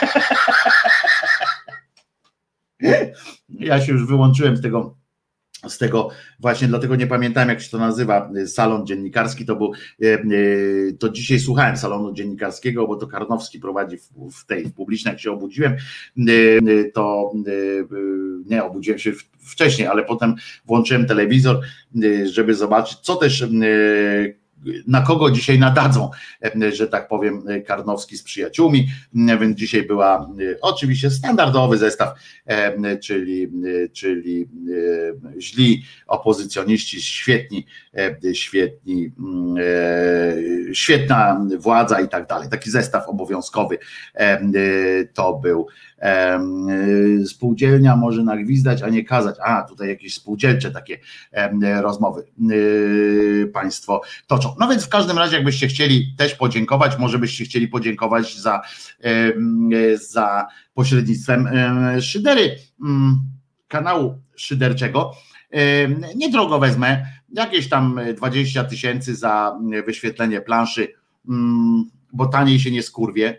Ja się już wyłączyłem z tego z tego właśnie, dlatego nie pamiętam, jak się to nazywa, salon dziennikarski, to był, to dzisiaj słuchałem salonu dziennikarskiego, bo to Karnowski prowadzi w tej w publicznej, jak się obudziłem, to nie, obudziłem się wcześniej, ale potem włączyłem telewizor, żeby zobaczyć, co też na kogo dzisiaj nadadzą, że tak powiem, Karnowski z przyjaciółmi, więc dzisiaj była oczywiście standardowy zestaw, czyli, czyli źli opozycjoniści, świetni, świetni, świetna władza i tak dalej. Taki zestaw obowiązkowy to był. Spółdzielnia może nagwizdać, a nie kazać. A, tutaj jakieś spółdzielcze takie rozmowy państwo toczą. No więc w każdym razie, jakbyście chcieli też podziękować, może byście chcieli podziękować za, za pośrednictwem Szydery, kanału szyderczego. Niedrogo wezmę, jakieś tam dwadzieścia tysięcy za wyświetlenie planszy, bo taniej się nie skurwie,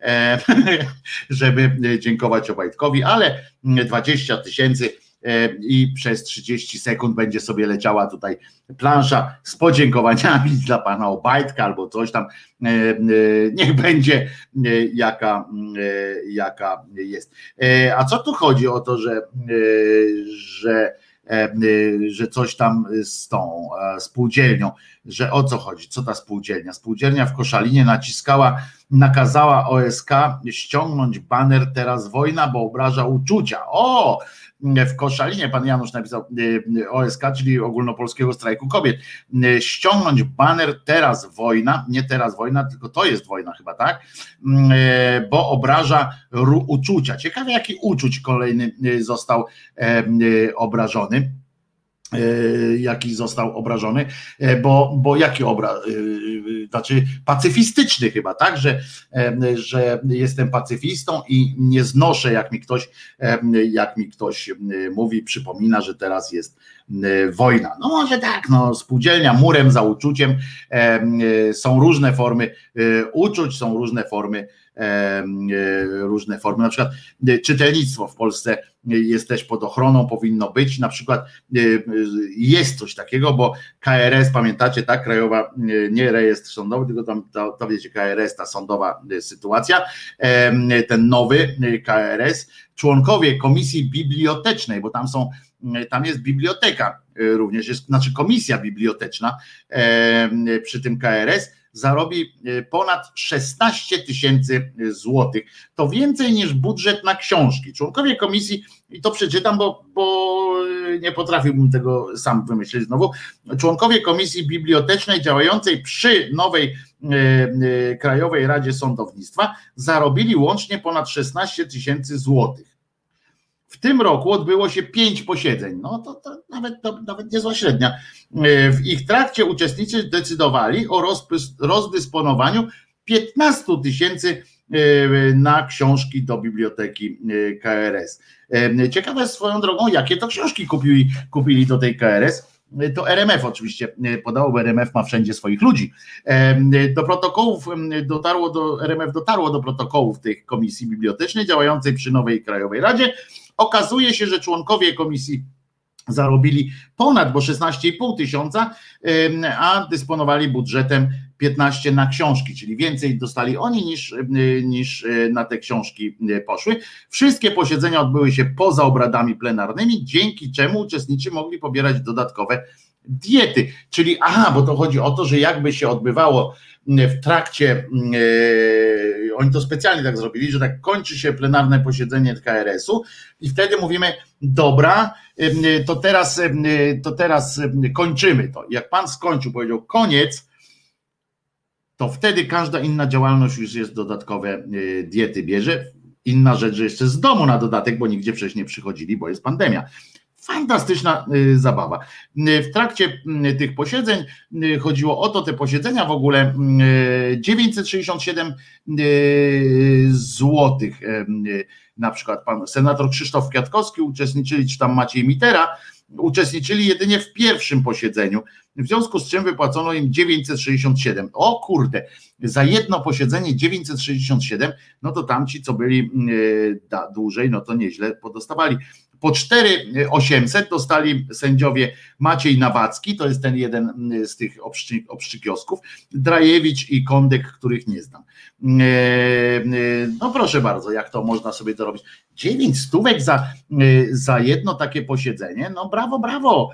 żeby dziękować Obajtkowi, ale dwadzieścia tysięcy i przez trzydzieści sekund będzie sobie leciała tutaj plansza z podziękowaniami dla pana Obajtka albo coś tam, niech będzie jaka, jaka jest. A co tu chodzi o to, że, że że coś tam z tą spółdzielnią, że o co chodzi, co ta spółdzielnia? Spółdzielnia w Koszalinie naciskała, nakazała O S K ściągnąć baner teraz wojna, bo obraża uczucia. O! W Koszalinie pan Janusz napisał O S K, czyli Ogólnopolskiego Strajku Kobiet, ściągnąć baner teraz wojna, nie teraz wojna, tylko to jest wojna chyba, tak? Bo obraża uczucia. Ciekawe, jaki uczuć kolejny został obrażony. Jaki został obrażony, bo, bo jaki obraz, znaczy pacyfistyczny chyba, tak, że, że jestem pacyfistą i nie znoszę, jak mi ktoś, jak mi ktoś mówi, przypomina, że teraz jest wojna. No może tak, no spółdzielnia murem za uczuciem, są różne formy uczuć, są różne formy różne formy, na przykład czytelnictwo w Polsce jest też pod ochroną, powinno być, na przykład jest coś takiego, bo K R S, pamiętacie, tak, krajowa, nie rejestr sądowy, tylko tam, to, to wiecie, K R S, ta sądowa sytuacja, ten nowy K R S, członkowie komisji bibliotecznej, bo tam są, tam jest biblioteka również, jest, znaczy komisja biblioteczna przy tym K R S, zarobi ponad szesnaście tysięcy złotych. To więcej niż budżet na książki. Członkowie komisji, i to przeczytam, bo, bo nie potrafiłbym tego sam wymyślić znowu, członkowie komisji bibliotecznej działającej przy nowej e, e, Krajowej Radzie Sądownictwa zarobili łącznie ponad szesnaście tysięcy złotych. W tym roku odbyło się pięć posiedzeń, no to, to nawet, to nawet niezła średnia. W ich trakcie uczestnicy decydowali o rozpys, rozdysponowaniu piętnaście tysięcy na książki do biblioteki K R S. Ciekawe jest swoją drogą, jakie to książki kupili, kupili do tej K R S. To R M F oczywiście podało, bo R M F ma wszędzie swoich ludzi. Do protokołów dotarło, do R M F dotarło do protokołów tych komisji bibliotecznej działającej przy nowej Krajowej Radzie. Okazuje się, że członkowie komisji zarobili ponad, bo szesnaście i pół tysiąca, a dysponowali budżetem piętnaście na książki, czyli więcej dostali oni niż, niż na te książki poszły. Wszystkie posiedzenia odbyły się poza obradami plenarnymi, dzięki czemu uczestnicy mogli pobierać dodatkowe diety. Czyli aha, bo to chodzi o to, że jakby się odbywało w trakcie, yy, oni to specjalnie tak zrobili, że tak kończy się plenarne posiedzenie K R S-u i wtedy mówimy, dobra, yy, to teraz, yy, to teraz yy, kończymy to. Jak pan skończył, powiedział koniec, to wtedy każda inna działalność już jest dodatkowe yy, diety bierze. Inna rzecz, że jeszcze z domu na dodatek, bo nigdzie wcześniej nie przychodzili, bo jest pandemia. Fantastyczna zabawa. W trakcie tych posiedzeń chodziło o to, te posiedzenia w ogóle dziewięćset sześćdziesiąt siedem złotych. Na przykład pan senator Krzysztof Kwiatkowski uczestniczyli, czy tam Maciej Mitera, uczestniczyli jedynie w pierwszym posiedzeniu, w związku z czym wypłacono im dziewięćset sześćdziesiąt siedem. O kurde, za jedno posiedzenie dziewięćset sześćdziesiąt siedem, no to tamci, co byli da, dłużej, no to nieźle podostawali. Po cztery tysiące osiemset dostali sędziowie Maciej Nawacki, to jest ten jeden z tych obszczy, obszczykiosków, Drajewicz i Kondek, których nie znam. No proszę bardzo, jak to można sobie to robić? Dziewięć stówek za, za jedno takie posiedzenie, no brawo, brawo.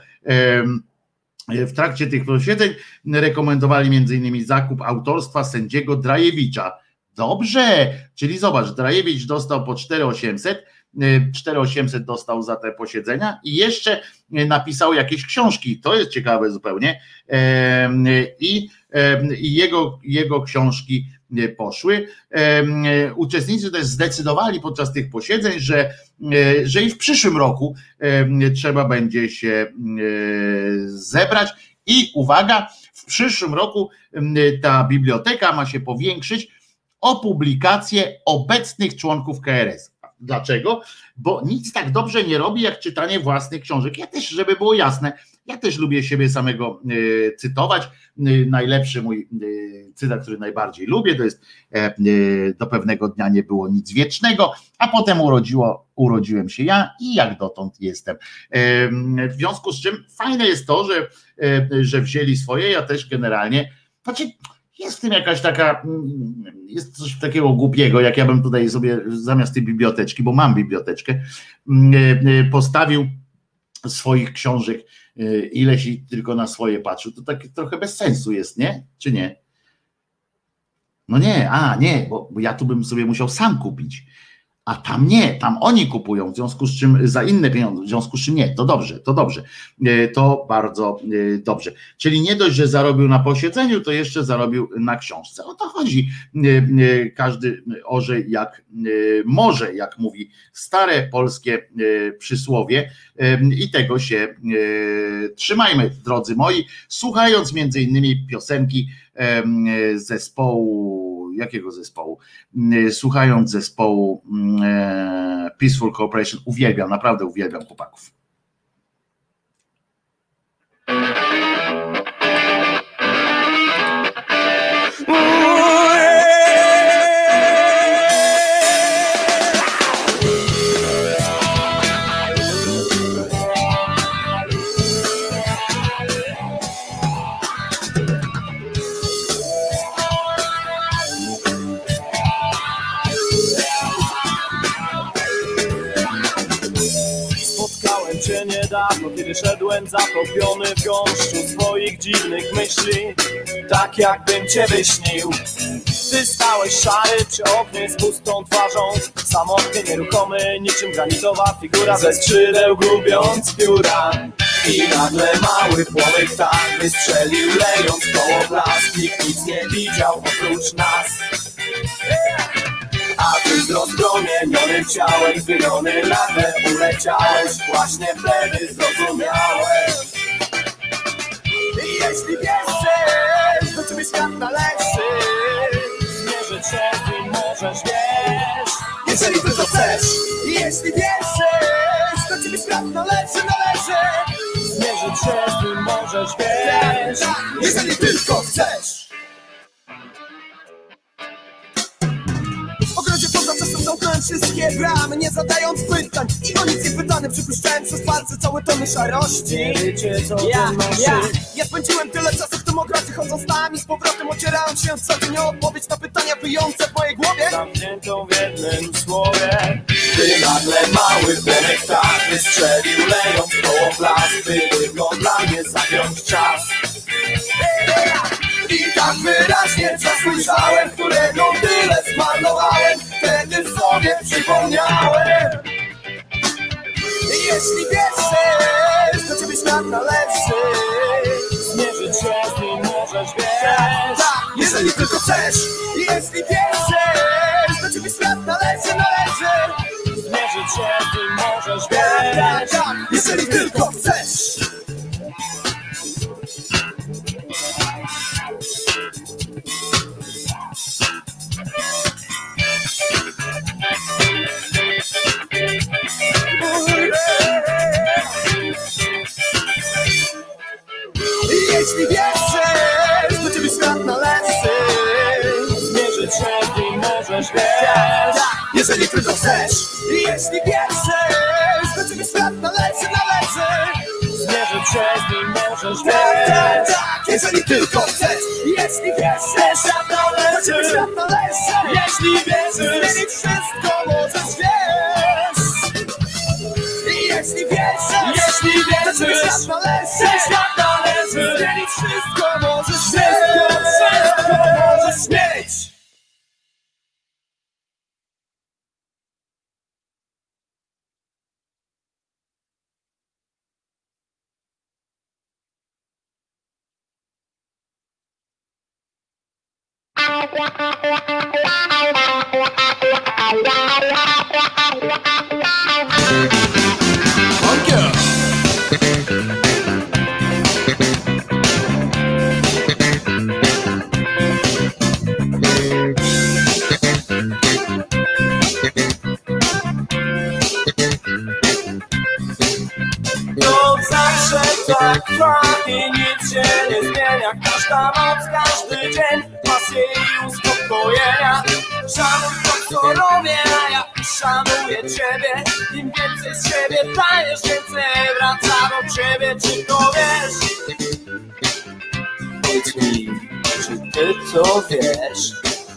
W trakcie tych posiedzeń rekomendowali między innymi zakup autorstwa sędziego Drajewicza. Dobrze, czyli zobacz, Drajewicz dostał po cztery tysiące osiemset, cztery tysiące osiemset dostał za te posiedzenia i jeszcze napisał jakieś książki, to jest ciekawe zupełnie, i, i jego, jego książki poszły. Uczestnicy też zdecydowali podczas tych posiedzeń, że, że i w przyszłym roku trzeba będzie się zebrać i uwaga, w przyszłym roku ta biblioteka ma się powiększyć o publikację obecnych członków K R S. Dlaczego? Bo nic tak dobrze nie robi jak czytanie własnych książek. Ja też, żeby było jasne, ja też lubię siebie samego y, cytować. Y, najlepszy mój y, cytat, który najbardziej lubię, to jest y, do pewnego dnia nie było nic wiecznego, a potem urodziło, urodziłem się ja i jak dotąd jestem. Y, w związku z czym fajne jest to, że, y, że wzięli swoje, ja też generalnie, znaczy jest w tym jakaś taka, jest coś takiego głupiego, jak ja bym tutaj sobie zamiast tej biblioteczki, bo mam biblioteczkę, postawił swoich książek ileś i tylko na swoje patrzył. To tak trochę bez sensu jest, nie? Czy nie? No nie, a nie, bo, bo ja tu bym sobie musiał sam kupić. A tam nie, tam oni kupują, w związku z czym za inne pieniądze, w związku z czym nie, to dobrze, to dobrze, to bardzo dobrze. Czyli nie dość, że zarobił na posiedzeniu, to jeszcze zarobił na książce. O to chodzi. Każdy orze jak może, jak mówi stare polskie przysłowie, i tego się trzymajmy, drodzy moi, słuchając między innymi piosenki zespołu, jakiego zespołu? Słuchając zespołu Peaceful Cooperation, uwielbiam, naprawdę uwielbiam chłopaków. Cię niedawno, kiedy szedłem zatopiony w gąszczu swoich dziwnych myśli, tak jakbym cię wyśnił. Ty stałeś szary przy oknie z pustą twarzą, samotny, nieruchomy, niczym granitowa figura ze skrzydeł gubiąc pióra. I nagle mały płomyk tak wystrzelił, lejąc koło blask. Nikt nic nie widział oprócz nas. A ty z rozpromienionym ciałem zwymiony nagle uleciałeś. Właśnie wtedy zrozumiałeś. I jeśli wierzysz, do ciebie świat należy, zmierzyć się z nim możesz, wiesz. Jeżeli tylko chcesz. I jeśli wierzysz, do ciebie świat należy, należy, zmierzyć się z nim możesz, wiesz. Jeżeli tylko chcesz. W ogrodzie poza czasem zamknąłem wszystkie bramy, nie zadając pytań i o nic nie pytany. Przypuszczałem przez palce całe tony szarości. Nie wiecie co ja, ja, ja spędziłem tyle czasu w tym ogrodzie, chodząc tam i z powrotem ocierając się co dzień o odpowiedź na pytania wyjące w mojej głowie, zamkniętą w jednym słowie. Ty nagle mały płomek tak wystrzelił, lejąc koło blask, by tylko dla mnie zagiąć czas. I tak wyraźnie zasłyszałem, którego tyle zmarnowałem, wtedy sobie przypomniałem. I jeśli wierzysz, do ciebie świat należy, zmierzyć się z nim możesz, wiesz. Tak, jeżeli tylko chcesz. I jeśli wierzysz, do ciebie świat należy, należy, zmierzyć się z nim możesz, wiesz. Tak, tak, jeżeli tylko jeżeli tylko chcesz. I jeśli wierzysz, do ciebie świat należy, należy. Zmierzyć się z nim możesz, tak, tak, tak, jeżeli tylko chcesz. Jeśli wierzysz, świat należy, do ciebie świat należy. Jeśli wierzysz, zmienić wszystko możesz, wiesz. I jeśli wierzysz, jeśli wierzysz, świat należy, świat należy. Zmienić wszystko możesz, wszystko, wszystko możesz zmienić. To zawsze tak trwa i nic się nie zmienia. Każda noc, każdy dzień pasje i uspokojenia. Szanuj to, co robię, a ja szanuję ciebie. Im więcej z siebie dajesz, więcej wraca do ciebie. Czy to wiesz? Powiedz mi, czy ty to wiesz?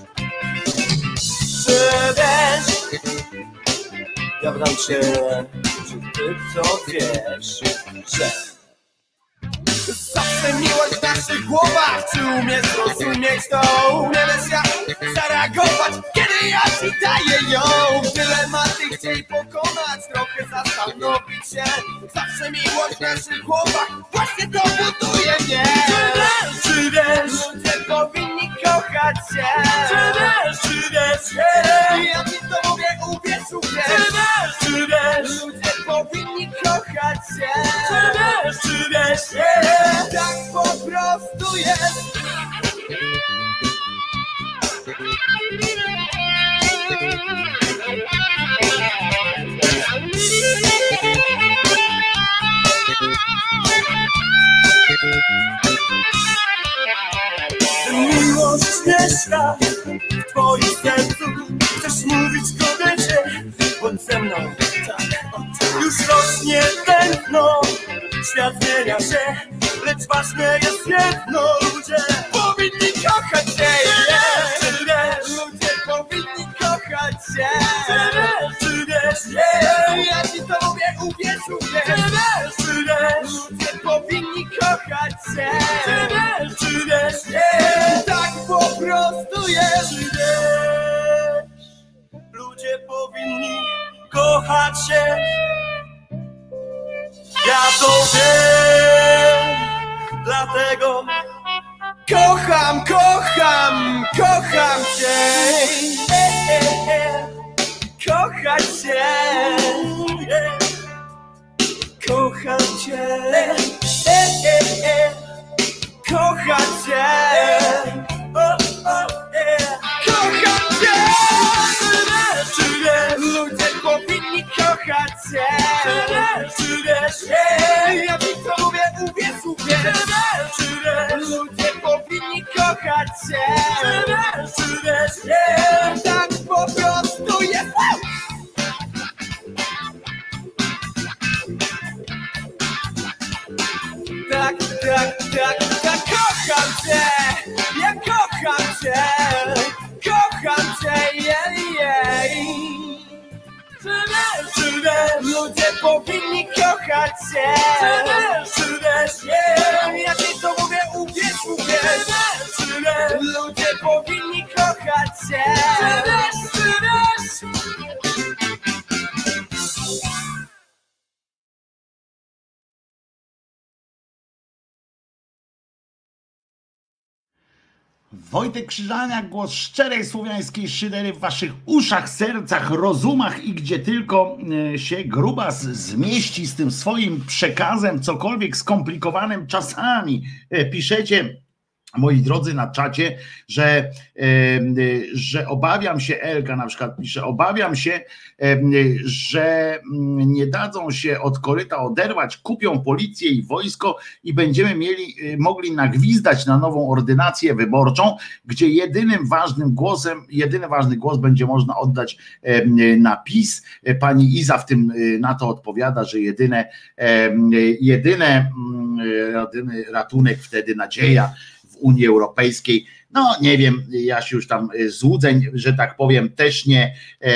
Czy wiesz? Ja pytam cię, czy ty to wiesz, że zawsze miłość w naszych głowach. Czy umiesz zrozumieć to? Umiesz jak zareagować, kiedy ja ci daję ją? Dylematy chciej pokonać, trochę zastanowić się. Zawsze miłość w naszych głowach, właśnie to buduje mnie. Czy wiesz, czy wiesz, ludzie powinni kochać się? Czy wiesz, czy wiesz, yeah. Ja ci to mówię, uwierz, uwierz. Czy wiesz, czy wiesz, ludzie powinni kochać się? Czy wiesz, czy wiesz, yeah. Tak po prostu jest. Miłość mieszka w twoim sercu. Chcesz mówić kobiecie, bądź ze mną, tak, tak. Już rośnie tętno, świat zmienia się, lecz ważne jest jedno. Ludzie powinni kochać się, yeah. Czy wiesz, ludzie powinni kochać się. Czy wiesz, czy wiesz, yeah. Ja ci to mówię, uwierz, uwierz. Czy wiesz, czy wiesz, ludzie powinni kochać się. Czy wiesz, czy wiesz, yeah. Tak po prostu jest. Czy wiesz, ludzie powinni kochać się. Ja to wiem, dlatego kocham, kocham, kocham cię. E, e, e. Kochać cię, e. Kocham cię, e, e, e. Kochać cię, o, o, e. Kocham cię. Czy wiesz, ludzie powinni kochać się. Czy wiesz, czy wiesz, yeah. Ja ci to mówię, uwierz, uwierz. Czy wiesz, czy wiesz, ludzie powinni kochać się. Czy wiesz, czy wiesz, yeah. Tak po prostu jest. Tak, tak, tak, tak, kocham cię. Ja kocham cię. Kocham cię, jej, jej. Czy wiesz, czy wiesz, ludzie powinni kochać się. Czy wiesz, czy wiesz, yeah. Ja ci to mówię, uwierz, uwierz. Czy wiesz, czy wiesz, ludzie powinni kochać się. Czy wiesz, czy wiesz. Wojtek Krzyżaniak, głos szczerej słowiańskiej szydery w waszych uszach, sercach, rozumach i gdzie tylko się grubas zmieści z tym swoim przekazem, cokolwiek skomplikowanym czasami. Piszecie moi drodzy, na czacie, że, że obawiam się, Elka na przykład pisze, obawiam się, że nie dadzą się od koryta oderwać, kupią policję i wojsko i będziemy mieli, mogli nagwizdać na nową ordynację wyborczą, gdzie jedynym ważnym głosem, jedyny ważny głos będzie można oddać na PiS. Pani Iza w tym na to odpowiada, że jedyne, jedyne, jedyny ratunek wtedy, nadzieja w Unii Europejskiej, no nie wiem, ja się już tam złudzeń, że tak powiem, też nie,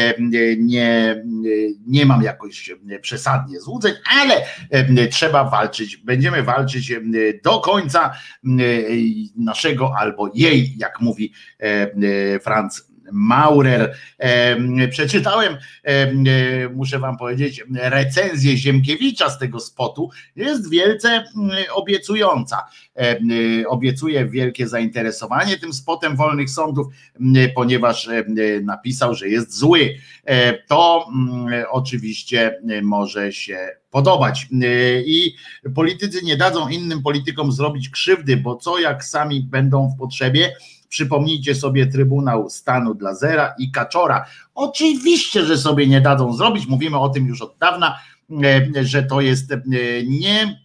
nie, nie mam jakoś przesadnie złudzeń, ale trzeba walczyć, będziemy walczyć do końca naszego albo jej, jak mówi Franz Maurer. Przeczytałem, muszę wam powiedzieć, recenzję Ziemkiewicza z tego spotu, jest wielce obiecująca. Obiecuje wielkie zainteresowanie tym spotem wolnych sądów, ponieważ napisał, że jest zły. To oczywiście może się podobać i politycy nie dadzą innym politykom zrobić krzywdy, bo co jak sami będą w potrzebie. Przypomnijcie sobie Trybunał Stanu dla Zera i Kaczora. Oczywiście, że sobie nie dadzą zrobić, mówimy o tym już od dawna, że to jest nie,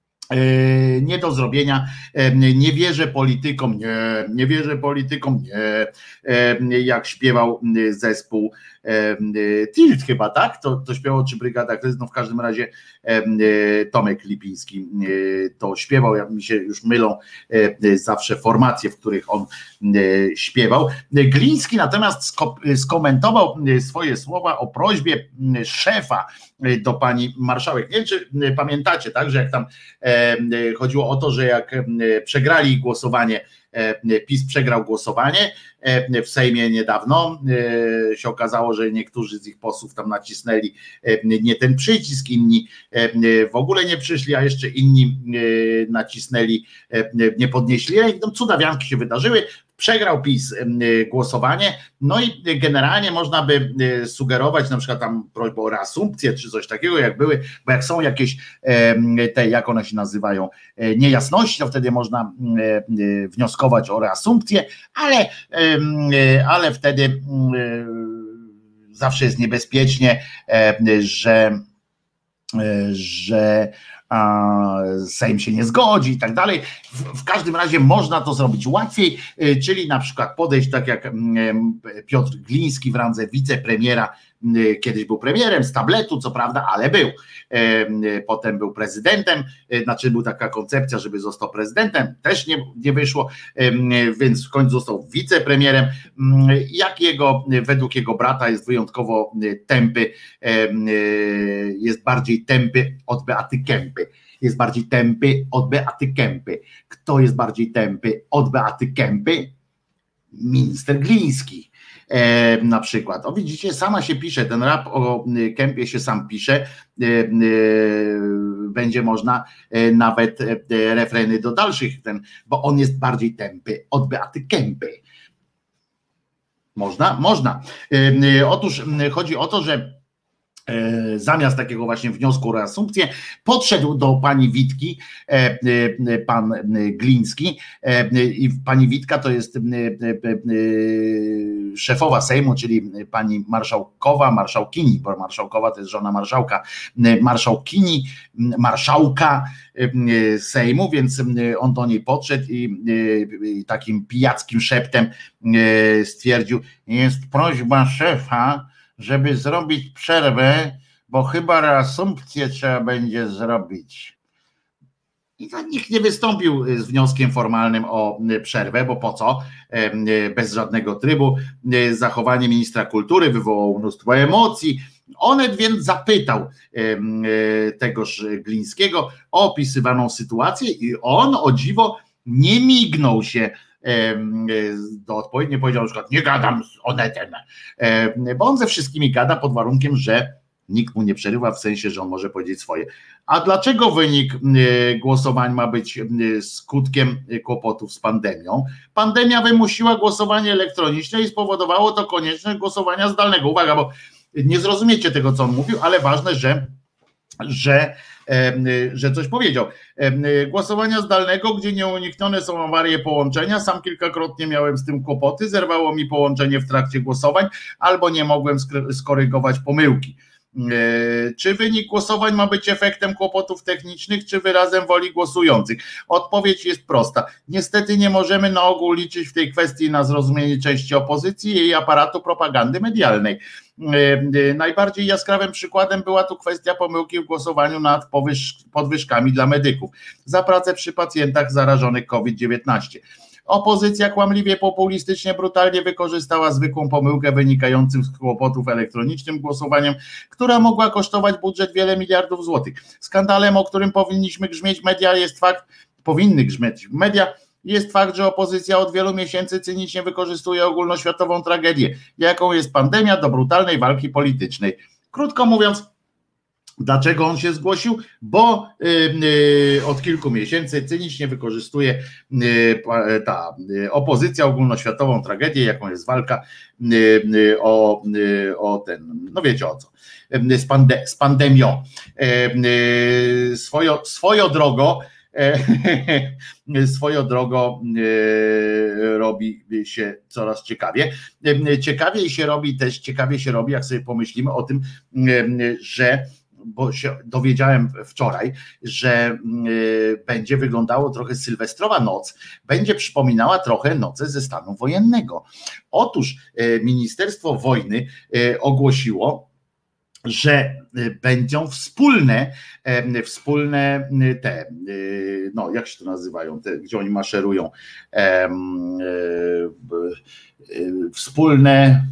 nie do zrobienia. Nie wierzę politykom, nie, nie wierzę politykom, nie, jak śpiewał zespół Tilt chyba, tak? To, to śpiewał, czy Brygada Kryzys, no w każdym razie Tomek Lipiński to śpiewał, jak mi się już mylą zawsze formacje, w których on śpiewał. Gliński natomiast skomentował swoje słowa o prośbie szefa do pani marszałek. Nie wiem, czy pamiętacie, tak, że jak tam chodziło o to, że jak przegrali głosowanie, PiS przegrał głosowanie w Sejmie niedawno, się okazało, że niektórzy z ich posłów tam nacisnęli nie ten przycisk, inni w ogóle nie przyszli, a jeszcze inni nacisnęli, nie podnieśli ręki, cudawianki się wydarzyły. Przegrał PiS głosowanie, no i generalnie można by sugerować na przykład tam prośbę o reasumpcję czy coś takiego, jak były, bo jak są jakieś te, jak one się nazywają, niejasności, to wtedy można wnioskować o reasumpcję, ale, ale wtedy zawsze jest niebezpiecznie, że, że a Sejm się nie zgodzi i tak dalej. W, w każdym razie można to zrobić łatwiej, czyli na przykład podejść tak jak Piotr Gliński w randze wicepremiera, kiedyś był premierem z tabletu, co prawda, ale był. Potem był prezydentem, znaczy była taka koncepcja, żeby został prezydentem, też nie, nie wyszło, więc w końcu został wicepremierem. Jak jego, według jego brata jest wyjątkowo tępy, jest bardziej tępy od Beaty Kempy. Jest bardziej tępy od Beaty Kempy. Kto jest bardziej tępy od Beaty Kempy? Minister Gliński. E, na przykład. O widzicie, sama się pisze, ten rap o Kempie się sam pisze, e, e, będzie można e, nawet e, refreny do dalszych, ten, bo on jest bardziej tępy od Beaty Kempy. Można? Można. E, e, otóż chodzi o to, że zamiast takiego właśnie wniosku o reasumpcję podszedł do pani Witki pan Gliński i pani Witka to jest szefowa Sejmu, czyli pani marszałkowa, marszałkini, bo marszałkowa to jest żona marszałka, marszałkini, marszałka Sejmu, więc on do niej podszedł i, i takim pijackim szeptem stwierdził: jest prośba szefa, żeby zrobić przerwę, bo chyba reasumpcję trzeba będzie zrobić. I to nikt nie wystąpił z wnioskiem formalnym o przerwę, bo po co? Bez żadnego trybu. Zachowanie ministra kultury wywołało mnóstwo emocji. Onet więc zapytał tegoż Glińskiego o opisywaną sytuację i on, o dziwo, nie mignął się do odpowiedzi, nie powiedział na przykład: nie gadam z Onetem, bo on ze wszystkimi gada pod warunkiem, że nikt mu nie przerywa, w sensie, że on może powiedzieć swoje. A dlaczego wynik głosowań ma być skutkiem kłopotów z pandemią? Pandemia wymusiła głosowanie elektroniczne i spowodowało to konieczność głosowania zdalnego. Uwaga, bo nie zrozumiecie tego, co on mówił, ale ważne, że, że że coś powiedział. Głosowania zdalnego, gdzie nieuniknione są awarie połączenia, sam kilkakrotnie miałem z tym kłopoty, zerwało mi połączenie w trakcie głosowań, albo nie mogłem skorygować pomyłki. Czy wynik głosowań ma być efektem kłopotów technicznych, czy wyrazem woli głosujących? Odpowiedź jest prosta. Niestety nie możemy na ogół liczyć w tej kwestii na zrozumienie części opozycji i jej aparatu propagandy medialnej. Najbardziej jaskrawym przykładem była tu kwestia pomyłki w głosowaniu nad podwyżkami dla medyków za pracę przy pacjentach zarażonych COVID dziewiętnaście. Opozycja kłamliwie, populistycznie, brutalnie wykorzystała zwykłą pomyłkę wynikającą z kłopotów elektronicznym głosowaniem, która mogła kosztować budżet wiele miliardów złotych. Skandalem, o którym powinniśmy grzmieć media, jest fakt, powinny grzmieć media, jest fakt, że opozycja od wielu miesięcy cynicznie wykorzystuje ogólnoświatową tragedię, jaką jest pandemia, do brutalnej walki politycznej. Krótko mówiąc, dlaczego on się zgłosił? Bo y, y, od kilku miesięcy cynicznie wykorzystuje y, ta y, opozycja ogólnoświatową tragedię, jaką jest walka y, y, o, y, o ten, no wiecie o co, y, z, pande, z pandemią. Y, y, swojo, swoją drogą swoją drogą robi się coraz ciekawie. Ciekawiej się robi też, ciekawie się robi, jak sobie pomyślimy o tym, że bo się dowiedziałem wczoraj, że będzie wyglądało trochę sylwestrowa noc, będzie przypominała trochę noce ze stanu wojennego. Otóż Ministerstwo Wojny ogłosiło, że będą wspólne, wspólne te, no jak się to nazywają, te, gdzie oni maszerują, wspólne,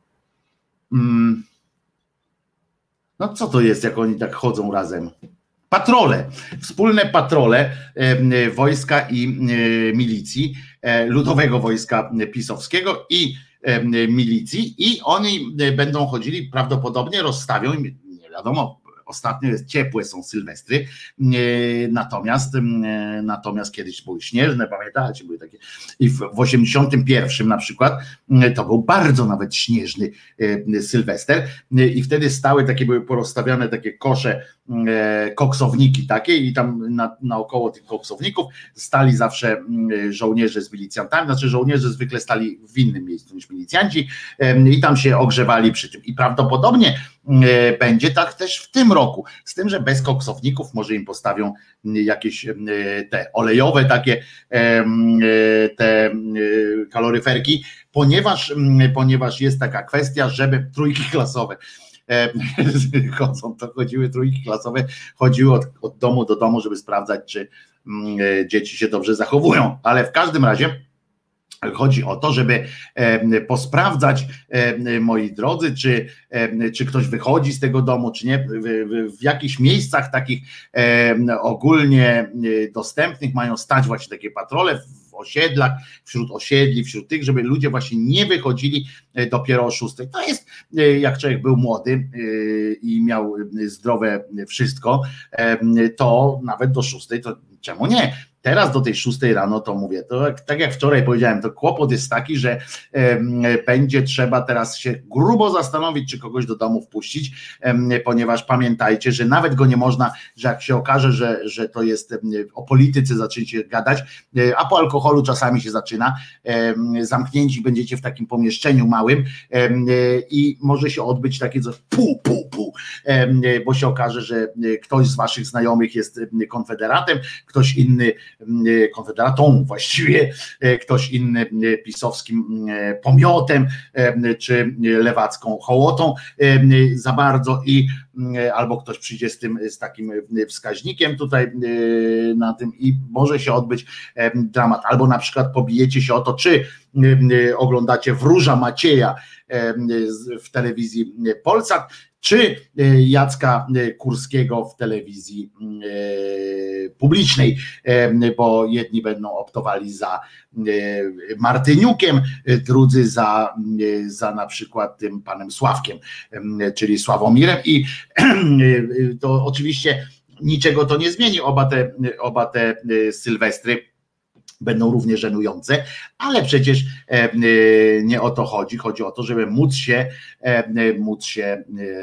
no co to jest, jak oni tak chodzą razem? Patrole, wspólne patrole wojska i milicji, Ludowego Wojska Pisowskiego i milicji, i oni będą chodzili, prawdopodobnie rozstawią, nie wiadomo, ostatnio jest ciepłe, są sylwestry, natomiast natomiast kiedyś były śnieżne, pamiętacie, były takie, i w osiemdziesiątym pierwszym na przykład to był bardzo nawet śnieżny sylwester i wtedy stały takie, były porozstawiane takie kosze, koksowniki takie i tam na, naokoło tych koksowników stali zawsze żołnierze z milicjantami, znaczy żołnierze zwykle stali w innym miejscu niż milicjanci i tam się ogrzewali przy tym i prawdopodobnie będzie tak też w tym roku, z tym, że bez koksowników może im postawią jakieś te olejowe takie te kaloryferki, ponieważ, ponieważ jest taka kwestia, żeby trójki klasowe chodzą, to chodziły trójki klasowe, chodziły od, od domu do domu, żeby sprawdzać, czy dzieci się dobrze zachowują, ale w każdym razie chodzi o to, żeby posprawdzać, moi drodzy, czy, czy ktoś wychodzi z tego domu, czy nie. W, w jakichś miejscach takich ogólnie dostępnych mają stać właśnie takie patrole, w osiedlach, wśród osiedli, wśród tych, żeby ludzie właśnie nie wychodzili dopiero o szóstej. To jest, jak człowiek był młody i miał zdrowe wszystko, to nawet do szóstej, to czemu nie? Teraz do tej szóstej rano to mówię, to tak jak wczoraj powiedziałem, to kłopot jest taki, że e, będzie trzeba teraz się grubo zastanowić, czy kogoś do domu wpuścić, e, ponieważ pamiętajcie, że nawet go nie można, że jak się okaże, że, że to jest e, o polityce zaczniecie gadać, e, a po alkoholu czasami się zaczyna, e, zamknięci będziecie w takim pomieszczeniu małym e, i może się odbyć takie coś pu, pu, pu, e, bo się okaże, że ktoś z waszych znajomych jest konfederatem, ktoś inny konfederatą właściwie, ktoś inny pisowskim pomiotem, czy lewacką hołotą za bardzo i albo ktoś przyjdzie z tym, z takim wskaźnikiem tutaj na tym i może się odbyć dramat, albo na przykład pobijecie się o to, czy oglądacie Wróża Macieja w telewizji Polsat, czy Jacka Kurskiego w telewizji publicznej, bo jedni będą optowali za Martyniukiem, drudzy za, za na przykład tym panem Sławkiem, czyli Sławomirem, i to oczywiście niczego to nie zmieni, oba te, oba te sylwestry będą równie żenujące, ale przecież nie o to chodzi. Chodzi o to, żeby móc się, móc się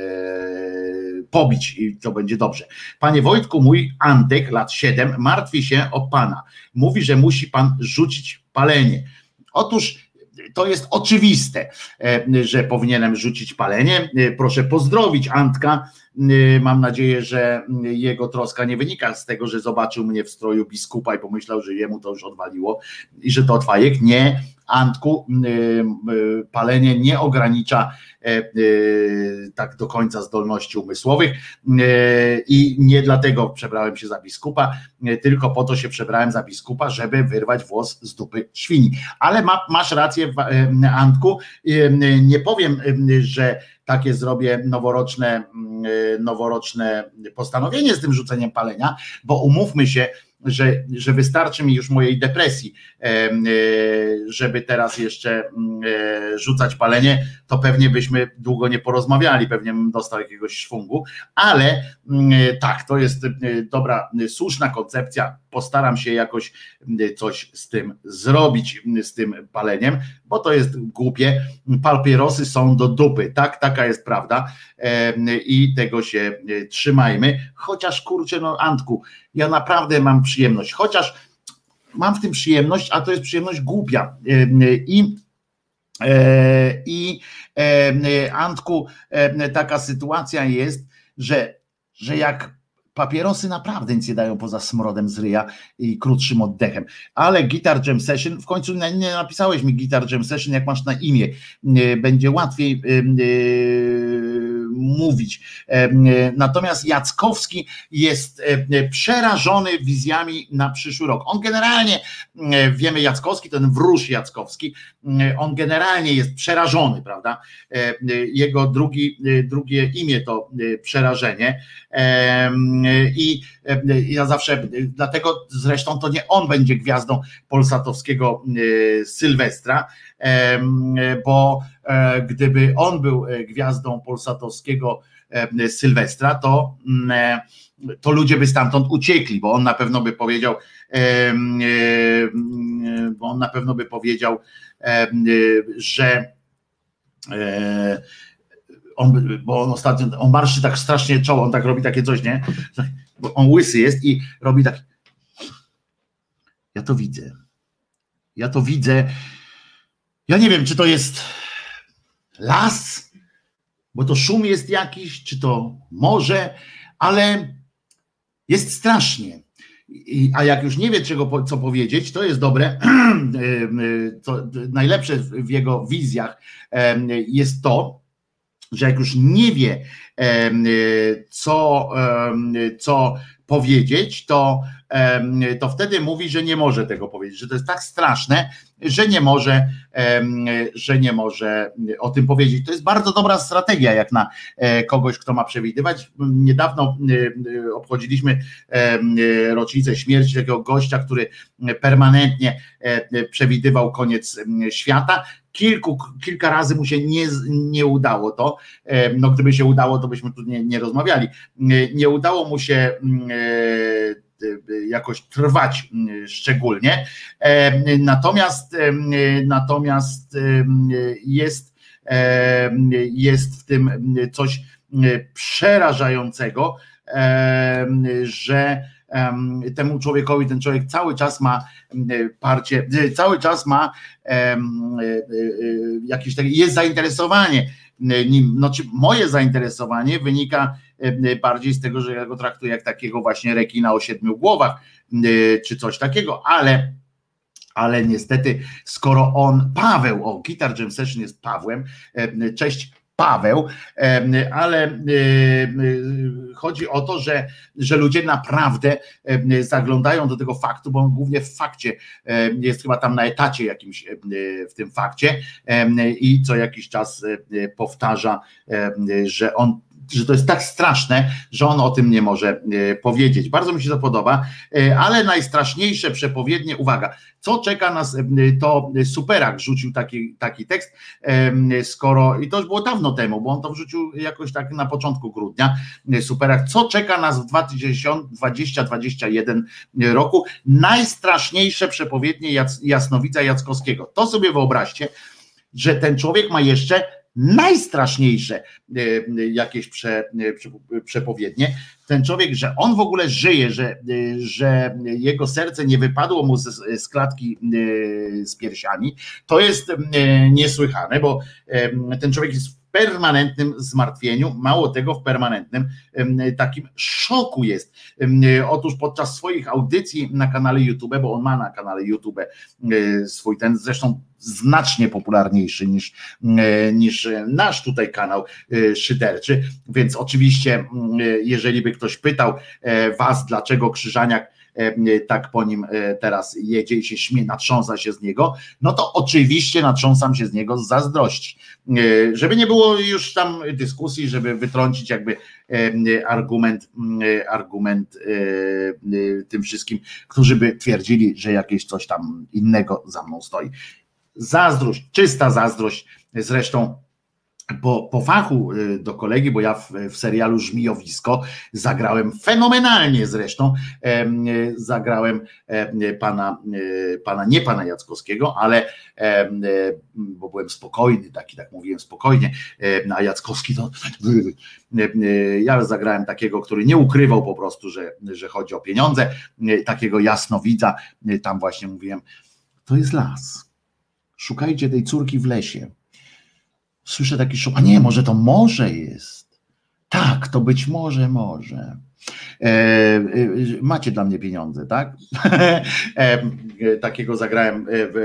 pobić i to będzie dobrze. Panie Wojtku, mój Antek, lat siedem, martwi się o pana. Mówi, że musi pan rzucić palenie. Otóż to jest oczywiste, że powinienem rzucić palenie. Proszę pozdrowić Antka. Mam nadzieję, że jego troska nie wynika z tego, że zobaczył mnie w stroju biskupa i pomyślał, że jemu to już odwaliło i że to odwajek. Nie, Antku, palenie nie ogranicza tak do końca zdolności umysłowych i nie dlatego przebrałem się za biskupa, tylko po to się przebrałem za biskupa, żeby wyrwać włos z dupy świni. Ale ma, masz rację, Antku, nie powiem, że takie zrobię noworoczne, noworoczne postanowienie z tym rzuceniem palenia, bo umówmy się, że, że wystarczy mi już mojej depresji, żeby teraz jeszcze rzucać palenie, to pewnie byśmy długo nie porozmawiali, pewnie bym dostał jakiegoś szwungu, ale tak, to jest dobra, słuszna koncepcja, postaram się jakoś coś z tym zrobić, z tym paleniem, bo to jest głupie, papierosy są do dupy, tak, taka jest prawda i tego się trzymajmy, chociaż kurczę, no Antku, ja naprawdę mam przyjemność, chociaż mam w tym przyjemność, a to jest przyjemność głupia i i Antku, taka sytuacja jest, że, że jak papierosy naprawdę nic nie dają poza smrodem z ryja i krótszym oddechem, ale Guitar Jam Session, w końcu nie napisałeś mi Guitar Jam Session, jak masz na imię, będzie łatwiej mówić. Natomiast Jackowski jest przerażony wizjami na przyszły rok. On generalnie, wiemy, Jackowski, ten wróż Jackowski, on generalnie jest przerażony, prawda? Jego drugi, drugie imię to przerażenie. I ja zawsze, dlatego zresztą to nie on będzie gwiazdą polsatowskiego Sylwestra, bo gdyby on był gwiazdą polsatowskiego Sylwestra, to, to ludzie by stamtąd uciekli, bo on na pewno by powiedział, bo on na pewno by powiedział, że on, bo on ostatnio, on marszczy tak strasznie czoło, on tak robi takie coś, nie? Bo on łysy jest i robi tak. Ja to widzę. Ja to widzę. Ja nie wiem, czy to jest las, bo to szum jest jakiś, czy to morze, ale jest strasznie. I, a jak już nie wie, czego, co powiedzieć, to jest dobre. To najlepsze w jego wizjach jest to, że jak już nie wie, co, co powiedzieć, to, to wtedy mówi, że nie może tego powiedzieć, że to jest tak straszne, że nie może, że nie może o tym powiedzieć. To jest bardzo dobra strategia, jak na kogoś, kto ma przewidywać. Niedawno obchodziliśmy rocznicę śmierci takiego gościa, który permanentnie przewidywał koniec świata. Kilku, kilka razy mu się nie, nie udało to, no gdyby się udało, to byśmy tu nie, nie rozmawiali, nie udało mu się jakoś trwać szczególnie, natomiast natomiast jest, jest w tym coś przerażającego, że temu człowiekowi, ten człowiek cały czas ma parcie, cały czas ma jakieś takie, jest zainteresowanie nim, znaczy moje zainteresowanie wynika bardziej z tego, że ja go traktuję jak takiego właśnie rekina o siedmiu głowach, czy coś takiego, ale ale niestety, skoro on, Paweł, o, Guitar Jam Session jest Pawłem, cześć Paweł, ale chodzi o to, że, że ludzie naprawdę zaglądają do tego faktu, bo on głównie w fakcie jest chyba tam na etacie jakimś w tym fakcie i co jakiś czas powtarza, że on że to jest tak straszne, że on o tym nie może powiedzieć. Bardzo mi się to podoba, ale najstraszniejsze przepowiednie, uwaga, co czeka nas, to Superak rzucił taki, taki tekst, skoro, i to już było dawno temu, bo on to wrzucił jakoś tak na początku grudnia, Superak, co czeka nas w dwa tysiące dwudziestym do dwudziestego pierwszego roku, najstraszniejsze przepowiednie Jasnowidza Jackowskiego. To sobie wyobraźcie, że ten człowiek ma jeszcze najstraszniejsze jakieś prze, przepowiednie. Ten człowiek, że on w ogóle żyje, że, że jego serce nie wypadło mu z, z klatki z piersiami, to jest niesłychane, bo ten człowiek jest w permanentnym zmartwieniu, mało tego, w permanentnym takim szoku jest. Otóż podczas swoich audycji na kanale YouTube, bo on ma na kanale YouTube swój ten, zresztą znacznie popularniejszy niż, niż nasz tutaj kanał szyderczy, więc oczywiście jeżeli by ktoś pytał was, dlaczego Krzyżaniak tak po nim teraz jedzie i się śmie, natrząsa się z niego, no to oczywiście natrząsam się z niego z zazdrości. Żeby nie było już tam dyskusji, żeby wytrącić jakby argument, argument tym wszystkim, którzy by twierdzili, że jakieś coś tam innego za mną stoi. Zazdrość, czysta zazdrość, zresztą Po, po fachu do kolegi, bo ja w, w serialu Żmijowisko zagrałem fenomenalnie zresztą, e, zagrałem e, pana, e, pana, nie pana Jackowskiego, ale e, bo byłem spokojny, taki, tak mówiłem spokojnie, e, a Jackowski to e, e, ja zagrałem takiego, który nie ukrywał po prostu, że, że chodzi o pieniądze, e, takiego jasnowidza, e, tam właśnie mówiłem, to jest las, szukajcie tej córki w lesie. Słyszę taki szum, a nie, może to morze jest. Tak, to być może, może. E, e, macie dla mnie pieniądze, tak? e, takiego zagrałem w,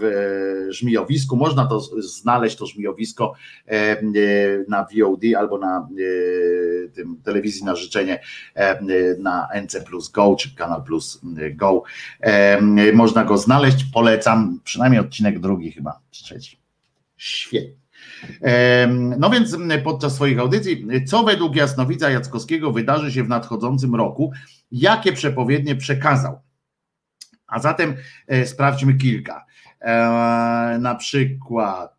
w Żmijowisku. Można to znaleźć, to Żmijowisko e, na V O D albo na e, tym telewizji na życzenie e, na N C Plus Go, czy Kanal Plus Go. E, można go znaleźć, polecam, przynajmniej odcinek drugi chyba, trzeci. Świetnie. No więc podczas swoich audycji, co według Jasnowidza Jackowskiego wydarzy się w nadchodzącym roku, jakie przepowiednie przekazał. A zatem e, sprawdźmy kilka. E, na przykład,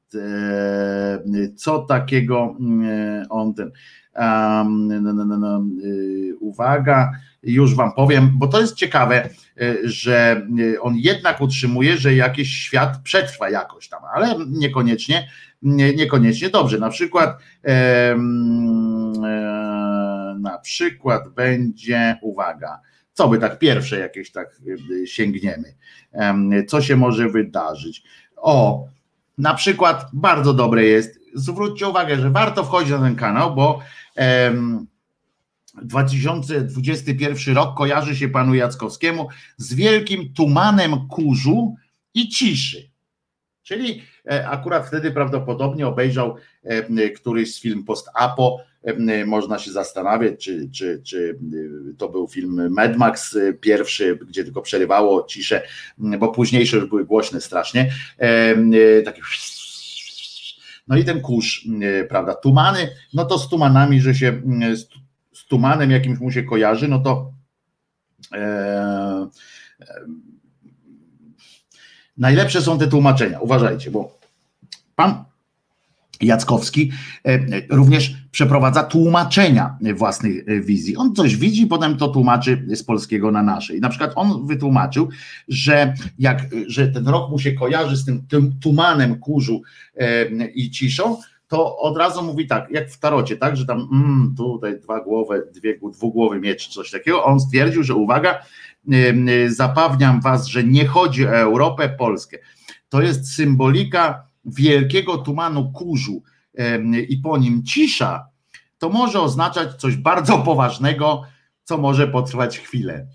e, co takiego e, on ten. Um, no, no, no, no, y, uwaga, już wam powiem, bo to jest ciekawe, y, że y, on jednak utrzymuje, że jakiś świat przetrwa jakoś tam, ale niekoniecznie, nie, niekoniecznie dobrze. Na przykład y, y, na przykład będzie, uwaga, co by tak pierwsze jakieś tak y, sięgniemy, y, co się może wydarzyć. O, na przykład bardzo dobre jest, zwróćcie uwagę, że warto wchodzić na ten kanał, bo dwa tysiące dwudziesty pierwszy rok kojarzy się panu Jackowskiemu z wielkim tumanem kurzu i ciszy. Czyli akurat wtedy prawdopodobnie obejrzał któryś z film post-apo. Można się zastanawiać, czy, czy, czy to był film Mad Max pierwszy, gdzie tylko przerywało ciszę, bo późniejsze już były głośne strasznie. Takie no i ten kurz, prawda, tumany, no to z tumanami, że się z, z tumanem jakimś mu się kojarzy, no to e, e, najlepsze są te tłumaczenia, uważajcie, bo pan Jackowski e, również przeprowadza tłumaczenia własnych wizji. On coś widzi, potem to tłumaczy z polskiego na nasze. I na przykład on wytłumaczył, że jak, że ten rok mu się kojarzy z tym, tym tumanem kurzu e, i ciszą, to od razu mówi tak, jak w tarocie, tak, że tam mm, tutaj dwa głowy, dwie, dwugłowy miecz, coś takiego. On stwierdził, że uwaga, e, zapewniam was, że nie chodzi o Europę, Polskę. To jest symbolika wielkiego tumanu kurzu i po nim cisza, to może oznaczać coś bardzo poważnego, co może potrwać chwilę.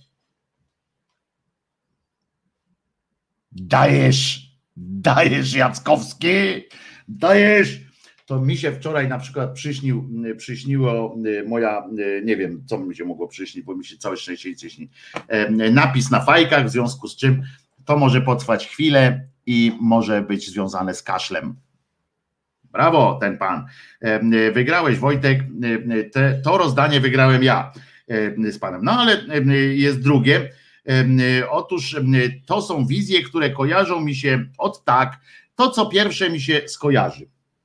Dajesz, dajesz Jackowski, dajesz. To mi się wczoraj na przykład przyśnił, przyśniło moja, nie wiem, co mi się mogło przyśnić, bo mi się całe szczęście śni, napis na fajkach, w związku z czym to może potrwać chwilę i może być związane z kaszlem. Brawo, ten pan. Wygrałeś, Wojtek, te, to rozdanie wygrałem ja z panem. No ale jest drugie. Otóż to są wizje, które kojarzą mi się od tak, to co pierwsze mi się skojarzy.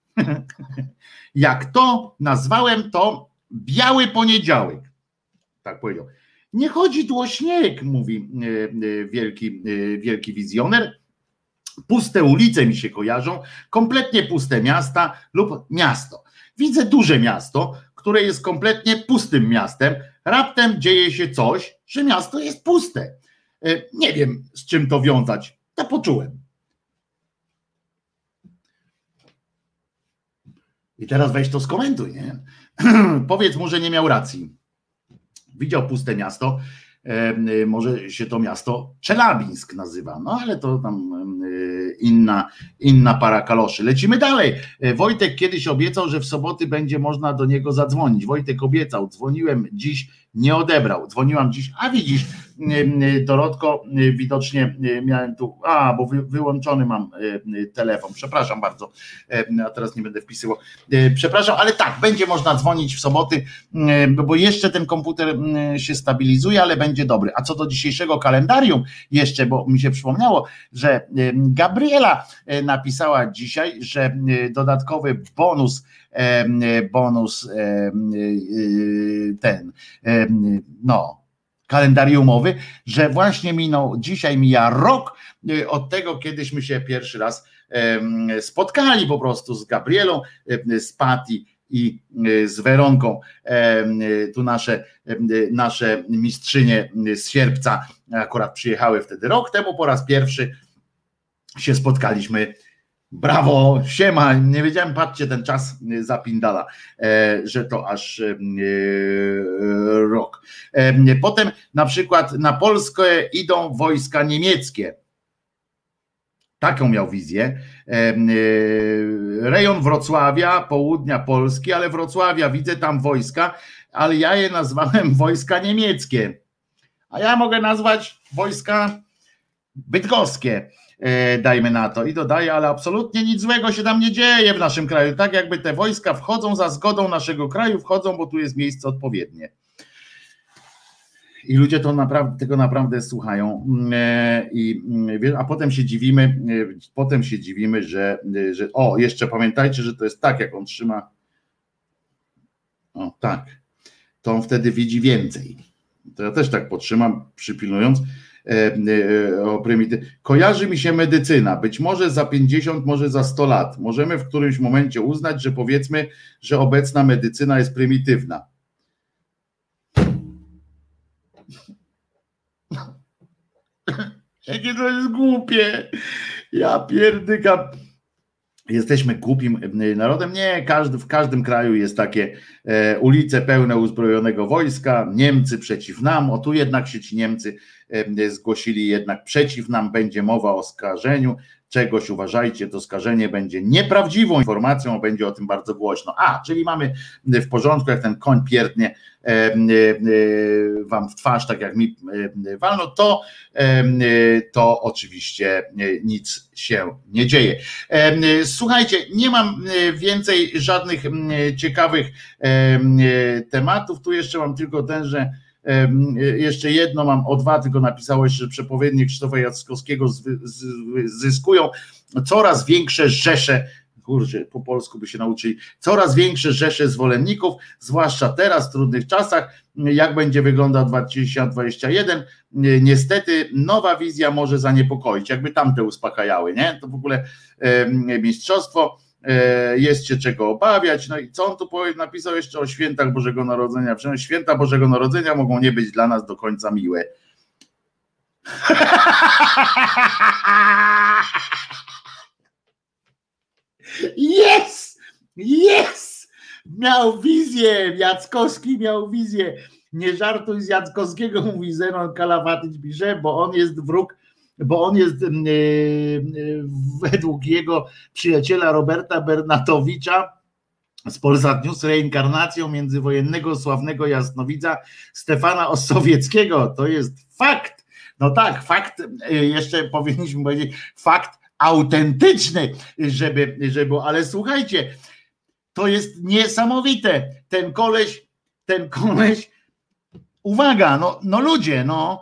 Jak to nazwałem, to biały poniedziałek. Tak powiedział. Nie chodzi tu o śnieg, mówi wielki, wielki wizjoner. Puste ulice mi się kojarzą, kompletnie puste miasta lub miasto. Widzę duże miasto, które jest kompletnie pustym miastem. Raptem dzieje się coś, że miasto jest puste. Nie wiem, z czym to wiązać. To poczułem. I teraz weź to skomentuj, nie? Powiedz mu, że nie miał racji. Widział puste miasto, e, może się to miasto Czelabińsk nazywa, no ale to tam e, inna, inna para kaloszy. Lecimy dalej. E, Wojtek kiedyś obiecał, że w soboty będzie można do niego zadzwonić. Wojtek obiecał, dzwoniłem dziś, nie odebrał. Dzwoniłam dziś, a widzisz, e, Dorotko, e, widocznie e, miałem tu, a bo wy, wyłączony mam e, telefon, przepraszam bardzo, e, a teraz nie będę wpisywał. E, przepraszam, ale tak, będzie można dzwonić w soboty, e, bo jeszcze ten komputer e, się stabilizuje, ale będzie dobry. A co do dzisiejszego kalendarium jeszcze, bo mi się przypomniało, że e, Gabriela e, napisała dzisiaj, że e, dodatkowy bonus bonus ten no kalendariumowy, że właśnie minął, dzisiaj mija rok od tego, kiedyśmy się pierwszy raz spotkali po prostu z Gabrielą, z Patty i z Weronką, tu nasze, nasze mistrzynie z Sierpca akurat przyjechały wtedy rok temu, po raz pierwszy się spotkaliśmy. Brawo, siema, nie wiedziałem, patrzcie, ten czas zapindala, że to aż rok. Potem na przykład na Polskę idą wojska niemieckie. Taką miał wizję. Rejon Wrocławia, południa Polski, ale Wrocławia, widzę tam wojska, ale ja je nazwałem wojska niemieckie. A ja mogę nazwać wojska bydgoskie. Dajmy na to i dodaję, ale absolutnie nic złego się tam nie dzieje w naszym kraju, tak jakby te wojska wchodzą za zgodą naszego kraju, wchodzą, bo tu jest miejsce odpowiednie i ludzie to naprawdę, tego naprawdę słuchają i, a potem się dziwimy potem się dziwimy, że, że o, jeszcze pamiętajcie, że to jest tak, jak on trzyma, o tak, to on wtedy widzi więcej, to ja też tak potrzymam, przypilnując. O prymityw. Kojarzy mi się medycyna, być może za pięćdziesiąt, może za sto lat. Możemy w którymś momencie uznać, że powiedzmy, że obecna medycyna jest prymitywna. Jakie to jest głupie. Ja pierdykam. Jesteśmy głupim narodem. Nie, każdy, w każdym kraju jest takie e, ulice pełne uzbrojonego wojska, Niemcy przeciw nam, o tu jednak się ci Niemcy e, zgłosili jednak przeciw nam, będzie mowa o skażeniu czegoś, uważajcie, to skażenie będzie nieprawdziwą informacją, będzie o tym bardzo głośno. A, czyli mamy w porządku, jak ten koń pierdnie e, e, wam w twarz, tak jak mi e, walno, to, e, to oczywiście nic się nie dzieje. E, słuchajcie, nie mam więcej żadnych ciekawych e, tematów, tu jeszcze mam tylko ten, że jeszcze jedno mam, o dwa tylko napisałeś, że przepowiednie Krzysztofa Jackowskiego zyskują coraz większe rzesze, kurczę, po polsku by się nauczyli, coraz większe rzesze zwolenników, zwłaszcza teraz w trudnych czasach, jak będzie wyglądał dwa tysiące dwudziesty pierwszy, niestety nowa wizja może zaniepokoić, jakby tamte uspokajały, nie? To w ogóle e, mistrzostwo, jest się czego obawiać, no i co on tu napisał jeszcze o świętach Bożego Narodzenia, przynajmniej święta Bożego Narodzenia mogą nie być dla nas do końca miłe. Yes! Yes! Miał wizję, Jackowski miał wizję, nie żartuj z Jackowskiego, mówi Zenon Kalawatyć pisze, bo on jest wróg, bo on jest yy, yy, według jego przyjaciela Roberta Bernatowicza z Polsat News reinkarnacją międzywojennego sławnego jasnowidza Stefana Ossowieckiego. To jest fakt. No tak, fakt, yy, jeszcze powinniśmy powiedzieć, fakt autentyczny, żeby, żeby, ale słuchajcie, to jest niesamowite. Ten koleś, ten koleś, uwaga, no, no ludzie, no,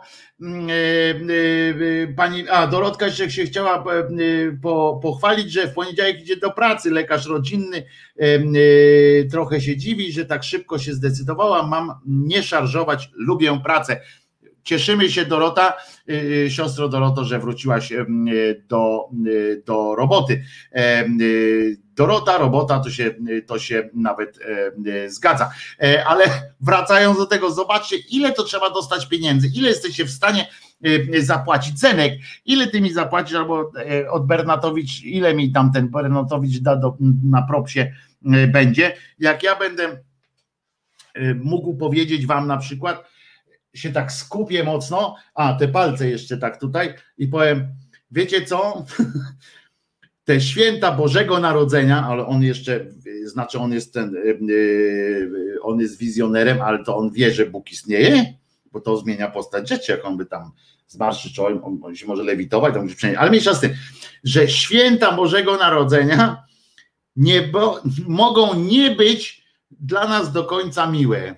pani, a Dorotka jeszcze się chciała po, pochwalić, że w poniedziałek idzie do pracy, lekarz rodzinny trochę się dziwi, że tak szybko się zdecydowała, mam nie szarżować, lubię pracę. Cieszymy się, Dorota, siostro Doroto, że wróciłaś do, do roboty. Dorota, robota, to się, to się nawet zgadza. Ale wracając do tego, zobaczcie, ile to trzeba dostać pieniędzy, ile jesteście w stanie zapłacić. Zenek, ile ty mi zapłacisz, albo od Bernatowicz, ile mi tam ten Bernatowicz da do, na propsie będzie, jak ja będę mógł powiedzieć wam na przykład, się tak skupię mocno, a te palce jeszcze tak tutaj i powiem, wiecie co, te święta Bożego Narodzenia, ale on jeszcze, znaczy on jest ten, on jest wizjonerem, ale to on wie, że Bóg istnieje, bo to zmienia postać rzeczy, jak on by tam zmarszczy czołem, on, on się może lewitować, on się przenieść, ale mniejsza z tym, że święta Bożego Narodzenia nie bo, mogą nie być dla nas do końca miłe.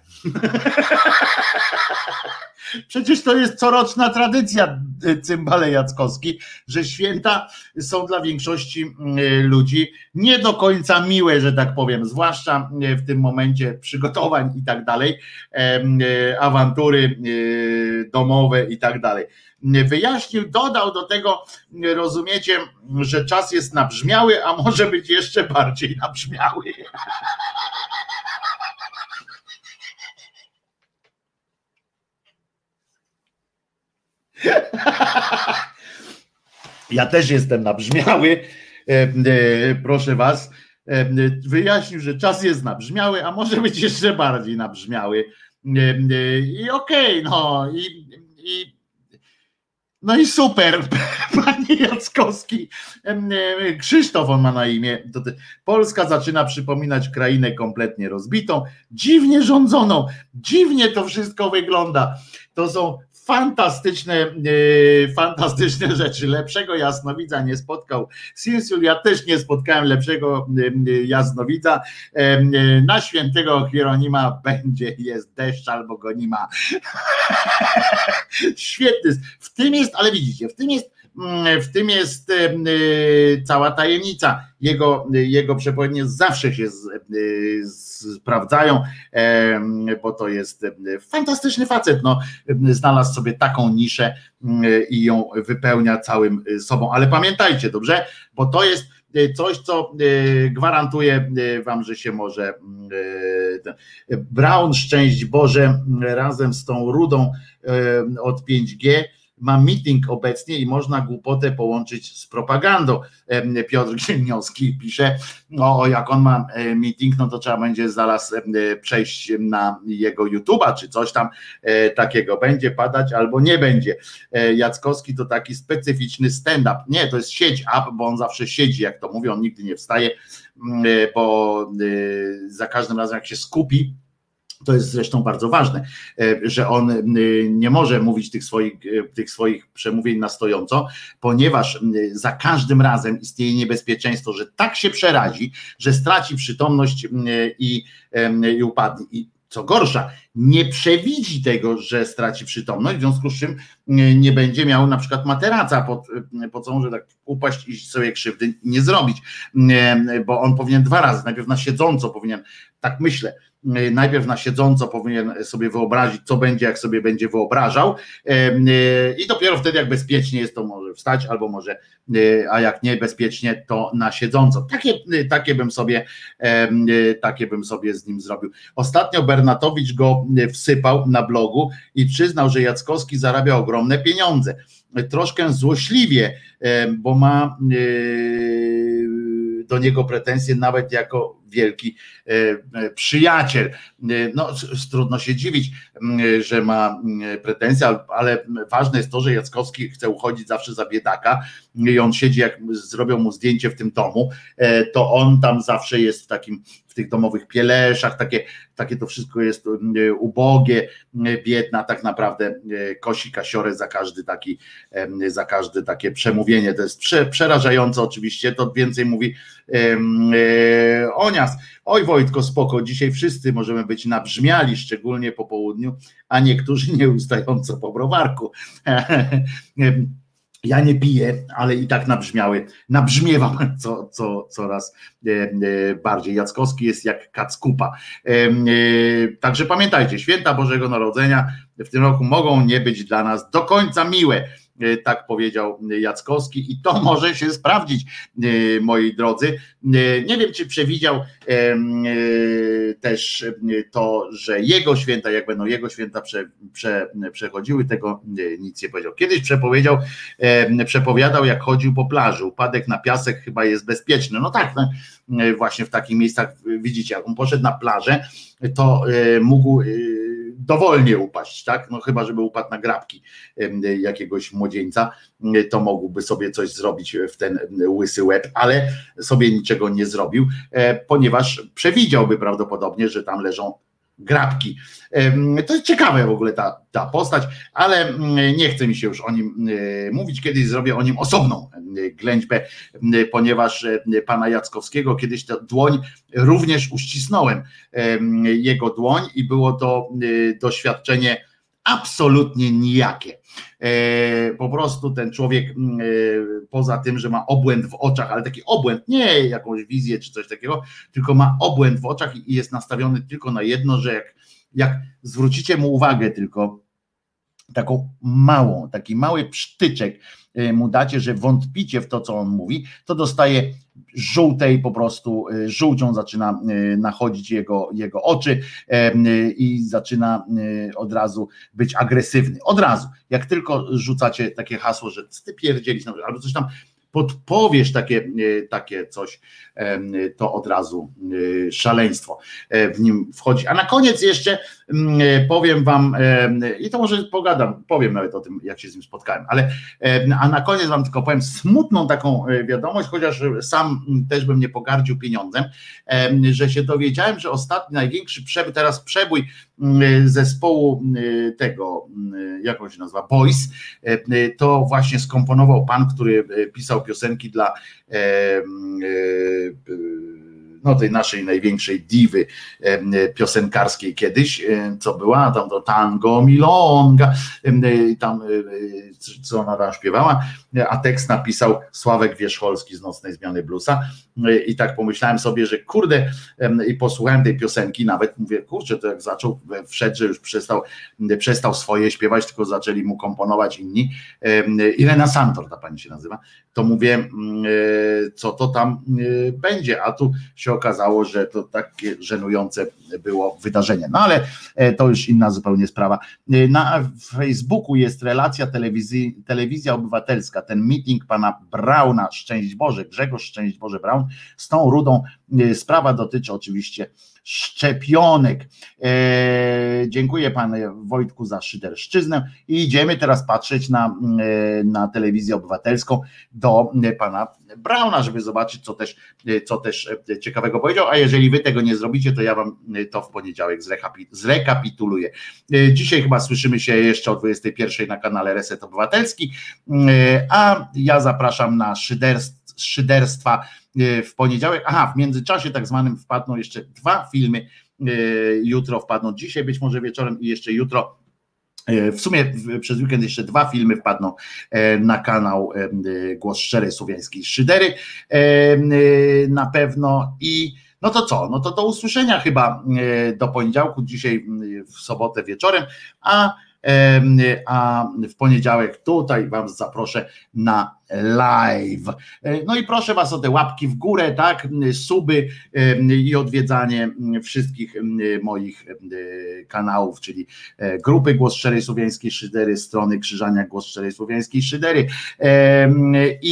Przecież to jest coroczna tradycja, Cymbale Jackowski, że święta są dla większości ludzi nie do końca miłe, że tak powiem, zwłaszcza w tym momencie przygotowań i tak dalej, awantury domowe i tak dalej. Wyjaśnił, dodał do tego, rozumiecie, że czas jest nabrzmiały, a może być jeszcze bardziej nabrzmiały. Ja też jestem nabrzmiały, proszę was, wyjaśnił, że czas jest nabrzmiały, a może być jeszcze bardziej nabrzmiały i okej, okay, no i, i no i super, panie Jackowski. Krzysztof on ma na imię. Polska zaczyna przypominać krainę kompletnie rozbitą, dziwnie rządzoną, dziwnie to wszystko wygląda. To są fantastyczne, fantastyczne rzeczy. Lepszego jasnowidza nie spotkał Sinsul, ja też nie spotkałem lepszego jasnowidza. Na świętego Hieronima będzie, jest deszcz albo go nie ma. Świetny. W tym jest, ale widzicie, w tym jest, w tym jest cała tajemnica. Jego, jego przepowiednie zawsze się z, z, sprawdzają, bo to jest fantastyczny facet. No, znalazł sobie taką niszę i ją wypełnia całym sobą. Ale pamiętajcie, dobrze, bo to jest coś, co gwarantuje wam, że się może Braun, szczęść Boże, razem z tą Rudą od pięć G ma meeting obecnie i można głupotę połączyć z propagandą. Piotr Księgnowski pisze, no jak on ma meeting, no to trzeba będzie zaraz przejść na jego YouTube'a, czy coś tam takiego będzie padać albo nie będzie. Jackowski to taki specyficzny stand-up. Nie, to jest siedź-up, bo on zawsze siedzi, jak to mówią, on nigdy nie wstaje, bo za każdym razem jak się skupi, to jest zresztą bardzo ważne, że on nie może mówić tych swoich, tych swoich przemówień na stojąco, ponieważ za każdym razem istnieje niebezpieczeństwo, że tak się przerazi, że straci przytomność i, i upadnie. I co gorsza, nie przewidzi tego, że straci przytomność, w związku z czym nie będzie miał na przykład materaca pod, pod co może tak upaść i sobie krzywdy nie zrobić, bo on powinien dwa razy, najpierw na siedząco powinien, tak myślę, najpierw na siedząco powinien sobie wyobrazić, co będzie, jak sobie będzie wyobrażał i dopiero wtedy, jak bezpiecznie jest, to może wstać, albo może, a jak nie bezpiecznie, to na siedząco. Takie, takie bym sobie takie bym sobie z nim zrobił. Ostatnio Bernatowicz go wsypał na blogu i przyznał, że Jackowski zarabia ogromne pieniądze. Troszkę złośliwie, bo ma do niego pretensje nawet jako wielki przyjaciel. No trudno się dziwić, że ma pretensje, ale ważne jest to, że Jackowski chce uchodzić zawsze za biedaka i on siedzi, jak zrobią mu zdjęcie w tym domu, to on tam zawsze jest w takim, w tych domowych pieleszach, takie, takie to wszystko jest ubogie, biedna, tak naprawdę kosi kasiorę za każdy taki, za każde takie przemówienie. To jest prze, przerażające oczywiście, to więcej mówi o nas. Oj Wojtko, spoko, dzisiaj wszyscy możemy być nabrzmiali, szczególnie po południu, a niektórzy nieustająco po browarku. Ja nie piję, ale i tak nabrzmiały, nabrzmiewam co, co, coraz bardziej. Jackowski jest jak kackupa. Także pamiętajcie, święta Bożego Narodzenia w tym roku mogą nie być dla nas do końca miłe. Tak powiedział Jackowski i to może się sprawdzić, moi drodzy. Nie wiem, czy przewidział też to, że jego święta, jak będą jego święta prze, prze, przechodziły, tego nic nie powiedział. Kiedyś przepowiedział, przepowiadał, jak chodził po plaży. Upadek na piasek chyba jest bezpieczny. No tak, no, właśnie w takich miejscach widzicie, jak on poszedł na plażę, to mógł dowolnie upaść, tak? No chyba, żeby upadł na grabki jakiegoś młodzieńca, to mógłby sobie coś zrobić w ten łysy łeb, ale sobie niczego nie zrobił, ponieważ przewidziałby prawdopodobnie, że tam leżą grabki. To jest ciekawe w ogóle ta, ta postać, ale nie chce mi się już o nim mówić. Kiedyś zrobię o nim osobną ględźbę, ponieważ pana Jackowskiego kiedyś tę dłoń również uścisnąłem, jego dłoń, i było to doświadczenie absolutnie nijakie. Po prostu ten człowiek, poza tym, że ma obłęd w oczach, ale taki obłęd, nie jakąś wizję czy coś takiego, tylko ma obłęd w oczach i jest nastawiony tylko na jedno, że jak, jak zwrócicie mu uwagę tylko, taką małą, taki mały psztyczek mu dacie, że wątpicie w to, co on mówi, to dostaje żółtej po prostu, żółcią zaczyna nachodzić jego, jego oczy i zaczyna od razu być agresywny. Od razu. Jak tylko rzucacie takie hasło, że ty pierdzielisz, albo coś tam podpowiesz takie, takie coś, to od razu szaleństwo w nim wchodzi. A na koniec jeszcze powiem wam, i to może pogadam, powiem nawet o tym, jak się z nim spotkałem, ale a na koniec wam tylko powiem smutną taką wiadomość, chociaż sam też bym nie pogardził pieniądzem, że się dowiedziałem, że ostatni, największy przebój, teraz przebój zespołu tego, jak on się nazywa, Boys, to właśnie skomponował pan, który pisał piosenki dla no tej naszej największej diwy piosenkarskiej kiedyś, co była, tam to tango milonga, tam co ona tam śpiewała, a tekst napisał Sławek Wierzcholski z Nocnej Zmiany Bluesa i tak pomyślałem sobie, że kurde, i posłuchałem tej piosenki, nawet mówię, kurczę, to jak zaczął, wszedł, że już przestał, przestał swoje śpiewać, tylko zaczęli mu komponować inni, Irena Santor, ta pani się nazywa, to mówię, co to tam będzie, a tu się okazało, że to takie żenujące było wydarzenie. No ale to już inna zupełnie sprawa. Na Facebooku jest relacja telewizji, telewizja obywatelska, ten meeting pana Brauna, szczęść Boże, Grzegorz szczęść Boże Braun, z tą rudą. Sprawa dotyczy oczywiście szczepionek. Eee, dziękuję panie Wojtku za szyderszczyznę i idziemy teraz patrzeć na, na telewizję obywatelską do pana Brauna, żeby zobaczyć, co też, co też ciekawego powiedział, a jeżeli wy tego nie zrobicie, to ja wam to w poniedziałek zrekapituluję. Dzisiaj chyba słyszymy się jeszcze o dwudziestej pierwszej na kanale Reset Obywatelski, a ja zapraszam na szyderstw, szyderstwa w poniedziałek. Aha, w międzyczasie tak zwanym wpadną jeszcze dwa filmy, jutro wpadną, dzisiaj być może wieczorem i jeszcze jutro, w sumie przez weekend jeszcze dwa filmy wpadną na kanał Głos Szczerej Słowiańskiej Szydery na pewno. I no to co, no to do usłyszenia chyba do poniedziałku, dzisiaj w sobotę wieczorem, a a w poniedziałek tutaj wam zaproszę na live. No i proszę was o te łapki w górę, tak, suby i odwiedzanie wszystkich moich kanałów, czyli grupy Głos Szczerej Słowiańskiej Szydery, strony Krzyżania Głos Szczerej Słowiańskiej Szydery i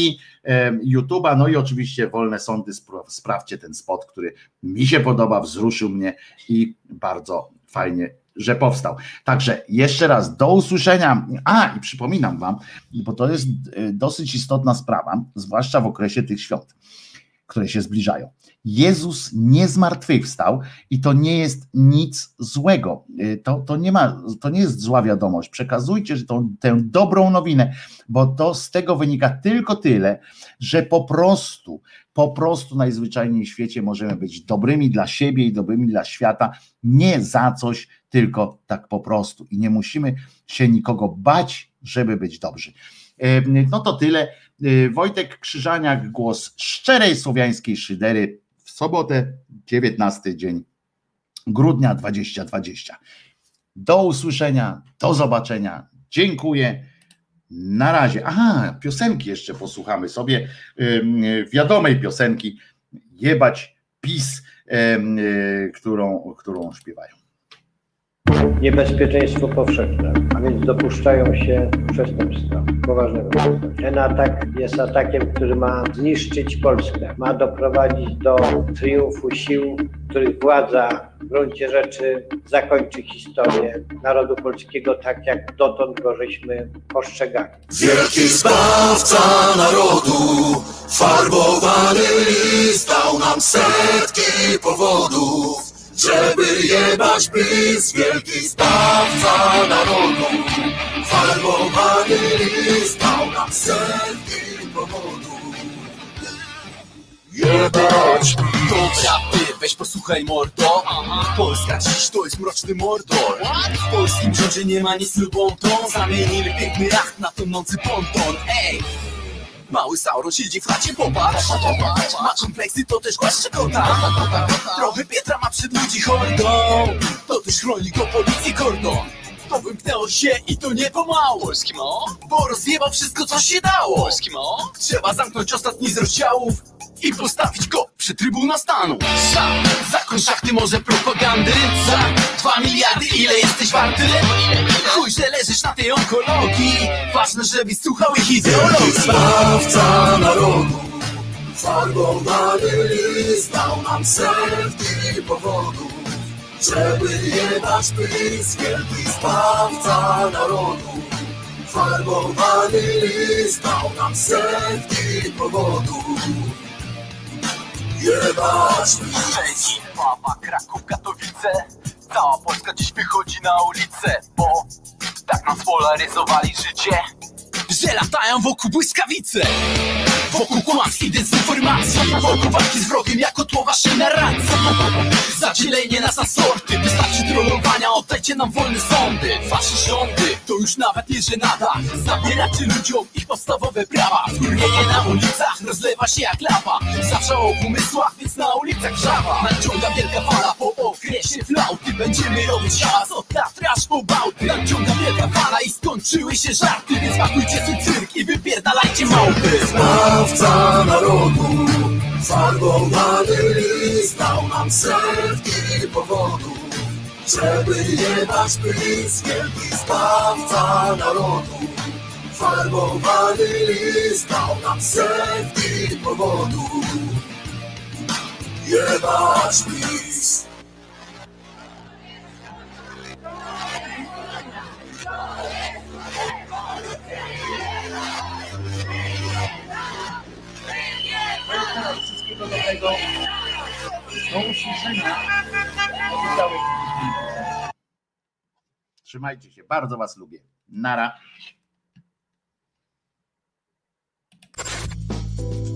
YouTube'a, no i oczywiście Wolne Sądy, sprawdźcie ten spot, który mi się podoba, wzruszył mnie i bardzo fajnie, że powstał. Także jeszcze raz do usłyszenia. A i przypominam wam, bo to jest dosyć istotna sprawa, zwłaszcza w okresie tych świąt, które się zbliżają. Jezus nie zmartwychwstał i to nie jest nic złego. To, to, nie ma, to nie jest zła wiadomość. Przekazujcie że tą, tę dobrą nowinę, bo to z tego wynika tylko tyle, że po prostu, po prostu najzwyczajniej w świecie możemy być dobrymi dla siebie i dobrymi dla świata, nie za coś, tylko tak po prostu. I nie musimy się nikogo bać, żeby być dobrzy. No to tyle. Wojtek Krzyżaniak, głos szczerej słowiańskiej szydery w sobotę, dziewiętnasty dzień grudnia dwa tysiące dwudziestego. Do usłyszenia, do zobaczenia. Dziękuję. Na razie. Aha, piosenki jeszcze posłuchamy sobie. Wiadomej piosenki Jebać PiS, którą, którą śpiewają. Niebezpieczeństwo powszechne, a więc dopuszczają się przestępstwa poważnego. Ten atak jest atakiem, który ma zniszczyć Polskę, ma doprowadzić do triumfu sił, których władza w gruncie rzeczy zakończy historię narodu polskiego tak, jak dotąd go żeśmy postrzegali. Wielki zbawca narodu, farbowany list dał nam setki powodów, żeby jebać PiS. Wielki zbawca narodu, farbowany list dał nam setki powodów. Jebać PiS. Dobra, ty, weź posłuchaj mordo. Polska dziś to jest mroczny mordor. W polskim rządzie nie ma nic lubą tą. Zamienili piękny jacht na tonący ponton. Ej! Mały Sauron siedzi w chacie, popatrz. Ma kompleksy, to też głaszcze kota. Trochę Pietra ma przed ludzi hordą. To też chroni go policji kordon. To wymknęło się i to nie pomału. Polski mo? Bo rozjebał wszystko, co się dało. Polski mo? Trzeba zamknąć ostatni z rozdziałów i postawić go przy Trybunał Stanu. Za, zakon szachty, może propagandy. Za dwa miliardy, ile jesteś warty? Chuj, że leżysz na tej onkologii. Ważne, żebyś słuchał ich ideologii. Zbawca narodu, farbowany list dał nam setki powodów, żeby jebać PiS. Wielki zbawca narodu, farbowany list dał nam setki powodów. Jebać PiS. Szczecin, Warszawa, Kraków, Katowice. Cała Polska dziś wychodzi na ulicę, bo tak nam spolaryzowali życie, że latają wokół błyskawice, wokół kłamstw i dezinformacji, wokół walki z wrogiem jako tło waszej narracji. Zadzielenie nas na sorty, wystarczy trollowania, oddajcie nam wolne sądy. Wasze rządy to już nawet nie żenada. Zabieracie ludziom ich podstawowe prawa. Wkurwienie na ulicach rozlewa się jak lawa. Zawsze o umysłach, więc na ulicach żawa. Nadciąga wielka fala po okresie flauty. Będziemy robić hałas od Tatry aż po Bałty. Nadciąga wielka fala i skończyły się żarty, więc pakujcie swój cyrk i wypierdalajcie małpy. Zbawca narodu, farbowany list dał nam setki powodów, żeby jebać PiS. Wielki zbawca narodu, farbowany list dał nam setki powodów. Jebać PiS. Wszystkiego dobrego. Do usłyszenia. Trzymajcie się, bardzo was lubię. Nara.